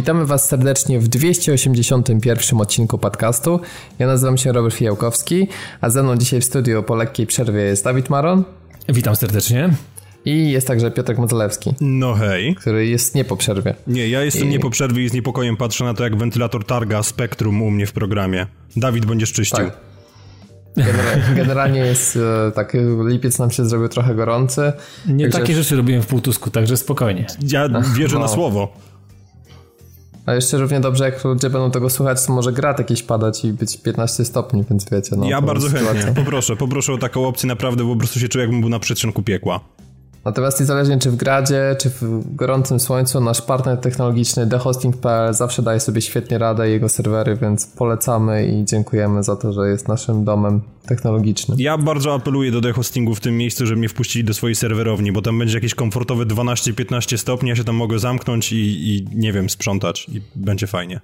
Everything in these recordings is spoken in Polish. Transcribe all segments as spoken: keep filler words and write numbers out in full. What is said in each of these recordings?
Witamy Was serdecznie w dwieście osiemdziesiątym pierwszym odcinku podcastu. Ja nazywam się Robert Fijałkowski, a ze mną dzisiaj w studiu po lekkiej przerwie jest Dawid Maron. Witam serdecznie. I jest także Piotrek Modzelewski. No hej. Który jest nie po przerwie. Nie, ja jestem I... nie po przerwie i z niepokojem patrzę na to, jak wentylator targa spektrum u mnie w programie. Dawid, będziesz czyścił. Tak. Generalnie, generalnie jest tak, lipiec nam się zrobił trochę gorący. Nie także... takie rzeczy robiłem w półtusku, także spokojnie. Ja wierzę no. na słowo. A jeszcze równie dobrze, jak ludzie będą tego słuchać, to może grat jakiś padać i być piętnaście stopni, więc wiecie. No, ja bardzo sytuacja. chętnie, poproszę, poproszę o taką opcję, naprawdę, bo po prostu się czuję, jakbym był na przedsionku piekła. Natomiast niezależnie czy w gradzie, czy w gorącym słońcu, nasz partner technologiczny the hosting kropka p l zawsze daje sobie świetnie radę i jego serwery, więc polecamy i dziękujemy za to, że jest naszym domem technologicznym. Ja bardzo apeluję do The Hostingu w tym miejscu, żeby mnie wpuścili do swojej serwerowni, bo tam będzie jakieś komfortowe dwanaście piętnaście stopni, ja się tam mogę zamknąć i, i nie wiem, sprzątać i będzie fajnie.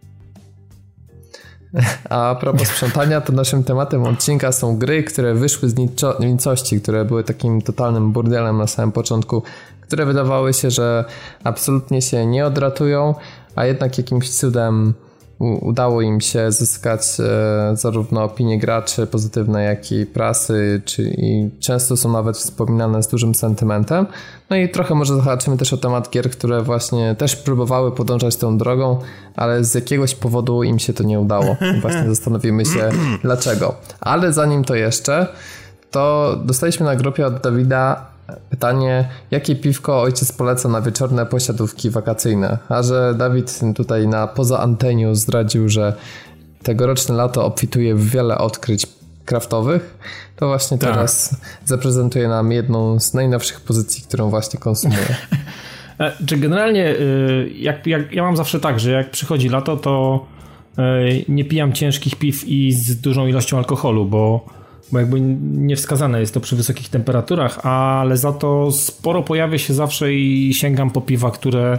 A propos sprzątania, to naszym tematem odcinka są gry, które wyszły z niczo- nicości, które były takim totalnym burdelem na samym początku, które wydawały się, że absolutnie się nie odratują, a jednak jakimś cudem u- udało im się zyskać e, zarówno opinie graczy pozytywne, jak i prasy, czy, i często są nawet wspominane z dużym sentymentem. No i trochę może zahaczymy też o temat gier, które właśnie też próbowały podążać tą drogą, ale z jakiegoś powodu im się to nie udało. I właśnie zastanowimy się dlaczego. Ale zanim to jeszcze, to dostaliśmy na grupie od Dawida pytanie, jakie piwko ojciec poleca na wieczorne posiadówki wakacyjne. A że Dawid tutaj na poza anteniu zdradził, że tegoroczne lato obfituje w wiele odkryć kraftowych, to właśnie tak. Teraz zaprezentuje nam jedną z najnowszych pozycji, którą właśnie konsumuje. Czy generalnie, jak, jak ja mam zawsze tak, że jak przychodzi lato, to nie pijam ciężkich piw i z dużą ilością alkoholu, bo, bo jakby niewskazane jest to przy wysokich temperaturach, ale za to sporo pojawia się zawsze i sięgam po piwa, które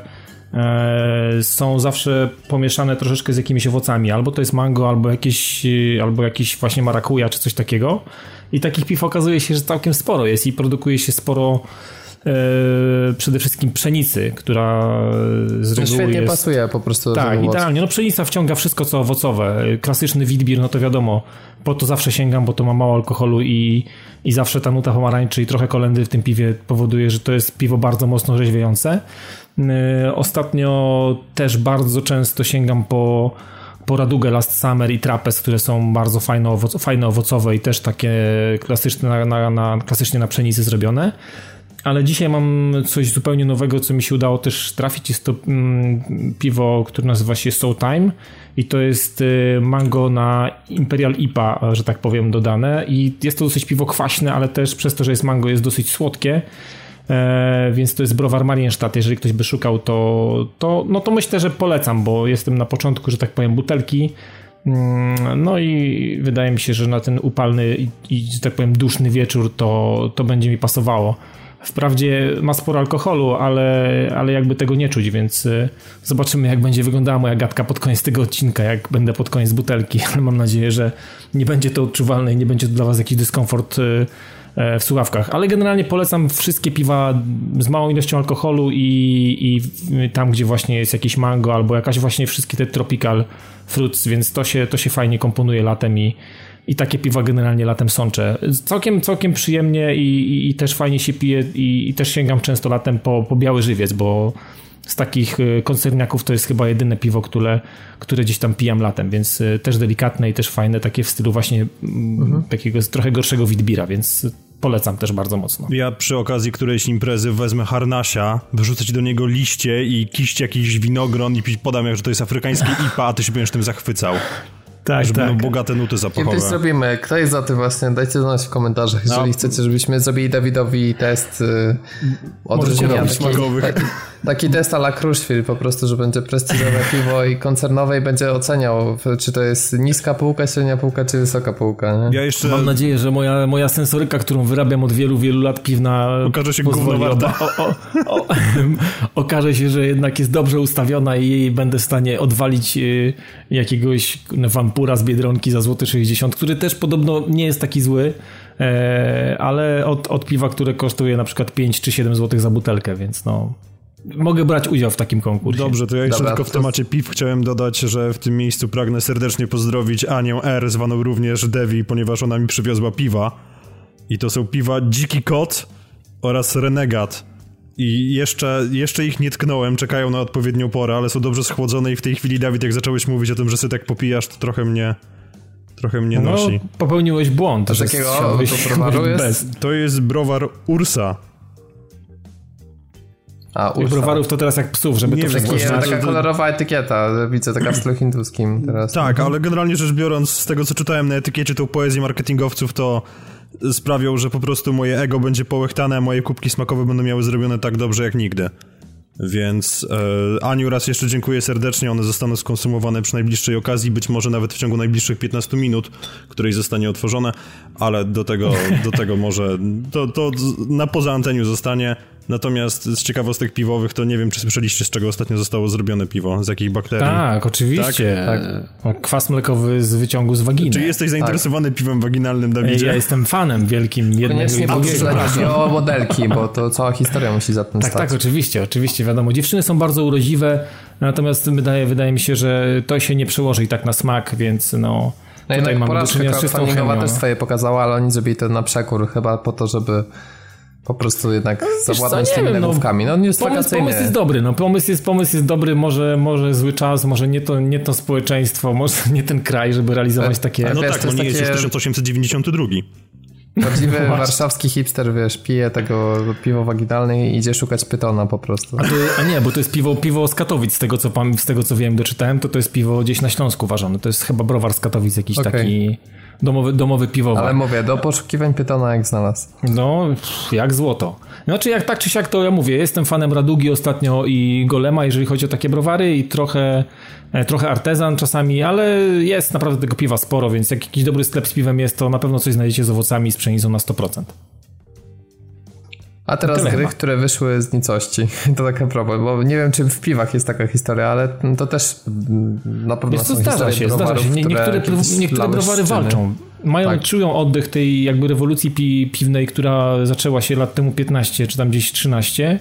są zawsze pomieszane troszeczkę z jakimiś owocami. Albo to jest mango, albo jakieś, albo jakiś właśnie marakuja, czy coś takiego. I takich piw okazuje się, że całkiem sporo jest i produkuje się sporo e, przede wszystkim pszenicy, która z reguły świetnie jest... pasuje po prostu do tak, tego idealnie. No pszenica wciąga wszystko, co owocowe. Klasyczny witbier, no to wiadomo, po to zawsze sięgam, bo to ma mało alkoholu i, i zawsze ta nuta pomarańczy i trochę kolendy w tym piwie powoduje, że to jest piwo bardzo mocno rzeźwiające. Ostatnio też bardzo często sięgam po, po Radugę Last Summer i Trapez, które są bardzo fajne, owoc, fajne owocowe i też takie klasyczne na, na, na, klasycznie na pszenicy zrobione. Ale dzisiaj mam coś zupełnie nowego, co mi się udało też trafić. Jest to mm, piwo, które nazywa się Soul Time i to jest y, mango na Imperial I P A, że tak powiem, dodane. I jest to dosyć piwo kwaśne, ale też przez to, że jest mango, jest dosyć słodkie. E, więc to jest browar Marienstadt. Jeżeli ktoś by szukał, to, to, no to myślę, że polecam, bo jestem na początku, że tak powiem, butelki. No i wydaje mi się, że na ten upalny i, i że tak powiem, duszny wieczór to, to będzie mi pasowało. Wprawdzie ma sporo alkoholu, ale, ale jakby tego nie czuć, więc zobaczymy, jak będzie wyglądała moja gadka pod koniec tego odcinka, jak będę pod koniec butelki, ale mam nadzieję, że nie będzie to odczuwalne i nie będzie to dla was jakiś dyskomfort w słuchawkach, ale generalnie polecam wszystkie piwa z małą ilością alkoholu i, i tam, gdzie właśnie jest jakiś mango albo jakaś właśnie wszystkie te tropical fruits, więc to się, to się fajnie komponuje latem i, i takie piwa generalnie latem sączę. Całkiem, całkiem przyjemnie i, i, i też fajnie się pije i, i też sięgam często latem po, po biały żywiec, bo z takich koncerniaków to jest chyba jedyne piwo, które, które gdzieś tam pijam latem, więc też delikatne i też fajne, takie w stylu właśnie mhm. takiego trochę gorszego witbira, więc polecam też bardzo mocno. Ja przy okazji którejś imprezy wezmę harnasia, wyrzucę do niego liście i kiść jakiś winogron i podam, jak że to jest afrykański I P A, a ty się będziesz tym zachwycał. Tak, żeby tak. będą bogate nuty zapachowe. Kiedyś zrobimy. Kto jest za tym właśnie? Dajcie znać w komentarzach, jeżeli no. chcecie, żebyśmy zrobili Dawidowi test yy, odróżnienia. Taki, taki, taki test a la Kruszwil po prostu, że będzie prestiżowe piwo i koncernowe i będzie oceniał, czy to jest niska półka, średnia półka, czy wysoka półka. Nie? Ja jeszcze... Mam nadzieję, że moja, moja sensoryka, którą wyrabiam od wielu, wielu lat piwna okaże się pozwoli oba, o, o, o, okaże się, że jednak jest dobrze ustawiona i będę w stanie odwalić yy, jakiegoś wampura z Biedronki za złoty sześćdziesiąt, który też podobno nie jest taki zły, e, ale od, od piwa, które kosztuje na przykład pięć czy siedem złotych za butelkę, więc no mogę brać udział w takim konkursie. Dobrze, to ja jeszcze Dobra, tylko w to... temacie piw chciałem dodać, że w tym miejscu pragnę serdecznie pozdrowić Anię R, zwaną również Devi, ponieważ ona mi przywiozła piwa. I to są piwa Dziki Kot oraz Renegat. I jeszcze, jeszcze ich nie tknąłem, czekają na odpowiednią porę, ale są dobrze schłodzone i w tej chwili, Dawid, jak zacząłeś mówić o tym, że sobie tak popijasz, to trochę mnie... Trochę mnie no, nosi. Popełniłeś błąd. To takiego to browaru jest? Bez. To jest browar Ursa. A, Ursa. Browarów to teraz jak psów, żeby nie to wszystko Taki, znać. taka kolorowa etykieta, widzę, taka w stylu hinduskim teraz. Tak, ale generalnie rzecz biorąc, z tego co czytałem na etykiecie, tą poezję marketingowców, to sprawią, że po prostu moje ego będzie połechtane, a moje kubki smakowe będą miały zrobione tak dobrze jak nigdy. Więc e, Aniu raz jeszcze dziękuję serdecznie, one zostaną skonsumowane przy najbliższej okazji, być może nawet w ciągu najbliższych piętnastu minut, której zostanie otworzone, ale do tego, do tego może, to, to na poza anteniu zostanie. Natomiast z ciekawostek piwowych to nie wiem, czy słyszeliście, z czego ostatnio zostało zrobione piwo, z jakich bakterii. Tak, oczywiście. Tak? Kwas mlekowy z wyciągu z waginy. Czy jesteś zainteresowany tak. piwem waginalnym, Dawidzie? Ja jestem fanem wielkim jednego i drugiego. Chodzi o modelki, bo to cała historia musi za tym tak, stać. Tak, tak, oczywiście, oczywiście, wiadomo. Dziewczyny są bardzo urodziwe, natomiast wydaje, wydaje mi się, że to się nie przełoży i tak na smak, więc no... No tutaj mamy do czynienia z czystą chemią. też swoje pokazała, ale oni zrobili to na przekór, chyba po to, żeby po prostu jednak no, zawładnąć co, tymi nagłówkami. No, no, pomysł, pomysł jest dobry, no, pomysł, jest, pomysł jest dobry, może, może zły czas, może nie to, nie to społeczeństwo, może nie ten kraj, żeby realizować takie... No wiesz, tak, bo nie jest już tysiąc osiemset dziewięćdziesiąty drugi. Prawdziwy warszawski hipster, wiesz, pije tego piwo waginalne i idzie szukać pytona po prostu. A, to, a nie, bo to jest piwo, piwo z Katowic, z tego, co, z tego co wiem, doczytałem, to to jest piwo gdzieś na Śląsku ważone. To jest chyba browar z Katowic, jakiś okay. taki domowy, domowy piwowar. Ale mówię, do poszukiwań pytona jak znalazł. No, jak złoto. Znaczy, jak tak czy siak, to ja mówię, jestem fanem Radugi ostatnio i Golema, jeżeli chodzi o takie browary i trochę, trochę artezan czasami, ale jest naprawdę tego piwa sporo, więc jak jakiś dobry sklep z piwem jest, to na pewno coś znajdziecie z owocami i z pszenicą na sto procent. A teraz Tyle gry, chyba. które wyszły z nicości. To taka problem, bo nie wiem, czy w piwach jest taka historia, ale to też na pewno Wiesz, są zdarza historie się, browarów, zdarza się. Nie, niektóre które niektóre browary walczą. Mają, tak. Czują oddech tej jakby rewolucji pi, piwnej, która zaczęła się lat temu piętnaście, czy tam gdzieś trzynaście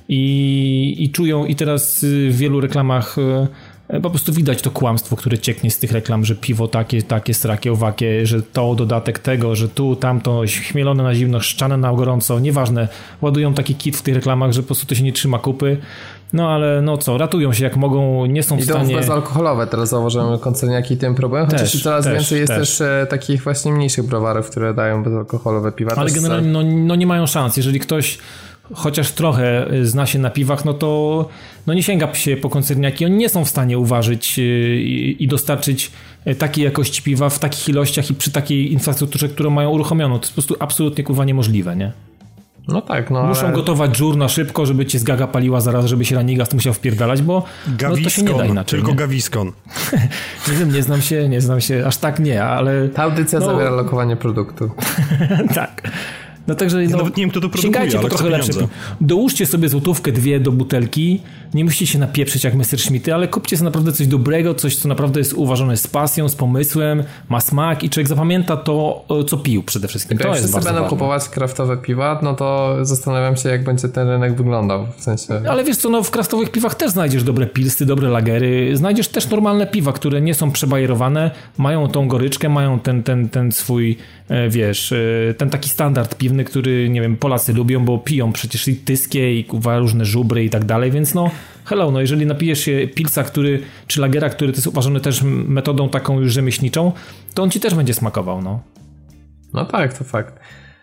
i, i czują i teraz w wielu reklamach po prostu widać to kłamstwo, które cieknie z tych reklam, że piwo takie, takie, srakie, owakie, że to dodatek tego, że tu, tamto, chmielone na zimno, szczane na gorąco, nieważne. Ładują taki kit w tych reklamach, że po prostu to się nie trzyma kupy. No ale no co, ratują się jak mogą, nie są w Idą stanie... Idą bezalkoholowe, teraz zauważyłem koncerniaki tym problem, chociaż też, coraz też, więcej jest też, też takich właśnie mniejszych browarów, które dają bezalkoholowe piwa. Ale też generalnie no, no nie mają szans, jeżeli ktoś chociaż trochę zna się na piwach, no to no nie sięga się po koncerniaki, oni nie są w stanie uważyć i, i dostarczyć takiej jakości piwa w takich ilościach i przy takiej infrastrukturze, którą mają uruchomioną. To jest po prostu absolutnie kurwa niemożliwe, nie? No tak, no Muszą ale... gotować żur na szybko, żeby cię z gaga paliła zaraz, żeby się Ranigas musiał wpierdalać, bo no, to się nie da inaczej. Tylko nie? Gaviscon. Nie wiem, nie znam się, nie znam się, aż tak nie, ale... Ta audycja no... zawiera lokowanie produktu. Tak. No także, ja no, nawet nie wiem, kto to produkuje, sięgajcie po trochę lepsze. Dołóżcie sobie złotówkę, dwie do butelki. Nie musicie się napieprzyć jak Messerschmitty, ale kupcie sobie naprawdę coś dobrego, coś, co naprawdę jest uważane z pasją, z pomysłem, ma smak i człowiek zapamięta to, co pił przede wszystkim. Jak to jest wszyscy będą ważne. kupować kraftowe piwa, no to zastanawiam się, jak będzie ten rynek wyglądał. W sensie... Ale wiesz co, no w kraftowych piwach też znajdziesz dobre pilsy, dobre lagery. Znajdziesz też normalne piwa, które nie są przebajerowane, mają tą goryczkę, mają ten, ten, ten swój, wiesz, ten taki standard piwny, który, nie wiem, Polacy lubią, bo piją przecież i tyskie, i różne żubry i tak dalej, więc no hello, no jeżeli napijesz się pilsa, który, czy lagera, który to jest uważany też metodą taką już rzemieślniczą, to on ci też będzie smakował, no. No tak, to fakt.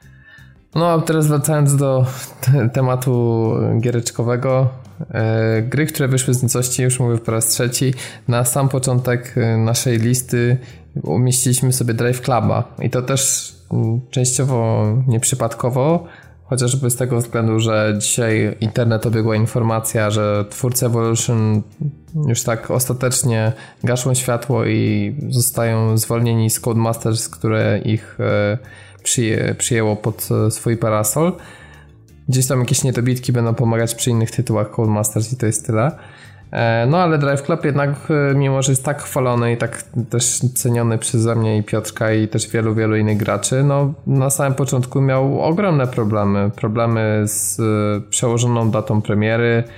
No a teraz wracając do te- tematu giereczkowego, e, gry, które wyszły z nicości, już mówię po raz trzeci, na sam początek naszej listy umieściliśmy sobie Drive Cluba i to też m, częściowo nieprzypadkowo, chociażby z tego względu, że dzisiaj internet obiegła informacja, że twórcy Evolution już tak ostatecznie gaszą światło i zostają zwolnieni z Codemasters, które ich e, przyję, przyjęło pod swój parasol. Gdzieś tam jakieś niedobitki będą pomagać przy innych tytułach Codemasters i to jest tyle. E, no ale Drive Club jednak, mimo że jest tak chwalony i tak też ceniony przeze mnie i Piotrka i też wielu, wielu innych graczy, no na samym początku miał ogromne problemy. Problemy z e, przełożoną datą premiery,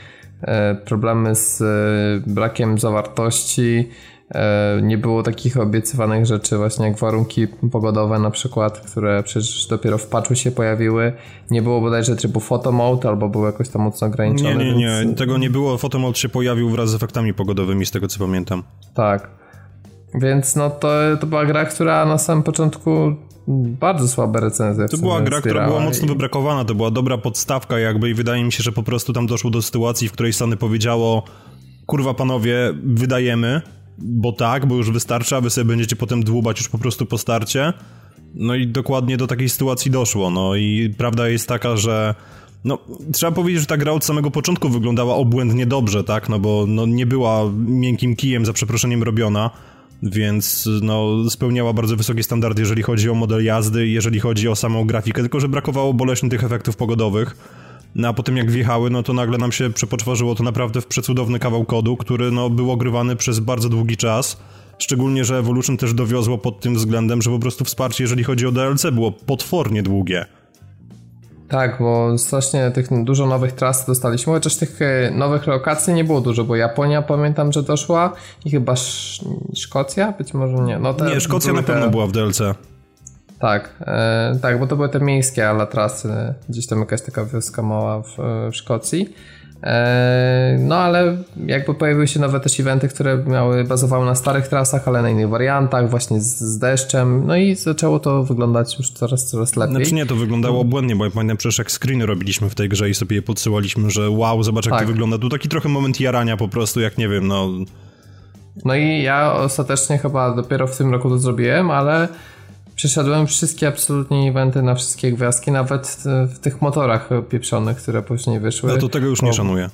problemy z brakiem zawartości, nie było takich obiecywanych rzeczy właśnie jak warunki pogodowe na przykład, które przecież dopiero w patchu się pojawiły. Nie było bodajże trybu photo mode albo był jakoś tam mocno ograniczony. Nie, nie, nie. Więc... Tego nie było. Photo mode się pojawił wraz z efektami pogodowymi, z tego co pamiętam. Tak. Więc no to, to była gra, która na samym początku bardzo słabe recenzje. To była gra, która była mocno i... wybrakowana. To była dobra podstawka jakby i wydaje mi się, że po prostu tam doszło do sytuacji, w której Sony powiedziało: kurwa panowie, wydajemy, bo tak, bo już wystarczy, a wy sobie będziecie potem dłubać już po prostu po starcie. No i dokładnie do takiej sytuacji doszło. No i prawda jest taka, że no, trzeba powiedzieć, że ta gra od samego początku wyglądała obłędnie dobrze, tak? No bo no, nie była miękkim kijem, za przeproszeniem, robiona, więc no, spełniała bardzo wysokie standardy, jeżeli chodzi o model jazdy i jeżeli chodzi o samą grafikę, tylko że brakowało boleśnie tych efektów pogodowych. No a potem jak wjechały, no to nagle nam się przepoczwarzyło to naprawdę w przecudowny kawał kodu, który no, był ogrywany przez bardzo długi czas. Szczególnie, że Evolution też dowiozło pod tym względem, że po prostu wsparcie, jeżeli chodzi o D L C, było potwornie długie. Tak, bo strasznie tych dużo nowych tras dostaliśmy, chociaż tych nowych lokacji nie było dużo, bo Japonia pamiętam, że doszła i chyba Sz- Szkocja? Być może nie. No te, nie, Szkocja na pewno te... była w D L C. Tak, e, tak, bo to były te miejskie ala trasy, gdzieś tam jakaś taka wioska mała w, w Szkocji. E, no ale jakby pojawiły się nowe też eventy, które miały, bazowały na starych trasach, ale na innych wariantach, właśnie z, z deszczem, no i zaczęło to wyglądać już coraz, coraz lepiej. Znaczy nie, to wyglądało obłędnie, bo ja pamiętam przecież jak screeny robiliśmy w tej grze i sobie je podsyłaliśmy, że wow, zobacz jak tak. to wygląda. Tu taki trochę moment jarania po prostu, jak nie wiem, no... No i ja ostatecznie chyba dopiero w tym roku to zrobiłem, ale przeszedłem wszystkie absolutnie eventy na wszystkie gwiazdki, nawet w tych motorach pieprzonych, które później wyszły. No to tego już nie szanuję.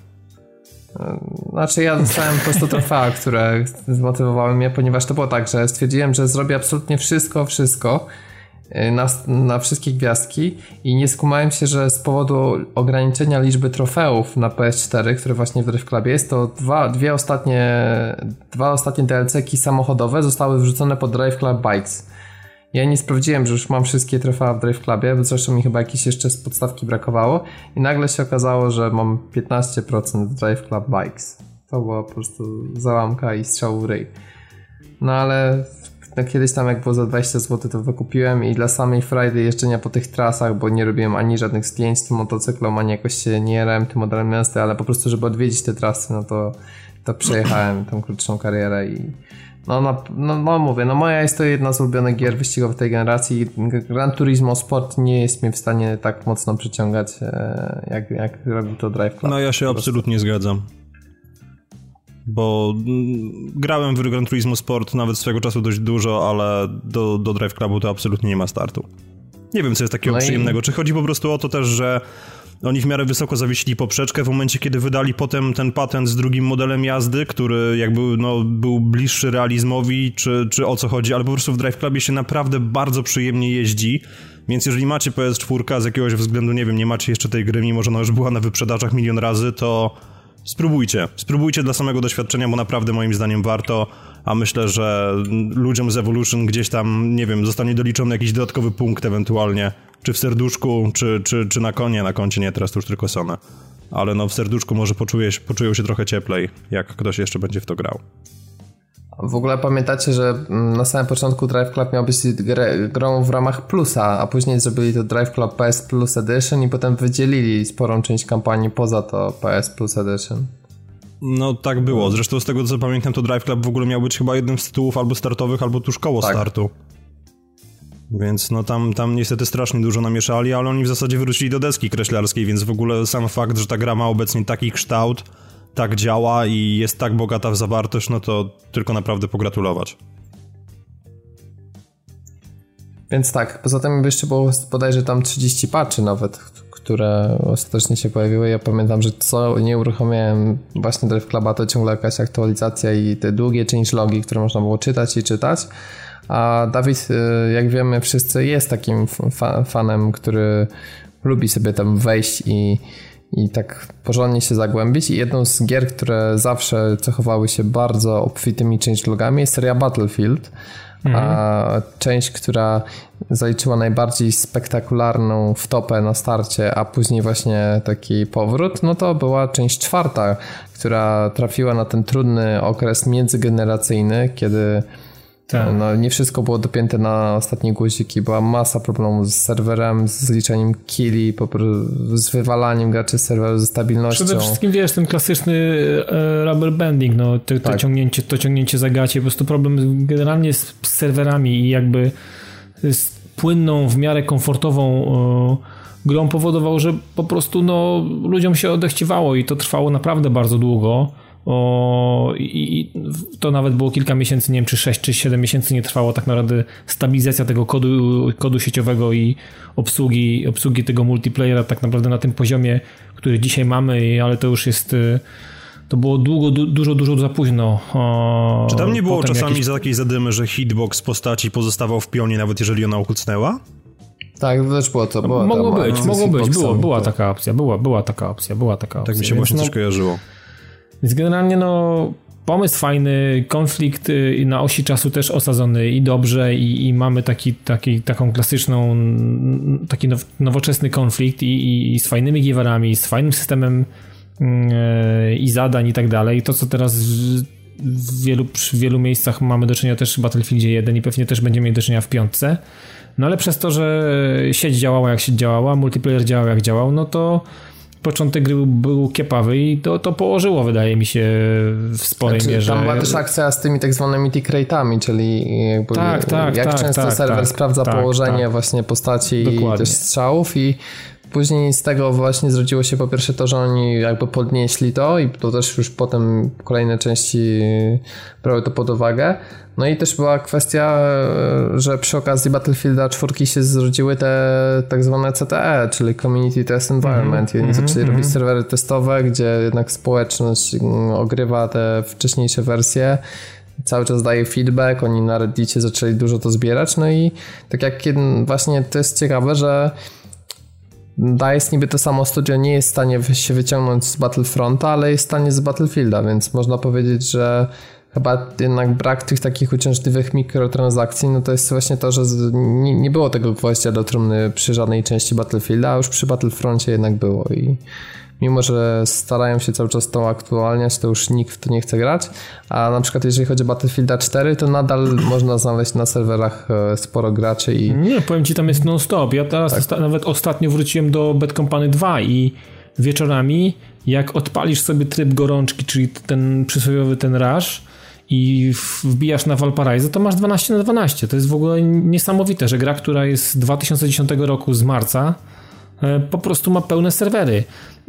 Znaczy ja dostałem po prostu trofea, które zmotywowały mnie, ponieważ to było tak, że stwierdziłem, że zrobię absolutnie wszystko, wszystko na, na wszystkie gwiazdki i nie skumałem się, że z powodu ograniczenia liczby trofeów na P S cztery, które właśnie w Drive Clubie jest, to dwa, dwie ostatnie, dwa ostatnie D L C-ki samochodowe zostały wrzucone pod Drive Club Bikes. Ja nie sprawdziłem, że już mam wszystkie trofea w Drive Clubie, bo zresztą mi chyba jakieś jeszcze z podstawki brakowało i nagle się okazało, że mam piętnaście procent Drive Club Bikes. To była po prostu załamka i strzał w ryj. No ale no, kiedyś tam jak było za dwadzieścia złotych to wykupiłem i dla samej frajdy jeżdżenia po tych trasach, bo nie robiłem ani żadnych zdjęć tym motocyklom, ani jakoś się nie jarałem tym modelem miasta, ale po prostu żeby odwiedzić te trasy, no to, to przejechałem tą krótszą karierę i No, no, no, no mówię, no moja jest to jedna z ulubionych gier wyścigowych tej generacji. Gran Turismo Sport nie jest mnie w stanie tak mocno przyciągać, jak, jak robi to Drive Club. No ja się absolutnie zgadzam. Bo grałem w Gran Turismo Sport nawet swego czasu dość dużo, ale do, do Drive Clubu to absolutnie nie ma startu. Nie wiem, co jest takiego no przyjemnego. I... Czy chodzi po prostu o to też, że oni w miarę wysoko zawiesili poprzeczkę w momencie, kiedy wydali potem ten patent z drugim modelem jazdy, który jakby no, był bliższy realizmowi, czy, czy o co chodzi, ale po prostu w Drive Clubie się naprawdę bardzo przyjemnie jeździ, więc jeżeli macie P S cztery z jakiegoś względu, nie wiem, nie macie jeszcze tej gry, mimo że ona już była na wyprzedażach milion razy, to spróbujcie. Spróbujcie dla samego doświadczenia, bo naprawdę moim zdaniem warto, a myślę, że ludziom z Evolution gdzieś tam, nie wiem, zostanie doliczony jakiś dodatkowy punkt ewentualnie, czy w serduszku, czy, czy, czy na konie, na koncie nie, teraz to już tylko Sony. Ale no w serduszku może poczuje, poczują się trochę cieplej, jak ktoś jeszcze będzie w to grał. W ogóle pamiętacie, że na samym początku Drive Club miał być grę, grą w ramach Plusa, a później zrobili to Drive Club P S Plus Edition i potem wydzielili sporą część kampanii poza to P S Plus Edition. No tak było, zresztą z tego co pamiętam to Drive Club w ogóle miał być chyba jednym z tytułów albo startowych, albo tuż koło tak. startu. Więc no tam, tam niestety strasznie dużo namieszali, ale oni w zasadzie wrócili do deski kreślarskiej, więc w ogóle sam fakt, że ta gra ma obecnie taki kształt, tak działa i jest tak bogata w zawartość, no to tylko naprawdę pogratulować. Więc tak, poza tym jeszcze było bodajże tam trzydzieści patchy nawet, które ostatecznie się pojawiły. Ja pamiętam, że co nie uruchomiłem właśnie Drive Cluba, to ciągle jakaś aktualizacja i te długie changelogi, które można było czytać i czytać. A Dawid, jak wiemy wszyscy, jest takim fa- fanem, który lubi sobie tam wejść i i tak porządnie się zagłębić. I jedną z gier, które zawsze cechowały się bardzo obfitymi changelogami, jest seria Battlefield. Mhm. A część, która zaliczyła najbardziej spektakularną wtopę na starcie, a później właśnie taki powrót, no to była część czwarta, która trafiła na ten trudny okres międzygeneracyjny, kiedy tak. no, nie wszystko było dopięte na ostatnie guziki, była masa problemów z serwerem, z liczeniem killi, z wywalaniem graczy z serweru, ze stabilnością. Przede wszystkim, wiesz, ten klasyczny e, rubber banding, no, to, to, tak. ciągnięcie, to ciągnięcie za gacie, po prostu problem generalnie z, z serwerami i jakby z płynną, w miarę komfortową e, grą powodował, że po prostu no, ludziom się odechciewało i to trwało naprawdę bardzo długo. O, i, i to nawet było kilka miesięcy, nie wiem czy sześć czy siedem miesięcy nie trwało tak naprawdę stabilizacja tego kodu, kodu sieciowego i obsługi, obsługi tego multiplayera tak naprawdę na tym poziomie, który dzisiaj mamy, ale to już jest, to było długo, du, dużo, dużo za późno. O, czy tam nie było czasami jakieś... za takiej zadymy, że hitbox postaci pozostawał w pionie nawet jeżeli ona ukucnęła? Tak, to też było to. Było mogło tam, być, mogło być, było, była taka opcja, była, była taka opcja, była taka opcja. Tak mi się właśnie no, też kojarzyło. Więc generalnie no pomysł fajny, konflikt na osi czasu też osadzony i dobrze i, i mamy taki, taki, taką klasyczną, taki now, nowoczesny konflikt i, i, i z fajnymi giwerami, z fajnym systemem yy, i zadań i tak dalej. To co teraz w, w wielu, przy wielu miejscach mamy do czynienia też w Battlefieldzie jeden i pewnie też będziemy mieli do czynienia w piątce. No ale przez to, że sieć działała jak sieć działała, multiplayer działał jak działał, no to początek gry był kiepawy i to, to położyło, wydaje mi się, w sporej znaczy, mierze. Tam była też akcja z tymi tak zwanymi tick rate'ami, czyli jakby tak, tak, jak tak, często tak, serwer tak, sprawdza tak, położenie tak. właśnie postaci Dokładnie. i też strzałów i później z tego właśnie zrodziło się po pierwsze to, że oni jakby podnieśli to i to też już potem kolejne części brały to pod uwagę. No i też była kwestia, że przy okazji Battlefielda czwórki się zrodziły te tak zwane C T E, czyli Community Test Environment. I oni mm-hmm, zaczęli mm-hmm. robić serwery testowe, gdzie jednak społeczność ogrywa te wcześniejsze wersje, cały czas daje feedback, oni na Reddicie zaczęli dużo to zbierać, no i tak jak właśnie to jest ciekawe, że DICE niby to samo studio nie jest w stanie się wyciągnąć z Battlefronta, ale jest w stanie z Battlefielda, więc można powiedzieć, że chyba jednak brak tych takich uciążliwych mikrotransakcji, no to jest właśnie to, że nie, nie było tego gwoździa do trumny przy żadnej części Battlefielda, a już przy Battlefroncie jednak było i mimo, że starają się cały czas to aktualniać, to już nikt w to nie chce grać, a na przykład jeżeli chodzi o Battlefielda cztery, to nadal można znaleźć na serwerach sporo graczy i... Nie, powiem ci, tam jest non-stop. Ja teraz tak. osta- nawet ostatnio wróciłem do Bad Company dwa i wieczorami, jak odpalisz sobie tryb gorączki, czyli ten przysłowiowy ten rush i wbijasz na Valparaiso, to masz dwanaście na dwanaście. To jest w ogóle niesamowite, że gra, która jest z dwa tysiące dziesiątego roku, z marca, po prostu ma pełne serwery.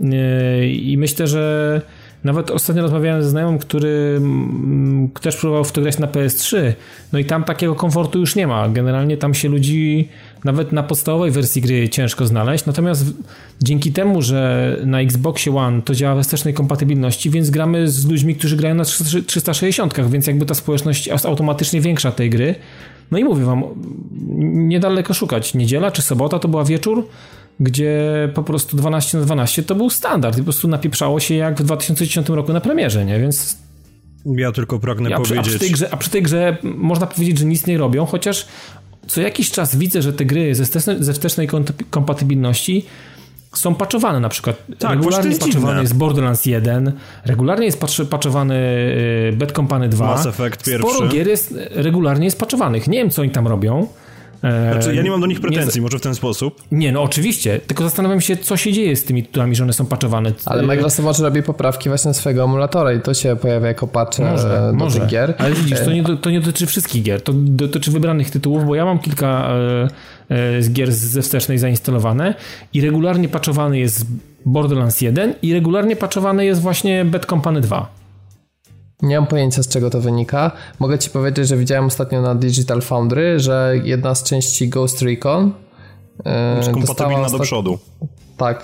I myślę, że nawet ostatnio rozmawiałem ze znajomym, który też próbował w to grać na P S trzy, no i tam takiego komfortu już nie ma. Generalnie tam się ludzi nawet na podstawowej wersji gry ciężko znaleźć, natomiast dzięki temu, że na Xboxie One to działa we wstecznej kompatybilności, więc gramy z ludźmi, którzy grają na trzysta sześćdziesiątkach, więc jakby ta społeczność jest automatycznie większa tej gry. No i mówię wam, niedaleko szukać. Niedziela czy sobota to była wieczór, gdzie po prostu dwanaście na dwanaście to był standard i po prostu napieprzało się jak w dwa tysiące dziesiątym roku na premierze, nie? Więc ja tylko pragnę ja, powiedzieć... A przy, tej grze, a przy tej grze można powiedzieć, że nic nie robią, chociaż co jakiś czas widzę, że te gry ze wstecznej, ze wstecznej kompatybilności są patchowane, na przykład tak, regularnie jest patchowany dziwne. jest Borderlands jeden, regularnie jest patchowany Bad Company dwa. Mass Effect pierwszy. Sporo gier jest regularnie jest patchowanych. Nie wiem, co oni tam robią. Znaczy, ja nie mam do nich pretensji, nie, może w ten sposób. Nie, no oczywiście, tylko zastanawiam się, co się dzieje z tymi tytułami, że one są patchowane. Ale Microsoft może robi poprawki właśnie swojego emulatora i to się pojawia jako patch może, do może. tych gier. Ale widzisz, to nie, to nie dotyczy wszystkich gier, to dotyczy wybranych tytułów, bo ja mam kilka e, e, z gier ze wstecznej zainstalowane i regularnie patchowany jest Borderlands jeden i regularnie patchowany jest właśnie Bad Company dwa. Nie mam pojęcia, z czego to wynika. Mogę ci powiedzieć, że widziałem ostatnio na Digital Foundry, że jedna z części Ghost Recon jest kompatybilna do przodu. Tak,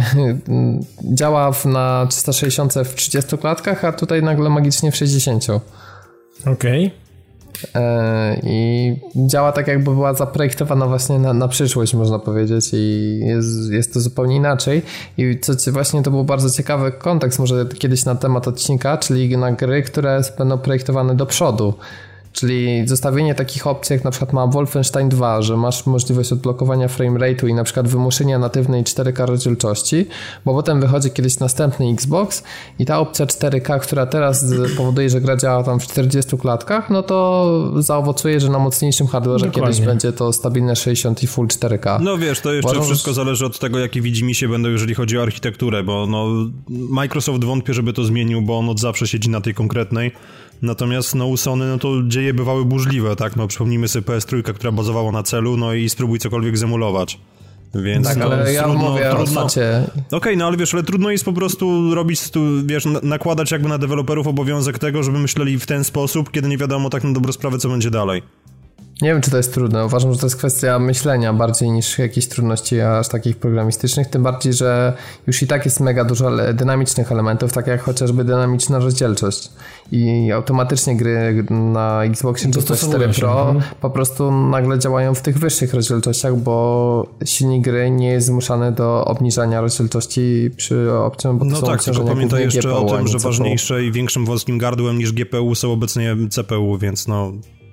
działa w, na trzysta sześćdziesiąt w trzydziestu klatkach, a tutaj nagle magicznie w sześćdziesięciu. Okej. Okay. i działa tak, jakby była zaprojektowana właśnie na, na przyszłość, można powiedzieć, i jest, jest to zupełnie inaczej. I co właśnie to był bardzo ciekawy kontekst, może kiedyś na temat odcinka, czyli na gry, które będą projektowane do przodu. Czyli zostawienie takich opcji, jak na przykład ma Wolfenstein dwa, że masz możliwość odblokowania framerate'u i na przykład wymuszenia natywnej cztery K rozdzielczości, bo potem wychodzi kiedyś następny Xbox i ta opcja cztery K, która teraz powoduje, że gra działa tam w czterdziestu klatkach, no to zaowocuje, że na mocniejszym hardwareze kiedyś będzie to stabilne sześćdziesiąt i full cztery K. No wiesz, to jeszcze Uważam, wszystko zależy od tego, jakie widzimisię będą, jeżeli chodzi o architekturę, bo no Microsoft wątpię, żeby to zmienił, bo on od zawsze siedzi na tej konkretnej. Natomiast no u Sony no to dzieje bywały burzliwe, tak? No przypomnijmy sobie P S trzy, która bazowała na celu, no i spróbuj cokolwiek zemulować. Więc tak, no, ale ja trudno, mówię trudno... o facie. Okej, okay, no ale wiesz, ale trudno jest po prostu robić, tu, wiesz, nakładać jakby na deweloperów obowiązek tego, żeby myśleli w ten sposób, kiedy nie wiadomo tak na dobrą sprawę, co będzie dalej. Nie wiem, czy to jest trudne. Uważam, że to jest kwestia myślenia bardziej niż jakichś trudności aż takich programistycznych, tym bardziej, że już i tak jest mega dużo dynamicznych elementów, tak jak chociażby dynamiczna rozdzielczość i automatycznie gry na Xboxie czy P S cztery Pro mhm. po prostu nagle działają w tych wyższych rozdzielczościach, bo silnik gry nie jest zmuszany do obniżania rozdzielczości przy obciążeniu, bo to No są tak, tylko pamiętaj jeszcze G P U, o tym, że C P U. ważniejsze i większym wąskim gardłem niż G P U są obecnie C P U, więc no...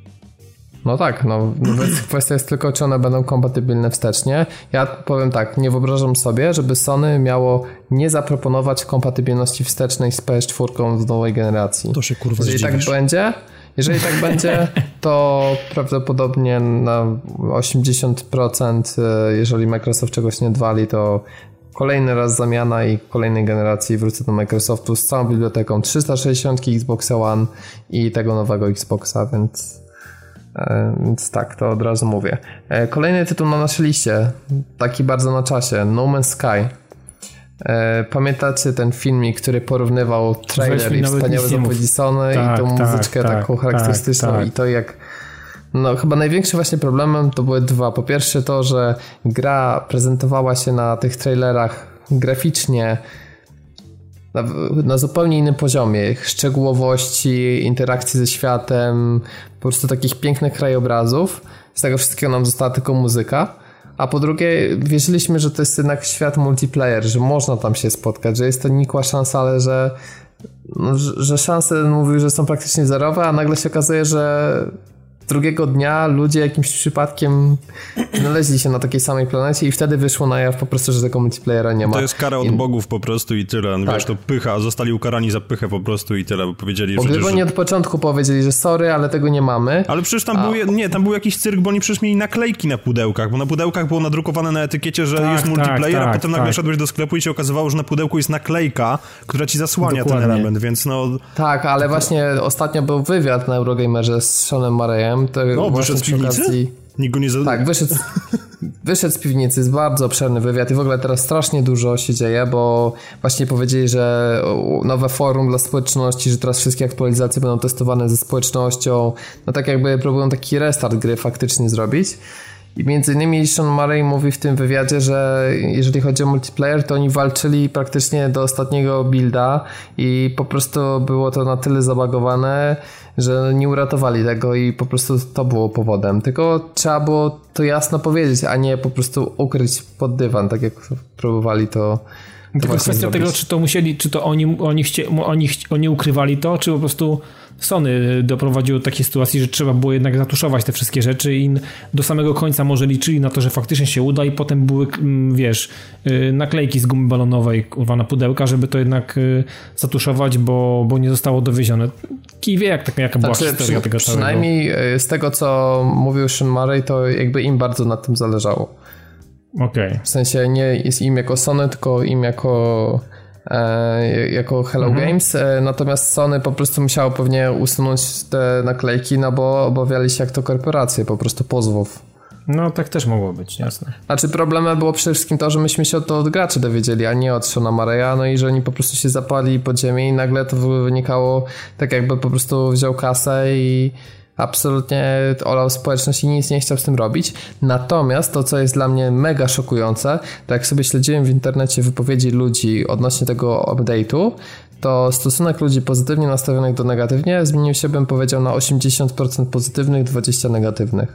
No tak, no kwestia jest tylko, czy one będą kompatybilne wstecznie. Ja powiem tak, nie wyobrażam sobie, żeby Sony miało nie zaproponować kompatybilności wstecznej z P S cztery z nowej generacji. To się kurwa Jeżeli zdziwisz. tak będzie, jeżeli tak będzie, to prawdopodobnie na osiemdziesiąt procent, jeżeli Microsoft czegoś nie dwali, to kolejny raz zamiana i kolejnej generacji wrócę do Microsoftu z całą biblioteką trzysta sześćdziesiąt, Xbox One i tego nowego Xboxa, więc... Więc tak, to od razu mówię. Kolejny tytuł na naszej liście, taki bardzo na czasie, No Man's Sky. Pamiętacie ten filmik, który porównywał trailer i wspaniałe zapowiedzi Sony tak, i tą tak, muzyczkę tak, taką charakterystyczną tak, tak. i to jak... No chyba największym właśnie problemem to były dwa. Po pierwsze to, że gra prezentowała się na tych trailerach graficznie Na, na zupełnie innym poziomie szczegółowości, interakcji ze światem, po prostu takich pięknych krajobrazów. Z tego wszystkiego nam została tylko muzyka. A po drugie, wierzyliśmy, że to jest jednak świat multiplayer, że można tam się spotkać, że jest to nikła szansa, ale że, no, że, że szanse mówił, że są praktycznie zerowe, a nagle się okazuje, że drugiego dnia ludzie jakimś przypadkiem znaleźli się na takiej samej planecie i wtedy wyszło na jaw po prostu, że tego multiplayera nie ma. To jest kara od I... bogów po prostu i tyle. Tak. Wiesz, to pycha, zostali ukarani za pychę po prostu i tyle, bo powiedzieli, bo przecież... Bo oni od początku powiedzieli, że sorry, ale tego nie mamy. Ale przecież tam a... był, nie, tam był jakiś cyrk, bo oni przecież mieli naklejki na pudełkach, bo na pudełkach było nadrukowane na etykiecie, że tak, jest multiplayer, tak, a potem tak, nagle tak. szedłeś do sklepu i się okazywało, że na pudełku jest naklejka, która ci zasłania Dokładnie. ten element, więc no... Tak, ale właśnie ostatnio był wywiad na Eurogamerze z Seanem Murrayem. To no, wyszedł z piwnicy? Okazji... Nikt go nie za... Tak, wyszedł, wyszedł z piwnicy, jest bardzo obszerny wywiad i w ogóle teraz strasznie dużo się dzieje, bo właśnie powiedzieli, że nowe forum dla społeczności, że teraz wszystkie aktualizacje będą testowane ze społecznością, no tak jakby próbują taki restart gry faktycznie zrobić. I między innymi Sean Murray mówi w tym wywiadzie, że jeżeli chodzi o multiplayer, to oni walczyli praktycznie do ostatniego builda i po prostu było to na tyle zabagowane, że nie uratowali tego i po prostu to było powodem. Tylko trzeba było to jasno powiedzieć, a nie po prostu ukryć pod dywan, tak jak próbowali to. to Tylko kwestia zrobić. tego, czy to musieli, czy to oni, oni, chcie, oni, oni ukrywali to, czy po prostu Sony doprowadziło do takiej sytuacji, że trzeba było jednak zatuszować te wszystkie rzeczy i do samego końca może liczyli na to, że faktycznie się uda i potem były, wiesz, naklejki z gumy balonowej kurwa na pudełka, żeby to jednak zatuszować, bo, bo nie zostało dowiezione. Kij wie, jak, jaka była znaczy, historia przy, tego Przynajmniej całego. Z tego, co mówił Sean Murray, to jakby im bardzo na tym zależało. Okay. W sensie nie jest im jako Sony, tylko im jako e, jako Hello mhm. Games, e, natomiast Sony po prostu musiało pewnie usunąć te naklejki, no bo obawiali się jak to korporacje, po prostu pozwów. No tak też mogło być, jasne. Znaczy problemem było przede wszystkim to, że myśmy się to od graczy dowiedzieli, a nie od Seana Murraya, no i że oni po prostu się zapali pod ziemię i nagle to wynikało tak jakby po prostu wziął kasę i absolutnie olał społeczność i nic nie chciał z tym robić. Natomiast to, co jest dla mnie mega szokujące, to jak sobie śledziłem w internecie wypowiedzi ludzi odnośnie tego update'u, to stosunek ludzi pozytywnie nastawionych do negatywnie zmienił się, bym powiedział, na osiemdziesiąt procent pozytywnych, dwadzieścia procent negatywnych.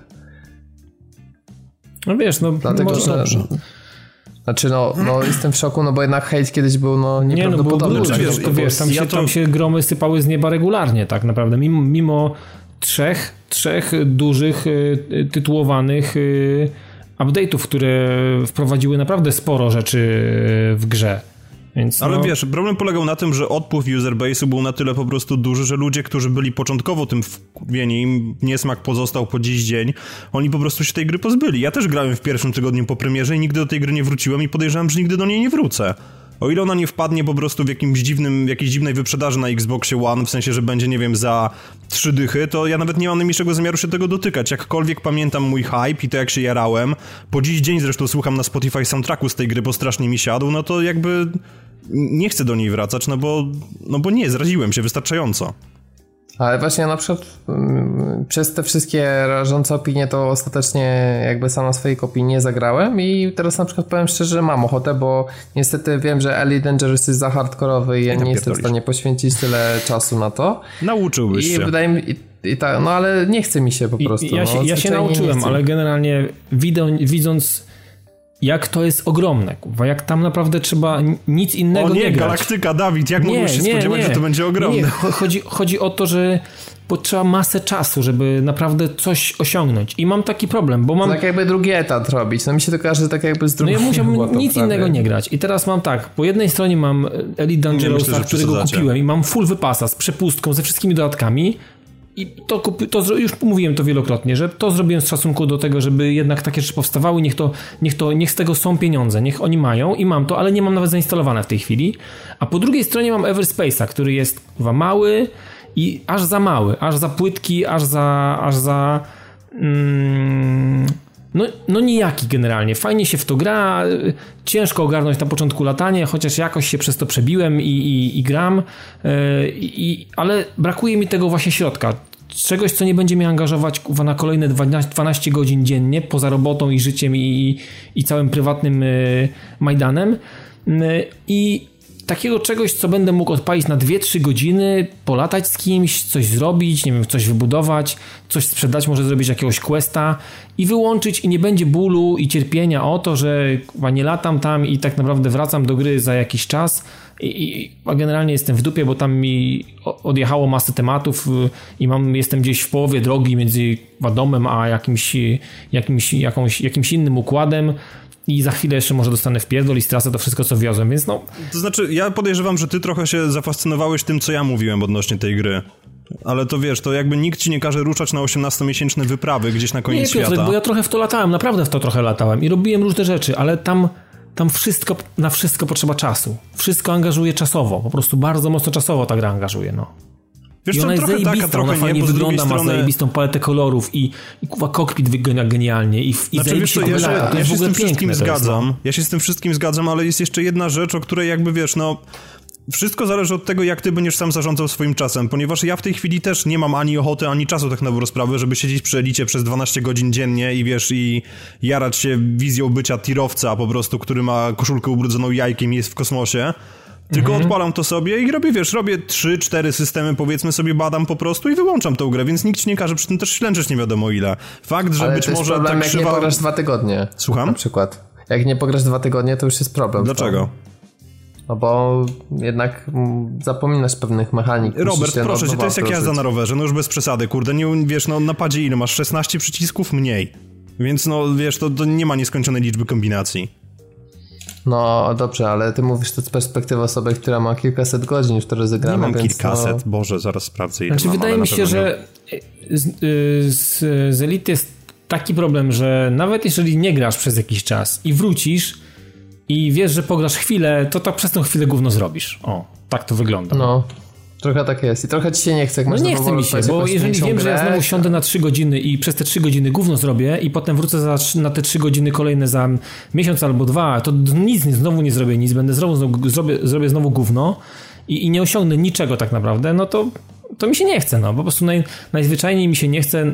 No wiesz, no Dlatego, może że, dobrze. Znaczy no, no jestem w szoku, no bo jednak hejt kiedyś był no nieprawdopodobny. Nie, no bo wiesz, to wiesz, tam, się, ja to... tam się gromy sypały z nieba regularnie tak naprawdę, mimo, mimo trzech, trzech dużych y, tytułowanych y, update'ów, które wprowadziły naprawdę sporo rzeczy w grze. Więc Ale no... wiesz, problem polegał na tym, że odpływ userbase'u był na tyle po prostu duży, że ludzie, którzy byli początkowo tym wkurwieni, im niesmak pozostał po dziś dzień, oni po prostu się tej gry pozbyli. Ja też grałem w pierwszym tygodniu po premierze i nigdy do tej gry nie wróciłem i podejrzewam, że nigdy do niej nie wrócę. O ile ona nie wpadnie po prostu w jakimś dziwnym, w jakiejś dziwnej wyprzedaży na Xboxie One, w sensie, że będzie, nie wiem, za trzy dychy, to ja nawet nie mam najmniejszego zamiaru się tego dotykać. Jakkolwiek pamiętam mój hype i to, jak się jarałem, po dziś dzień zresztą słucham na Spotify soundtracku z tej gry, bo strasznie mi siadł, no to jakby nie chcę do niej wracać, no bo, no bo nie, zraziłem się wystarczająco. Ale właśnie ja na przykład um, przez te wszystkie rażące opinie to ostatecznie jakby sam na swojej kopii nie zagrałem i teraz na przykład powiem szczerze, że mam ochotę, bo niestety wiem, że Elite Dangerous jest za hardkorowy i ja nie jestem w stanie poświęcić tyle czasu na to. Nauczyłbyś I się. Wydaje mi i, i ta, no ale nie chce mi się po prostu. I, ja, się, no, ja się nauczyłem, ale generalnie widzą, widząc jak to jest ogromne, kurwa, jak tam naprawdę trzeba nic innego o nie, nie grać. Galaktyka, Dawid, jak mogłeś się nie, spodziewać, nie. że to będzie ogromne? Nie, chodzi, chodzi o to, że potrzeba masę czasu, żeby naprawdę coś osiągnąć. I mam taki problem, bo mam... Tak jakby drugi etat robić. No mi się to kojarzy tak jakby z drugim. No ja musiałbym nic prawie. innego nie grać. I teraz mam tak, po jednej stronie mam Elite Dangerousa, którego kupiłem i mam full wypasa z przepustką, ze wszystkimi dodatkami. I to, to już mówiłem to wielokrotnie, że to zrobiłem z szacunku do tego, żeby jednak takie rzeczy powstawały, niech to, niech to, niech z tego są pieniądze, niech oni mają i mam to, ale nie mam nawet zainstalowane w tej chwili. A po drugiej stronie mam Everspace'a, który jest chyba mały i aż za mały, aż za płytki, aż za, aż za mm, no, no nijaki generalnie. Fajnie się w to gra, ciężko ogarnąć na początku latanie, chociaż jakoś się przez to przebiłem i, i, i gram, yy, i, ale brakuje mi tego właśnie środka. Czegoś, co nie będzie mnie angażować na kolejne dwanaście godzin dziennie, poza robotą i życiem i, i całym prywatnym yy, majdanem. Yy, I takiego czegoś, co będę mógł odpalić na dwie trzy godziny, polatać z kimś, coś zrobić, nie wiem, coś wybudować, coś sprzedać, może zrobić jakiegoś questa i wyłączyć i nie będzie bólu i cierpienia o to, że nie latam tam i tak naprawdę wracam do gry za jakiś czas i, i a generalnie jestem w dupie, bo tam mi odjechało masę tematów i mam, jestem gdzieś w połowie drogi między domem a jakimś, jakimś, jakąś, jakimś innym układem. I za chwilę jeszcze może dostanę w pierdol i stracę to wszystko, co wiozłem, więc no... To znaczy, ja podejrzewam, że ty trochę się zafascynowałeś tym, co ja mówiłem odnośnie tej gry. Ale to wiesz, to jakby nikt ci nie każe ruszać na osiemnastomiesięczne wyprawy gdzieś na koniec nie, Piotrek, świata. Bo ja trochę w to latałem, naprawdę w to trochę latałem i robiłem różne rzeczy, ale tam, tam wszystko, na wszystko potrzeba czasu. Wszystko angażuje czasowo, po prostu bardzo mocno czasowo ta gra angażuje, no. Wiesz I ona co, jest trochę zajebista, taka, trochę ona fajnie nie, wygląda, strony... ma zajebistą paletę kolorów i, i kuwa kokpit wygląda genialnie i, i znaczy, zajebiście wiesz co, ja, lata. To ja jest się w ogóle z tym wszystkim piękne. zgadzam, jest, no. ja się z tym wszystkim zgadzam, ale jest jeszcze jedna rzecz, o której jakby wiesz, no... Wszystko zależy od tego, jak ty będziesz sam zarządzał swoim czasem, ponieważ ja w tej chwili też nie mam ani ochoty, ani czasu tak na dobrą sprawę, żeby siedzieć przy Elicie przez dwanaście godzin dziennie i wiesz, i jarać się wizją bycia tirowca po prostu, który ma koszulkę ubrudzoną jajkiem i jest w kosmosie. Tylko mhm. odpalam to sobie i robię, wiesz, robię trzy cztery systemy, powiedzmy sobie, badam po prostu i wyłączam tę grę, więc nikt ci nie każe przy tym też ślęczyć nie wiadomo ile. Fakt, że ale być to jest może problem, tak jak krzywa... nie pograsz dwa tygodnie. Słucham? Na przykład. Jak nie pograsz dwa tygodnie, to już jest problem. Dlaczego? No bo jednak zapominasz pewnych mechanik. Robert, proszę cię, to jest jak jazda na rowerze, no już bez przesady, kurde, nie, wiesz, no na padzie ile masz? szesnaście przycisków? Mniej. Więc no, wiesz, to, to nie ma nieskończonej liczby kombinacji. No dobrze, ale ty mówisz to z perspektywy osoby, która ma kilkaset godzin, w które zagramy. Nie mam więc kilkaset, no... Boże, zaraz sprawdzę ile Znaczy mam, wydaje mi się, że z, z, z Elite jest taki problem, że nawet jeżeli nie grasz przez jakiś czas i wrócisz i wiesz, że pograsz chwilę, to tak przez tą chwilę gówno zrobisz. O, tak to wygląda. No, trochę tak jest i trochę ci się nie chce. Jak no nie chce mi się, bo jeżeli wiem, grę, że ja znowu siądę na trzy godziny i przez te trzy godziny gówno zrobię i potem wrócę za, na te trzy godziny kolejne za miesiąc albo dwa, to nic, znowu nie zrobię nic, będę znowu, znowu zrobię, zrobię znowu gówno i, i nie osiągnę niczego tak naprawdę, no to, to mi się nie chce, no. Po prostu naj, najzwyczajniej mi się nie chce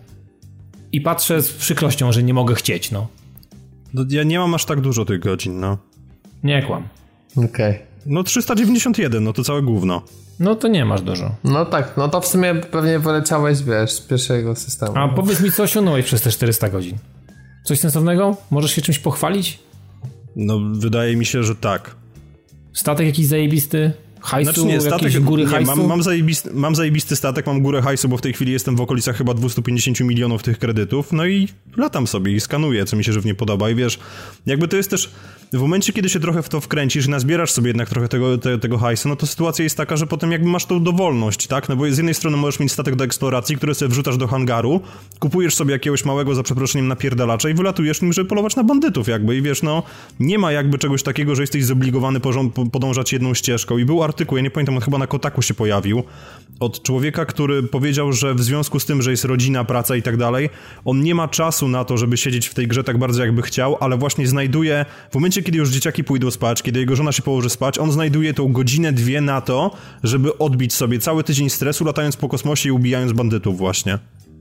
i patrzę z przykrością, że nie mogę chcieć, no. Ja nie mam aż tak dużo tych godzin, no. Nie kłam. Okej. Okay. No trzysta dziewięćdziesiąt jeden, no to całe gówno. No to nie masz dużo. No tak, no to w sumie pewnie wyleciałeś, wiesz, z pierwszego systemu. A powiedz mi, co osiągnąłeś przez te czterysta godzin? Coś sensownego? Możesz się czymś pochwalić? No wydaje mi się, że tak. Statek jakiś zajebisty? Hajsu? Znaczy nie, statek, jakieś góry nie, hajsu? Mam, mam, zajebisty, mam zajebisty statek, mam górę hajsu, bo w tej chwili jestem w okolicach chyba dwieście pięćdziesiąt milionów tych kredytów, no i latam sobie i skanuję, co mi się żywnie podoba i wiesz, jakby to jest też, w momencie, kiedy się trochę w to wkręcisz i nazbierasz sobie jednak trochę tego, te, tego hajsu, no to sytuacja jest taka, że potem jakby masz tą dowolność, tak, no bo z jednej strony możesz mieć statek do eksploracji, który sobie wrzucasz do hangaru, kupujesz sobie jakiegoś małego, za przeproszeniem, napierdalacza i wylatujesz nim, żeby polować na bandytów jakby i wiesz, no, nie ma jakby czegoś takiego, że jesteś zobligowany porząd- podążać jedną ścieżką i był artykuł, ja nie pamiętam, on chyba na Kotaku się pojawił, od człowieka, który powiedział, że w związku z tym, że jest rodzina, praca i tak dalej, on nie ma czasu na to, żeby siedzieć w tej grze tak bardzo jakby chciał, ale właśnie znajduje, w momencie, kiedy już dzieciaki pójdą spać, kiedy jego żona się położy spać, on znajduje tą godzinę, dwie na to, żeby odbić sobie cały tydzień stresu, latając po kosmosie i ubijając bandytów właśnie.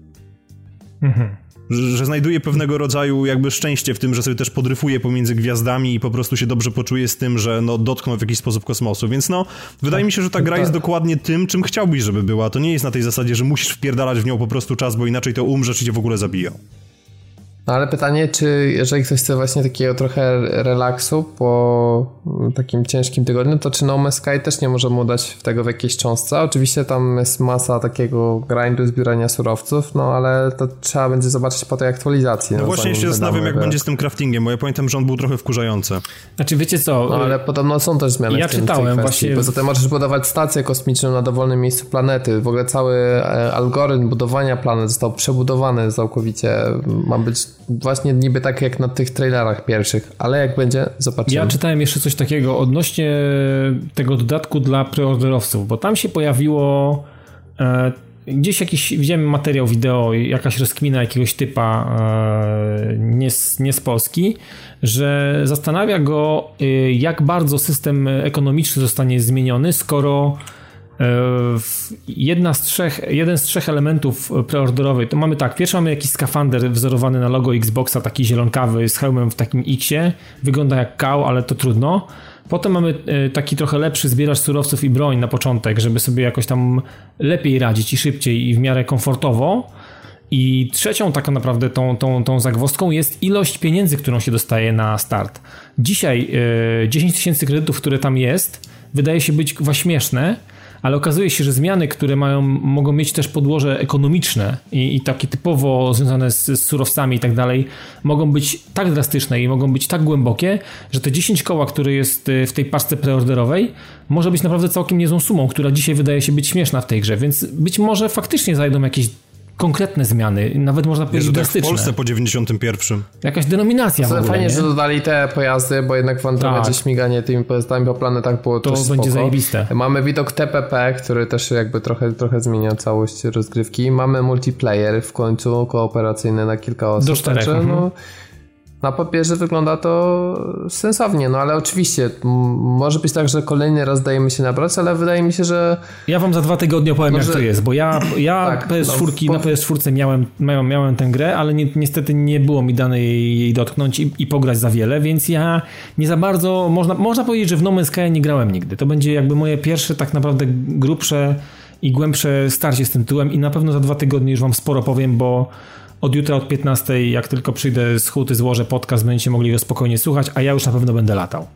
Mhm. Że, że znajduje pewnego rodzaju jakby szczęście w tym, że sobie też podryfuje pomiędzy gwiazdami i po prostu się dobrze poczuje z tym, że no dotknął w jakiś sposób kosmosu, więc no wydaje mi się, że ta gra jest dokładnie tym, czym chciałbyś, żeby była. To nie jest na tej zasadzie, że musisz wpierdalać w nią po prostu czas, bo inaczej to umrzesz i cię w ogóle zabiją. No ale pytanie, czy jeżeli ktoś chce właśnie takiego trochę relaksu po takim ciężkim tygodniu, to czy No Man's Sky też nie może mu dać tego w jakiejś cząstce? Oczywiście tam jest masa takiego grindu, zbierania surowców, no ale to trzeba będzie zobaczyć po tej aktualizacji. No, no właśnie się zastanawiam, jak będzie z tym craftingiem, bo ja pamiętam, że on był trochę wkurzający. Znaczy wiecie co? No ale podobno są też zmiany ja w tym, czytałem w tej właśnie. Poza tym możesz budować stację kosmiczną na dowolnym miejscu planety. W ogóle cały algorytm budowania planet został przebudowany całkowicie. Ma być właśnie niby tak jak na tych trailerach pierwszych, ale jak będzie, zobaczymy. Ja czytałem jeszcze coś takiego odnośnie tego dodatku dla preorderowców, bo tam się pojawiło e, gdzieś jakiś, widziałem materiał wideo, jakaś rozkmina jakiegoś typa e, nie, z, nie z Polski, że zastanawia go, e, jak bardzo system ekonomiczny zostanie zmieniony, skoro Jedna z trzech, jeden z trzech elementów preorderowej, to mamy tak, pierwszy mamy jakiś skafander wzorowany na logo Xboxa, taki zielonkawy z hełmem w takim X-ie, wygląda jak kał, ale to trudno. Potem mamy taki trochę lepszy zbieracz surowców i broń na początek, żeby sobie jakoś tam lepiej radzić i szybciej i w miarę komfortowo. I trzecią taką naprawdę tą, tą, tą zagwozdką jest ilość pieniędzy, którą się dostaje na start. Dzisiaj yy, dziesięć tysięcy kredytów, które tam jest, wydaje się być chyba śmieszne, ale okazuje się, że zmiany, które mają, mogą mieć też podłoże ekonomiczne i, i takie typowo związane z, z surowcami i tak dalej, mogą być tak drastyczne i mogą być tak głębokie, że te dziesięć koła, które jest w tej paczce preorderowej, może być naprawdę całkiem niezłą sumą, która dzisiaj wydaje się być śmieszna w tej grze, więc być może faktycznie zajdą jakieś konkretne zmiany, nawet można powiedzieć drastyczne. W Polsce po dziewięćdziesiątym pierwszym. Jakaś denominacja w ogóle, fajnie, nie? że dodali te pojazdy, bo jednak w Andromedzie tak. śmiganie tymi pojazdami po planetach było to też będzie spoko. zajebiste. Mamy widok T P P, który też jakby trochę, trochę zmienia całość rozgrywki. Mamy multiplayer w końcu, kooperacyjny na kilka osób. Do czterech. Także, no, na papierze wygląda to sensownie, no ale oczywiście m- może być tak, że kolejny raz dajemy się nabrać, ale wydaje mi się, że... Ja wam za dwa tygodnie opowiem, Może... jak to jest, bo ja, ja tak, P S cztery, no, na P S cztery miałem, miałem, miałem tę grę, ale ni- niestety nie było mi dane jej, jej dotknąć i, i pograć za wiele, więc ja nie za bardzo, można, można powiedzieć, że w No Man's Sky nie grałem nigdy. To będzie jakby moje pierwsze tak naprawdę grubsze i głębsze starcie z tym tytułem i na pewno za dwa tygodnie już wam sporo powiem, bo od jutra od piętnastej, jak tylko przyjdę z huty, złożę podcast, będziecie mogli go spokojnie słuchać, a ja już na pewno będę latał.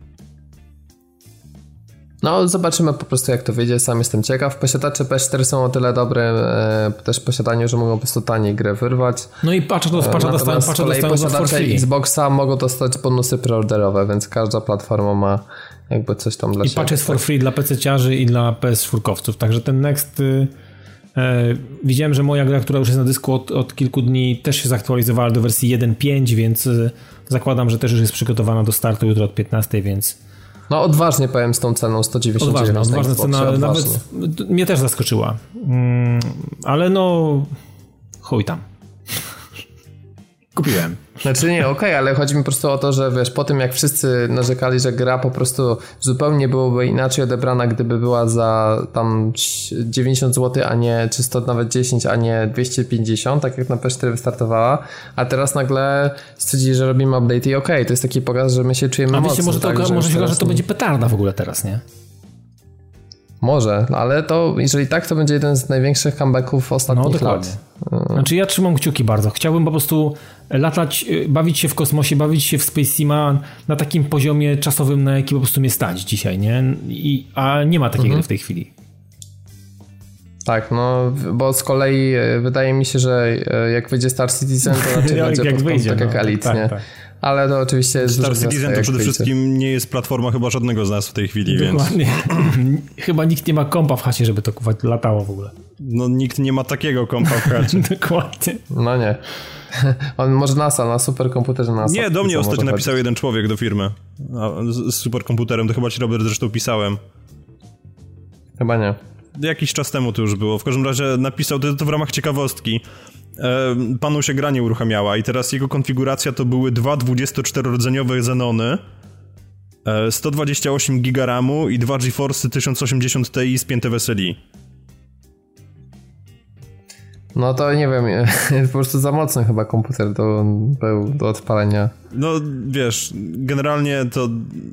No, zobaczymy po prostu, jak to wyjdzie. Sam jestem ciekaw. Posiadacze P S cztery są o tyle dobre e, też w posiadaniu, że mogą po prostu taniej grę wyrwać. No i patcha to patcha dostają, z kolei posiadacze Xboxa mogą dostać bonusy preorderowe, więc każda platforma ma jakby coś tam dla I siebie. I patch jest for free dla pececiarzy i dla P S cztery-kowców, także ten Next... Y- E, widziałem, że moja gra, która już jest na dysku od, od kilku dni, też się zaktualizowała do wersji jeden pięć, więc e, zakładam, że też już jest przygotowana do startu jutro od piętnastej, więc... No odważnie powiem z tą ceną sto dziewięćdziesiąt dziewięć. Odważna, odważna cena, ale nawet mnie też zaskoczyła. Mm, ale no chuj tam. Kupiłem. Znaczy nie, okej, okay, ale chodzi mi po prostu o to, że wiesz, po tym jak wszyscy narzekali, że gra po prostu zupełnie byłoby inaczej odebrana, gdyby była za tam dziewięćdziesiąt złotych, a nie, czy sto nawet dziesięć, a nie dwieście pięćdziesiąt, tak jak na P cztery wystartowała, a teraz nagle stwierdzili, że robimy update i okej, okay, to jest taki pokaz, że my się czujemy a mocno. Może, tak, to, może się okaże, że to będzie petarda w ogóle teraz, nie? Może, ale to jeżeli tak, to będzie jeden z największych comebacków ostatnich no, dokładnie. lat. Znaczy ja trzymam kciuki bardzo. Chciałbym po prostu latać, bawić się w kosmosie, bawić się w Space Sima na takim poziomie czasowym, na jaki po prostu mnie stać dzisiaj, nie? I, a nie ma takiej mhm. gry w tej chwili. Tak, no, bo z kolei wydaje mi się, że jak wyjdzie Star Citizen, to raczej jak, będzie jak pod wyjdzie, tak jak no, Elite, tak, nie? Tak. Ale to oczywiście jest Star Citizen to przede wszystkim nie jest platforma chyba żadnego z nas w tej chwili, Dokładnie. więc... Chyba nikt nie ma kompa w chacie, żeby to latało w ogóle. No nikt nie ma takiego kompa w chacie. Dokładnie. No nie. On może NASA, na superkomputerze NASA. Nie, do mnie ostatnio napisał chodzić. jeden człowiek do firmy. Z superkomputerem, to chyba ci Robert zresztą pisałem. Chyba nie. Jakiś czas temu to już było. W każdym razie napisał, to, to w ramach ciekawostki. Panu się gra nie uruchamiała i teraz jego konfiguracja to były dwa dwudziestoczterorodzeniowe Xenony, sto dwadzieścia osiem giga ramu i dwa GeForce tysiąc osiemdziesiąt Ti spięte w S L I. No to nie wiem, po prostu za mocny chyba komputer do, był do odpalenia. No wiesz, generalnie to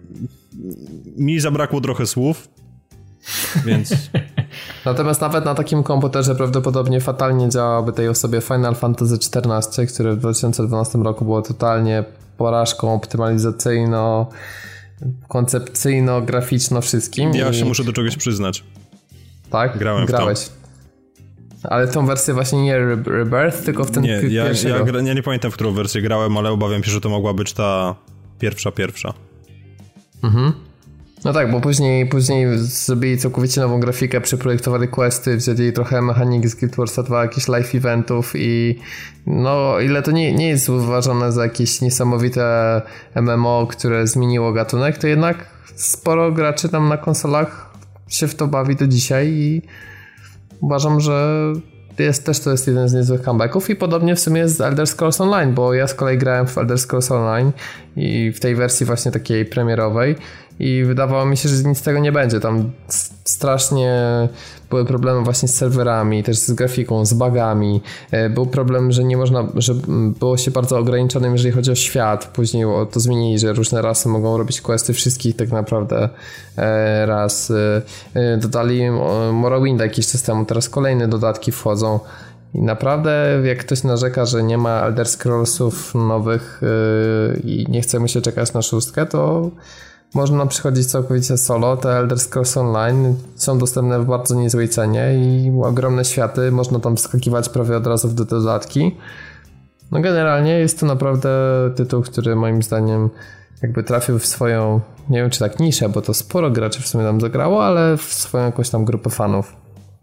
mi zabrakło trochę słów, więc... Natomiast nawet na takim komputerze prawdopodobnie fatalnie działałaby tej osobie Final Fantasy czternaście, które w dwa tysiące dwunastym roku było totalnie porażką optymalizacyjno, koncepcyjno, graficzno wszystkim. Ja i... się muszę do czegoś przyznać. Tak? Grałem Grałeś. w to. Ale tą wersję właśnie nie Rebirth, tylko w ten nie, ja, pierwszego. Ja, ja nie pamiętam, w którą wersję grałem, ale obawiam się, że to mogła być ta pierwsza, pierwsza. Mhm. No tak, bo później, później zrobili całkowicie nową grafikę, przeprojektowali questy, wzięli trochę mechanik z Guild Warsa dwa, jakichś live eventów i no ile to nie, nie jest uważane za jakieś niesamowite M M O, które zmieniło gatunek, to jednak sporo graczy tam na konsolach się w to bawi do dzisiaj i uważam, że jest, też to jest jeden z niezłych comebacków i podobnie w sumie jest z Elder Scrolls Online, bo ja z kolei grałem w Elder Scrolls Online i w tej wersji właśnie takiej premierowej i wydawało mi się, że nic z tego nie będzie. Tam strasznie były problemy właśnie z serwerami, też z grafiką, z bugami. Był problem, że nie można, że było się bardzo ograniczonym, jeżeli chodzi o świat. Później to zmienili, że różne rasy mogą robić questy wszystkich tak naprawdę raz. Dodali Morrowinda jakiś czas temu, teraz kolejne dodatki wchodzą. I naprawdę jak ktoś narzeka, że nie ma Elder Scrollsów nowych i nie chce mu się czekać na szóstkę, to można przychodzić całkowicie solo. Te Elder Scrolls Online są dostępne w bardzo niezłej cenie i ogromne światy, można tam skakiwać prawie od razu w dodatki. No generalnie jest to naprawdę tytuł, który moim zdaniem jakby trafił w swoją, nie wiem czy tak niszę, bo to sporo graczy w sumie tam zagrało, ale w swoją jakąś tam grupę fanów.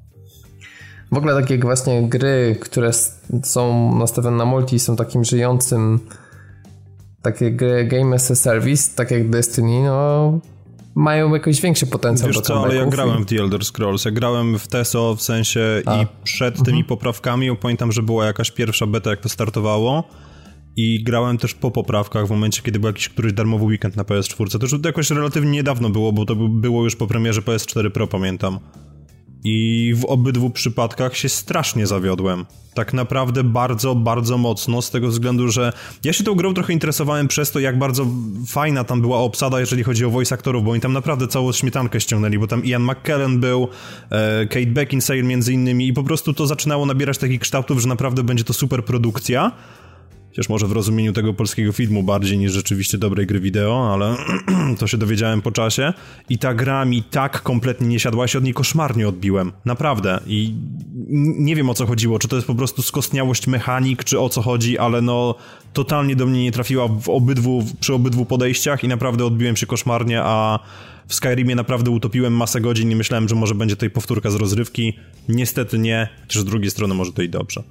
W ogóle takie właśnie gry, które są nastawione na multi, są takim żyjącym takie gry Game as a Service, tak jak Destiny, no mają jakiś większy potencjał. Wiesz do co, ale ja grałem i... w The Elder Scrolls, ja grałem w T S O w sensie A. i przed mhm. tymi poprawkami, pamiętam, że była jakaś pierwsza beta, jak to startowało i grałem też po poprawkach w momencie, kiedy był jakiś któryś darmowy weekend na P S cztery. To już jakoś relatywnie niedawno było, bo to było już po premierze P S cztery Pro, pamiętam. I w obydwu przypadkach się strasznie zawiodłem. Tak naprawdę bardzo, bardzo mocno, z tego względu, że ja się tą grą trochę interesowałem przez to, jak bardzo fajna tam była obsada, jeżeli chodzi o voice aktorów, bo oni tam naprawdę całą śmietankę ściągnęli, bo tam Ian McKellen był, e, Kate Beckinsale między innymi i po prostu to zaczynało nabierać takich kształtów, że naprawdę będzie to super produkcja. Chociaż może w rozumieniu tego polskiego filmu bardziej niż rzeczywiście dobrej gry wideo, ale to się dowiedziałem po czasie. I ta gra mi tak kompletnie nie siadła, ja się od niej koszmarnie odbiłem. Naprawdę. I nie wiem o co chodziło, czy to jest po prostu skostniałość mechanik, czy o co chodzi, ale no totalnie do mnie nie trafiła w obydwu, przy obydwu podejściach i naprawdę odbiłem się koszmarnie, a w Skyrimie naprawdę utopiłem masę godzin i myślałem, że może będzie tutaj powtórka z rozrywki. Niestety nie, chociaż z drugiej strony może to i dobrze.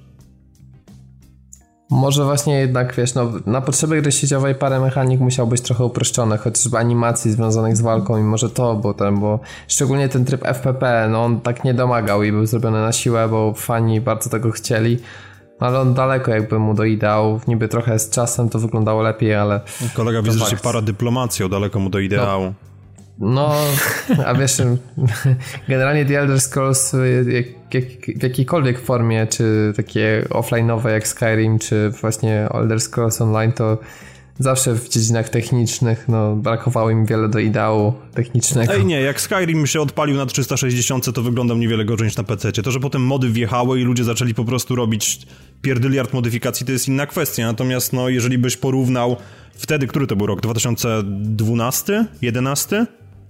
Może właśnie jednak, wiesz, no, na potrzeby gry sieciowej parę mechanik musiał być trochę uproszczone, chociażby animacji związanych z walką i może to, bo ten, bo szczególnie ten tryb F P P, no on tak nie domagał i był zrobiony na siłę, bo fani bardzo tego chcieli. Ale on daleko jakby mu do ideału. Niby trochę z czasem to wyglądało lepiej, ale... Kolega widzę, że się para dyplomacją, daleko mu do ideału. No, no a wiesz, generalnie The Elder Scrolls jak, jak, w jakiejkolwiek formie, czy takie offline'owe jak Skyrim, czy właśnie Elder Scrolls Online, to zawsze w dziedzinach technicznych no, brakowało im wiele do ideału technicznego. Ej nie, jak Skyrim się odpalił na trzysta sześćdziesiąt, to wyglądał niewiele gorzej niż na pececie. To, że potem mody wjechały i ludzie zaczęli po prostu robić pierdyliard modyfikacji, to jest inna kwestia. Natomiast no, jeżeli byś porównał wtedy, który to był rok? dwa tysiące dwunasty? jedenasty?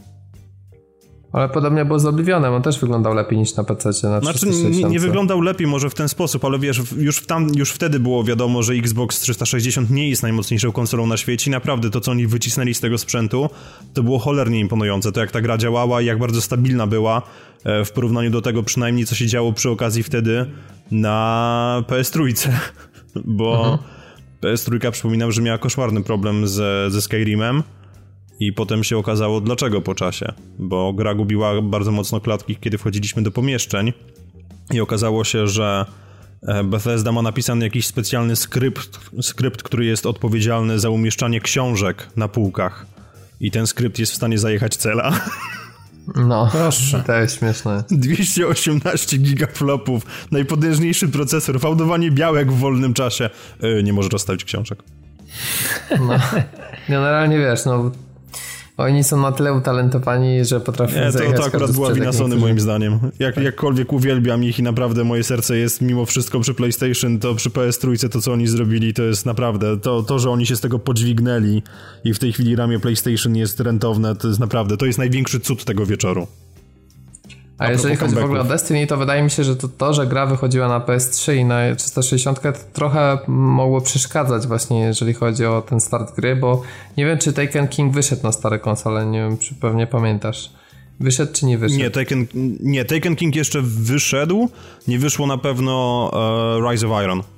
Ale podobnie było z Oblivionem, on też wyglądał lepiej niż na pececie. Na znaczy nie, nie wyglądał lepiej może w ten sposób, ale wiesz, już, w tam, już wtedy było wiadomo, że Xbox trzysta sześćdziesiąt nie jest najmocniejszą konsolą na świecie i naprawdę to, co oni wycisnęli z tego sprzętu, to było cholernie imponujące. To jak ta gra działała i jak bardzo stabilna była w porównaniu do tego przynajmniej, co się działo przy okazji wtedy na P S trzy. Bo mhm. P S trzy przypominam, że miała koszmarny problem ze, ze Skyrimem. I potem się okazało dlaczego po czasie, bo gra gubiła bardzo mocno klatki, kiedy wchodziliśmy do pomieszczeń i okazało się, że Bethesda ma napisany jakiś specjalny skrypt, skrypt, który jest odpowiedzialny za umieszczanie książek na półkach i ten skrypt jest w stanie zajechać cela. No, proszę. To jest śmieszne. dwieście osiemnaście gigaflopów, najpotężniejszy procesor, fałdowanie białek w wolnym czasie. Yy, nie może rozstawić książek. No, generalnie wiesz, no oni są na tyle utalentowani, że potrafią nie, to, zajechać to akurat była wina Sony moim zdaniem. Jak, tak. Jakkolwiek uwielbiam ich i naprawdę moje serce jest mimo wszystko przy PlayStation, to przy P S trzy to, co oni zrobili, to jest naprawdę, to, to że oni się z tego podźwignęli i w tej chwili ramię PlayStation jest rentowne, to jest naprawdę, to jest największy cud tego wieczoru. A, A jeżeli chodzi w ogóle o Destiny, to wydaje mi się, że to, to, że gra wychodziła na P S trzy i na trzysta sześćdziesiąt, to trochę mogło przeszkadzać właśnie, jeżeli chodzi o ten start gry, bo nie wiem, czy Taken King wyszedł na stare konsole, nie wiem, czy pewnie pamiętasz. Wyszedł czy nie wyszedł? Nie, Taken, nie, Taken King jeszcze wyszedł, nie wyszło na pewno uh, Rise of Iron.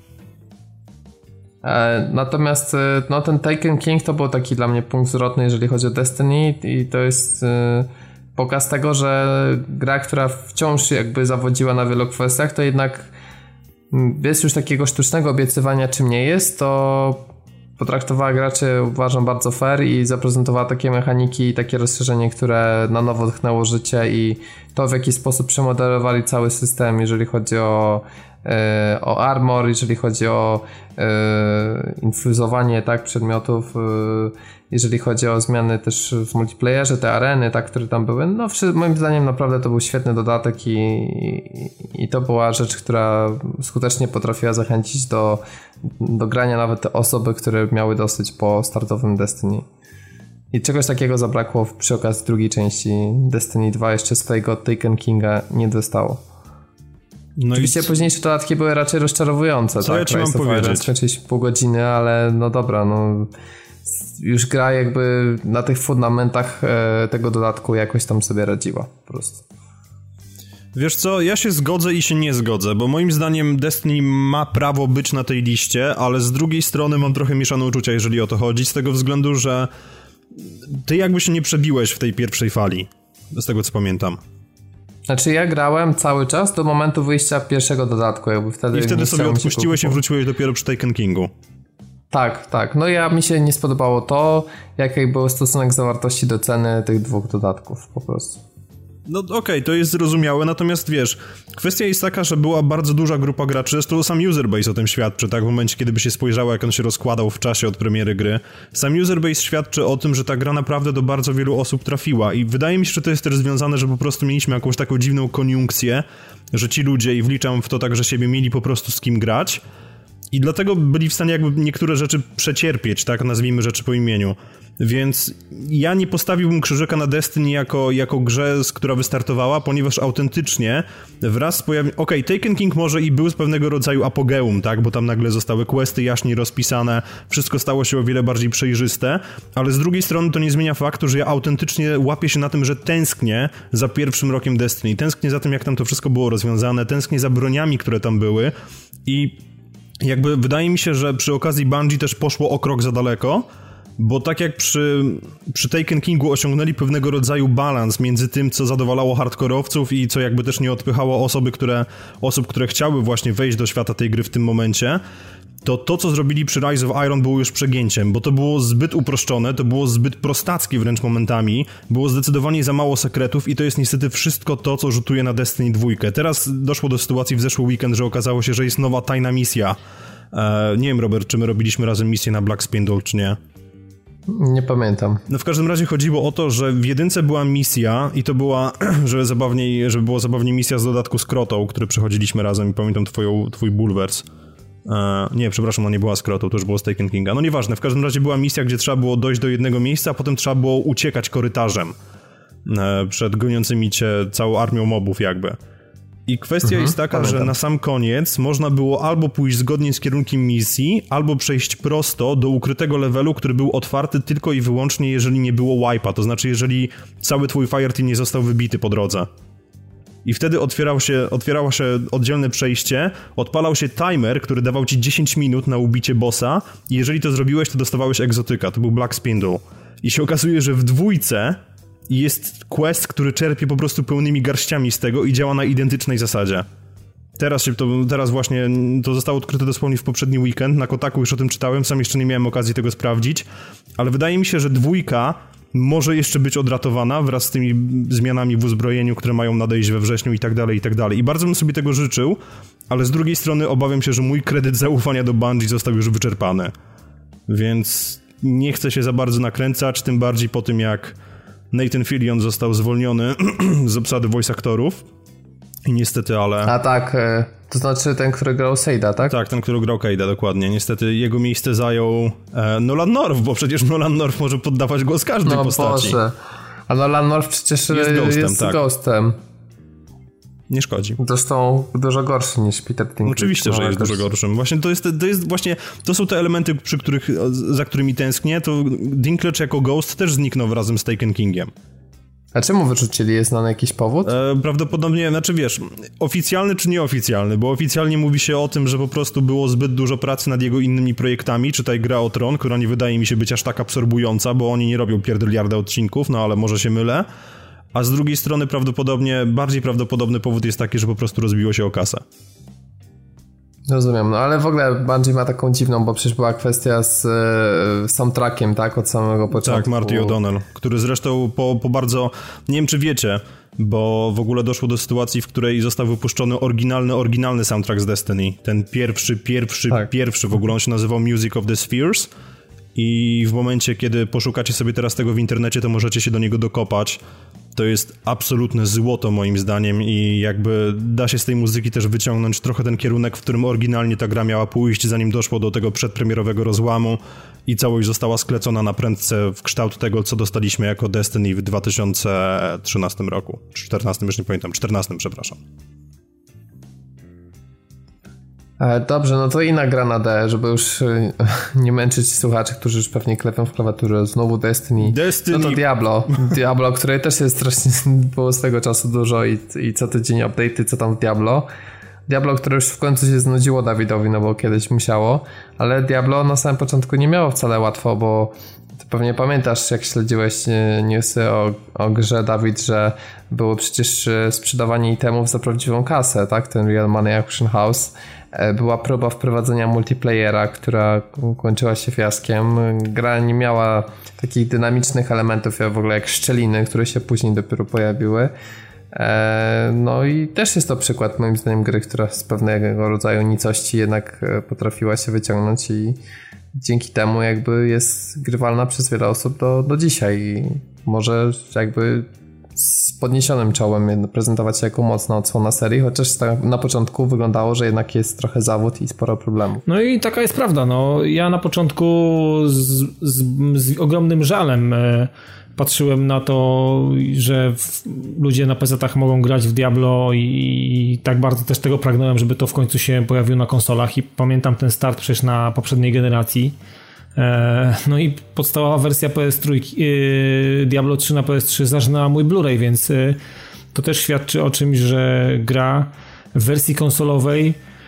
E, natomiast no, ten Taken King to był taki dla mnie punkt zwrotny, jeżeli chodzi o Destiny i to jest... E, pokaz tego, że gra, która wciąż jakby zawodziła na wielu kwestiach, to jednak bez już takiego sztucznego obiecywania, czym nie jest, to potraktowała graczy, uważam, bardzo fair i zaprezentowała takie mechaniki i takie rozszerzenie, które na nowo tchnęło życie i to, w jaki sposób przemodelowali cały system, jeżeli chodzi o e, o armor, jeżeli chodzi o e, infuzowanie tak, przedmiotów, e, jeżeli chodzi o zmiany też w multiplayerze, te areny, tak, które tam były, no moim zdaniem naprawdę to był świetny dodatek i, i, i to była rzecz, która skutecznie potrafiła zachęcić do, do grania nawet te osoby, które miały dosyć po startowym Destiny. I czegoś takiego zabrakło przy okazji drugiej części Destiny dwa, jeszcze swojego Taken Kinga nie dostało. No oczywiście i... późniejsze dodatki były raczej rozczarowujące. Co tak? ja ci mam powiedzieć? Skończyliśmy pół godziny, ale no dobra, no już gra jakby na tych fundamentach e, tego dodatku jakoś tam sobie radziła po prostu. Wiesz co, ja się zgodzę i się nie zgodzę, bo moim zdaniem Destiny ma prawo być na tej liście, ale z drugiej strony mam trochę mieszane uczucia, jeżeli o to chodzi, z tego względu, że ty jakby się nie przebiłeś w tej pierwszej fali, z tego co pamiętam. Znaczy ja grałem cały czas do momentu wyjścia pierwszego dodatku, jakby wtedy... I wtedy sobie odpuściłeś i wróciłeś dopiero przy Taken Kingu. Tak, tak. No ja mi się nie spodobało to, jaki był stosunek zawartości do ceny tych dwóch dodatków po prostu. No okej, okay, to jest zrozumiałe, natomiast wiesz, kwestia jest taka, że była bardzo duża grupa graczy, zresztą sam userbase o tym świadczy, tak, w momencie, kiedy by się spojrzało, jak on się rozkładał w czasie od premiery gry. Sam userbase świadczy o tym, że ta gra naprawdę do bardzo wielu osób trafiła i wydaje mi się, że to jest też związane, że po prostu mieliśmy jakąś taką dziwną koniunkcję, że ci ludzie, i wliczam w to także siebie, mieli po prostu z kim grać i dlatego byli w stanie jakby niektóre rzeczy przecierpieć, tak, nazwijmy rzeczy po imieniu. Więc ja nie postawiłbym krzyżyka na Destiny jako, jako grze, z która wystartowała, ponieważ autentycznie wraz z pojawieniem... Okej, okay, Taken King może i był z pewnego rodzaju apogeum, tak, bo tam nagle zostały questy jaśniej rozpisane, wszystko stało się o wiele bardziej przejrzyste, ale z drugiej strony to nie zmienia faktu, że ja autentycznie łapię się na tym, że tęsknię za pierwszym rokiem Destiny, tęsknię za tym, jak tam to wszystko było rozwiązane, tęsknię za broniami, które tam były i jakby wydaje mi się, że przy okazji Bungie też poszło o krok za daleko, Bo tak jak przy, przy Taken Kingu osiągnęli pewnego rodzaju balans między tym, co zadowalało hardkorowców i co jakby też nie odpychało osoby, które, osób, które chciały właśnie wejść do świata tej gry w tym momencie, to to, co zrobili przy Rise of Iron było już przegięciem, bo to było zbyt uproszczone, to było zbyt prostackie wręcz momentami, było zdecydowanie za mało sekretów i to jest niestety wszystko to, co rzutuje na Destiny dwa. Teraz doszło do sytuacji w zeszły weekend, że okazało się, że jest nowa tajna misja. Eee, nie wiem, Robert, czy my robiliśmy razem misję na Black Spindle, czy nie? Nie pamiętam. No w każdym razie chodziło o to, że w jedynce była misja i to była, żeby zabawniej, żeby było zabawniej misja z dodatku z Krotą, który przechodziliśmy razem i pamiętam twoją, twój Bulwers. E, nie, przepraszam, ona nie była z Krotą, to już było z Taken Kinga. No nieważne, w każdym razie była misja, gdzie trzeba było dojść do jednego miejsca, a potem trzeba było uciekać korytarzem e, przed goniącymi cię całą armią mobów jakby. I kwestia mhm, jest taka, pamiętam. Że na sam koniec można było albo pójść zgodnie z kierunkiem misji, albo przejść prosto do ukrytego levelu, który był otwarty tylko i wyłącznie, jeżeli nie było wipe'a, to znaczy jeżeli cały twój fireteam nie został wybity po drodze. I wtedy otwierał się, otwierało się oddzielne przejście, odpalał się timer, który dawał ci dziesięć minut na ubicie bossa i jeżeli to zrobiłeś, to dostawałeś egzotyka, to był Black Spindle. I się okazuje, że w dwójce jest quest, który czerpie po prostu pełnymi garściami z tego i działa na identycznej zasadzie. Teraz się to, teraz właśnie to zostało odkryte dosłownie w poprzedni weekend, na Kotaku już o tym czytałem, sam jeszcze nie miałem okazji tego sprawdzić, ale wydaje mi się, że dwójka może jeszcze być odratowana wraz z tymi zmianami w uzbrojeniu, które mają nadejść we wrześniu i tak dalej, i tak dalej. I bardzo bym sobie tego życzył, ale z drugiej strony obawiam się, że mój kredyt zaufania do Bungie został już wyczerpany. Więc nie chcę się za bardzo nakręcać, tym bardziej po tym jak Nathan Fillion został zwolniony z obsady voice aktorów. I niestety, ale... A tak, to znaczy ten, który grał Seida, tak? Tak, ten, który grał Cade'a, dokładnie. Niestety jego miejsce zajął e, Nolan North, bo przecież Nolan North może poddawać głos każdej no, postaci. Boże. A Nolan North przecież jest ghostem. Jest tak. ghostem. Nie szkodzi. Zresztą dużo gorszy niż Peter Dinklage. Oczywiście, że jest dużo gorszym. Właśnie to jest, to jest właśnie, to są te elementy, przy których, za którymi tęsknię. To Dinklage jako Ghost też zniknął razem z Taken Kingiem. A czemu wyrzucili? Jest znany jakiś powód? E, prawdopodobnie, znaczy wiesz, oficjalny czy nieoficjalny, bo oficjalnie mówi się o tym, że po prostu było zbyt dużo pracy nad jego innymi projektami, czytaj Gra o Tron, która nie wydaje mi się być aż tak absorbująca, bo oni nie robią pierdyliarda odcinków, no ale może się mylę. A z drugiej strony prawdopodobnie, bardziej prawdopodobny powód jest taki, że po prostu rozbiło się o kasę. Rozumiem, no ale w ogóle Bungie ma taką dziwną, bo przecież była kwestia z e, soundtrackiem, tak, od samego początku. Tak, Marty O'Donnell, który zresztą po, po bardzo, nie wiem czy wiecie, bo w ogóle doszło do sytuacji, w której został wypuszczony oryginalny, oryginalny soundtrack z Destiny. Ten pierwszy, pierwszy, tak. pierwszy w ogóle, on się nazywał Music of the Spheres i w momencie, kiedy poszukacie sobie teraz tego w internecie, to możecie się do niego dokopać. To jest absolutne złoto moim zdaniem i jakby da się z tej muzyki też wyciągnąć trochę ten kierunek, w którym oryginalnie ta gra miała pójść, zanim doszło do tego przedpremierowego rozłamu i całość została sklecona na prędce w kształt tego, co dostaliśmy jako Destiny w dwa tysiące trzynastym roku. czternastym, już nie pamiętam. czternastym, przepraszam. Dobrze, no to inna gra na D, żeby już nie męczyć słuchaczy, którzy już pewnie klepią w klawiaturę. Znowu Destiny. Destiny. No to Diablo. Diablo, które też jest strasznie, było z tego czasu dużo i, i co tydzień update'y, co tam w Diablo. Diablo, które już w końcu się znudziło Dawidowi, no bo kiedyś musiało, ale Diablo na samym początku nie miało wcale łatwo, bo ty pewnie pamiętasz, jak śledziłeś newsy o, o grze, Dawid, że było przecież sprzedawanie itemów za prawdziwą kasę, tak? Ten Real Money Auction House. Była próba wprowadzenia multiplayera, która kończyła się fiaskiem. Gra nie miała takich dynamicznych elementów, w ogóle jak szczeliny, które się później dopiero pojawiły. No i też jest to przykład moim zdaniem gry, która z pewnego rodzaju nicości jednak potrafiła się wyciągnąć i dzięki temu jakby jest grywalna przez wiele osób do, do dzisiaj i może jakby z podniesionym czołem prezentować się jako mocna odsłona serii, chociaż na początku wyglądało, że jednak jest trochę zawód i sporo problemów. No i taka jest prawda. No, ja na początku z, z, z ogromnym żalem e, patrzyłem na to, że w, ludzie na pezetach mogą grać w Diablo i, i tak bardzo też tego pragnąłem, żeby to w końcu się pojawiło na konsolach i pamiętam ten start przecież na poprzedniej generacji. No i podstawowa wersja P S trzy, Diablo trzy na P S trzy zażynała mój Blu-ray, więc to też świadczy o czymś, że gra w wersji konsolowej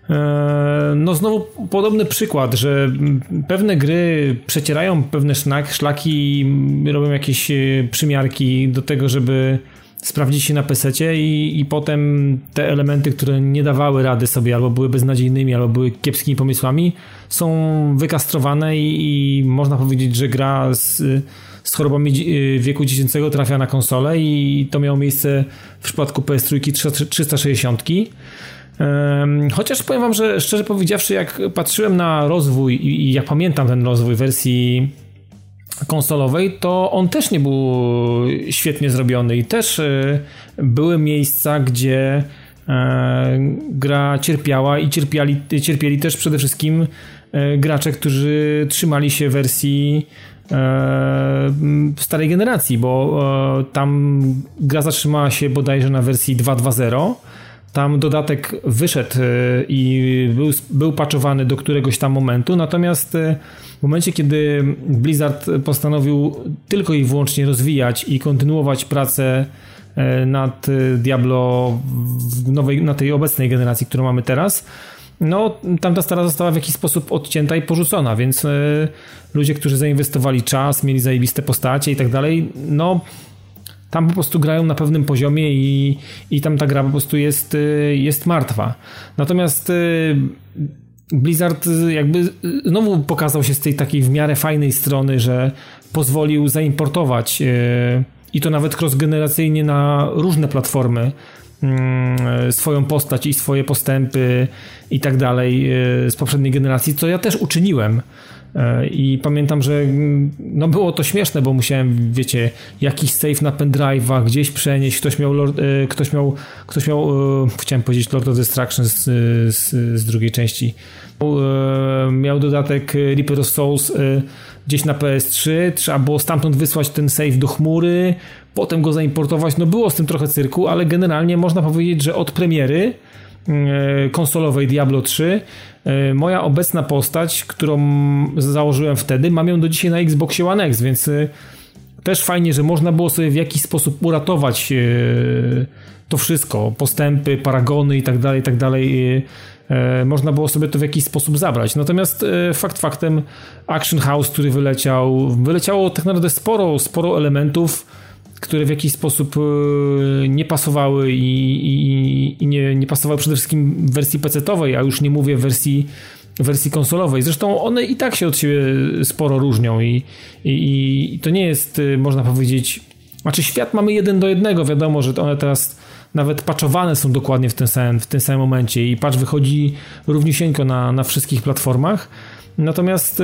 No znowu podobny przykład, że pewne gry przecierają pewne szlak, szlaki i robią jakieś przymiarki do tego, żeby sprawdzić się na pesecie i, i potem te elementy, które nie dawały rady sobie albo były beznadziejnymi, albo były kiepskimi pomysłami, są wykastrowane i, i można powiedzieć, że gra z, z chorobami wieku dziecięcego trafia na konsolę i to miało miejsce w przypadku P S trzy trzysta sześćdziesiąt. Chociaż powiem wam, że szczerze powiedziawszy, jak patrzyłem na rozwój i jak pamiętam ten rozwój wersji konsolowej, to on też nie był świetnie zrobiony i też były miejsca, gdzie gra cierpiała i cierpiali, cierpieli też przede wszystkim gracze, którzy trzymali się wersji starej generacji, bo tam gra zatrzymała się bodajże na wersji dwa dwa zero. Tam dodatek wyszedł i był, był patchowany do któregoś tam momentu, natomiast w momencie, kiedy Blizzard postanowił tylko i wyłącznie rozwijać i kontynuować pracę nad Diablo w nowej, na tej obecnej generacji, którą mamy teraz, no tamta stara została w jakiś sposób odcięta i porzucona, więc ludzie, którzy zainwestowali czas, mieli zajebiste postacie i tak dalej, no tam po prostu grają na pewnym poziomie i, i tam ta gra po prostu jest, jest martwa. Natomiast Blizzard jakby znowu pokazał się z tej takiej w miarę fajnej strony, że pozwolił zaimportować i to nawet cross-generacyjnie na różne platformy swoją postać i swoje postępy i tak dalej z poprzedniej generacji, co ja też uczyniłem. I pamiętam, że no było to śmieszne, bo musiałem, wiecie, jakiś save na pendrive'a gdzieś przenieść, ktoś miał Lord, ktoś miał, ktoś miał chciałem powiedzieć Lord of Destruction z, z, z drugiej części, miał dodatek Reaper of Souls gdzieś na P S trzy, trzeba było stamtąd wysłać ten save do chmury, potem go zaimportować, no było z tym trochę cyrku, ale generalnie można powiedzieć, że od premiery konsolowej Diablo trzy moja obecna postać, którą założyłem wtedy, mam ją do dzisiaj na Xboxie One X, więc też fajnie, że można było sobie w jakiś sposób uratować to wszystko, postępy, paragony i tak dalej, i tak dalej. Można było sobie to w jakiś sposób zabrać. Natomiast fakt faktem Action House, który wyleciał, wyleciało tak naprawdę sporo, sporo elementów, które w jakiś sposób nie pasowały i, i, i nie, nie pasowały przede wszystkim w wersji pecetowej, a już nie mówię w wersji, wersji konsolowej. Zresztą one i tak się od siebie sporo różnią i, i, i to nie jest, można powiedzieć, znaczy świat mamy jeden do jednego, wiadomo, że one teraz nawet patchowane są dokładnie w tym samym, w tym samym momencie i patch wychodzi równiusieńko na, na wszystkich platformach, natomiast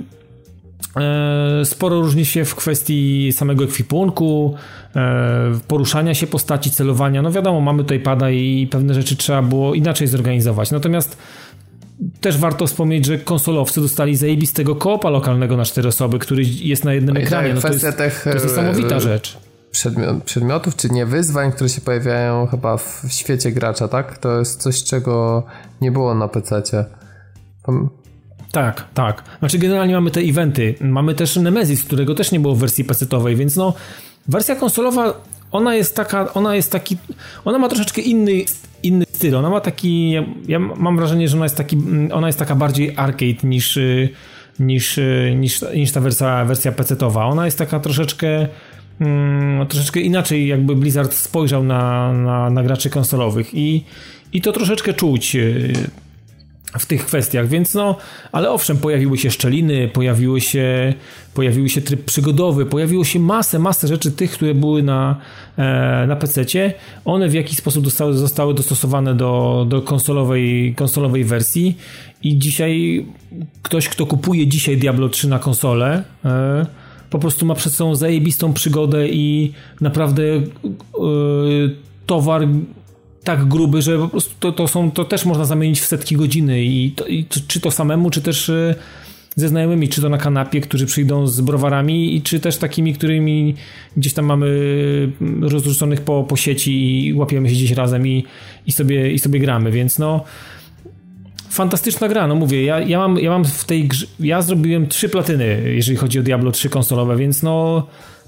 sporo różni się w kwestii samego ekwipunku, poruszania się postaci, celowania. No wiadomo, mamy tutaj pada i pewne rzeczy trzeba było inaczej zorganizować. Natomiast też warto wspomnieć, że konsolowcy dostali zajebistego koopa lokalnego na cztery osoby, który jest na jednym ekranie. No to, jest, tych, to jest niesamowita rzecz. Przedmiot, przedmiotów, czy nie wyzwań, które się pojawiają chyba w świecie gracza, tak? To jest coś, czego nie było na pececie. Pom- Tak, tak. Znaczy generalnie mamy te eventy. Mamy też Nemesis, którego też nie było w wersji pecetowej, więc no wersja konsolowa, ona jest taka, ona jest taki, ona ma troszeczkę inny, inny styl. Ona ma taki, ja, ja mam wrażenie, że ona jest taki, ona jest taka bardziej arcade niż, niż, niż, niż ta wersja, wersja pecetowa. Ona jest taka troszeczkę mm, troszeczkę inaczej jakby Blizzard spojrzał na, na, na graczy konsolowych i, i to troszeczkę czuć w tych kwestiach, więc no, ale owszem, pojawiły się szczeliny, pojawiły się, pojawiły się tryb przygodowy, pojawiło się masę, masę rzeczy tych, które były na, e, na pececie. One w jakiś sposób zostały, zostały dostosowane do, do konsolowej, konsolowej wersji i dzisiaj ktoś, kto kupuje dzisiaj Diablo trzy na konsolę, e, po prostu ma przed sobą zajebistą przygodę i naprawdę e, towar tak gruby, że po prostu to, to, są, to też można zamienić w setki godziny i, to, i to, czy to samemu, czy też ze znajomymi, czy to na kanapie, którzy przyjdą z browarami i czy też takimi, którymi gdzieś tam mamy rozrzuconych po, po sieci i łapiemy się gdzieś razem i, i, sobie, i sobie gramy, więc no fantastyczna gra, no mówię, ja, ja, mam, ja mam w tej grze, ja zrobiłem trzy platyny, jeżeli chodzi o Diablo trzy konsolowe, więc no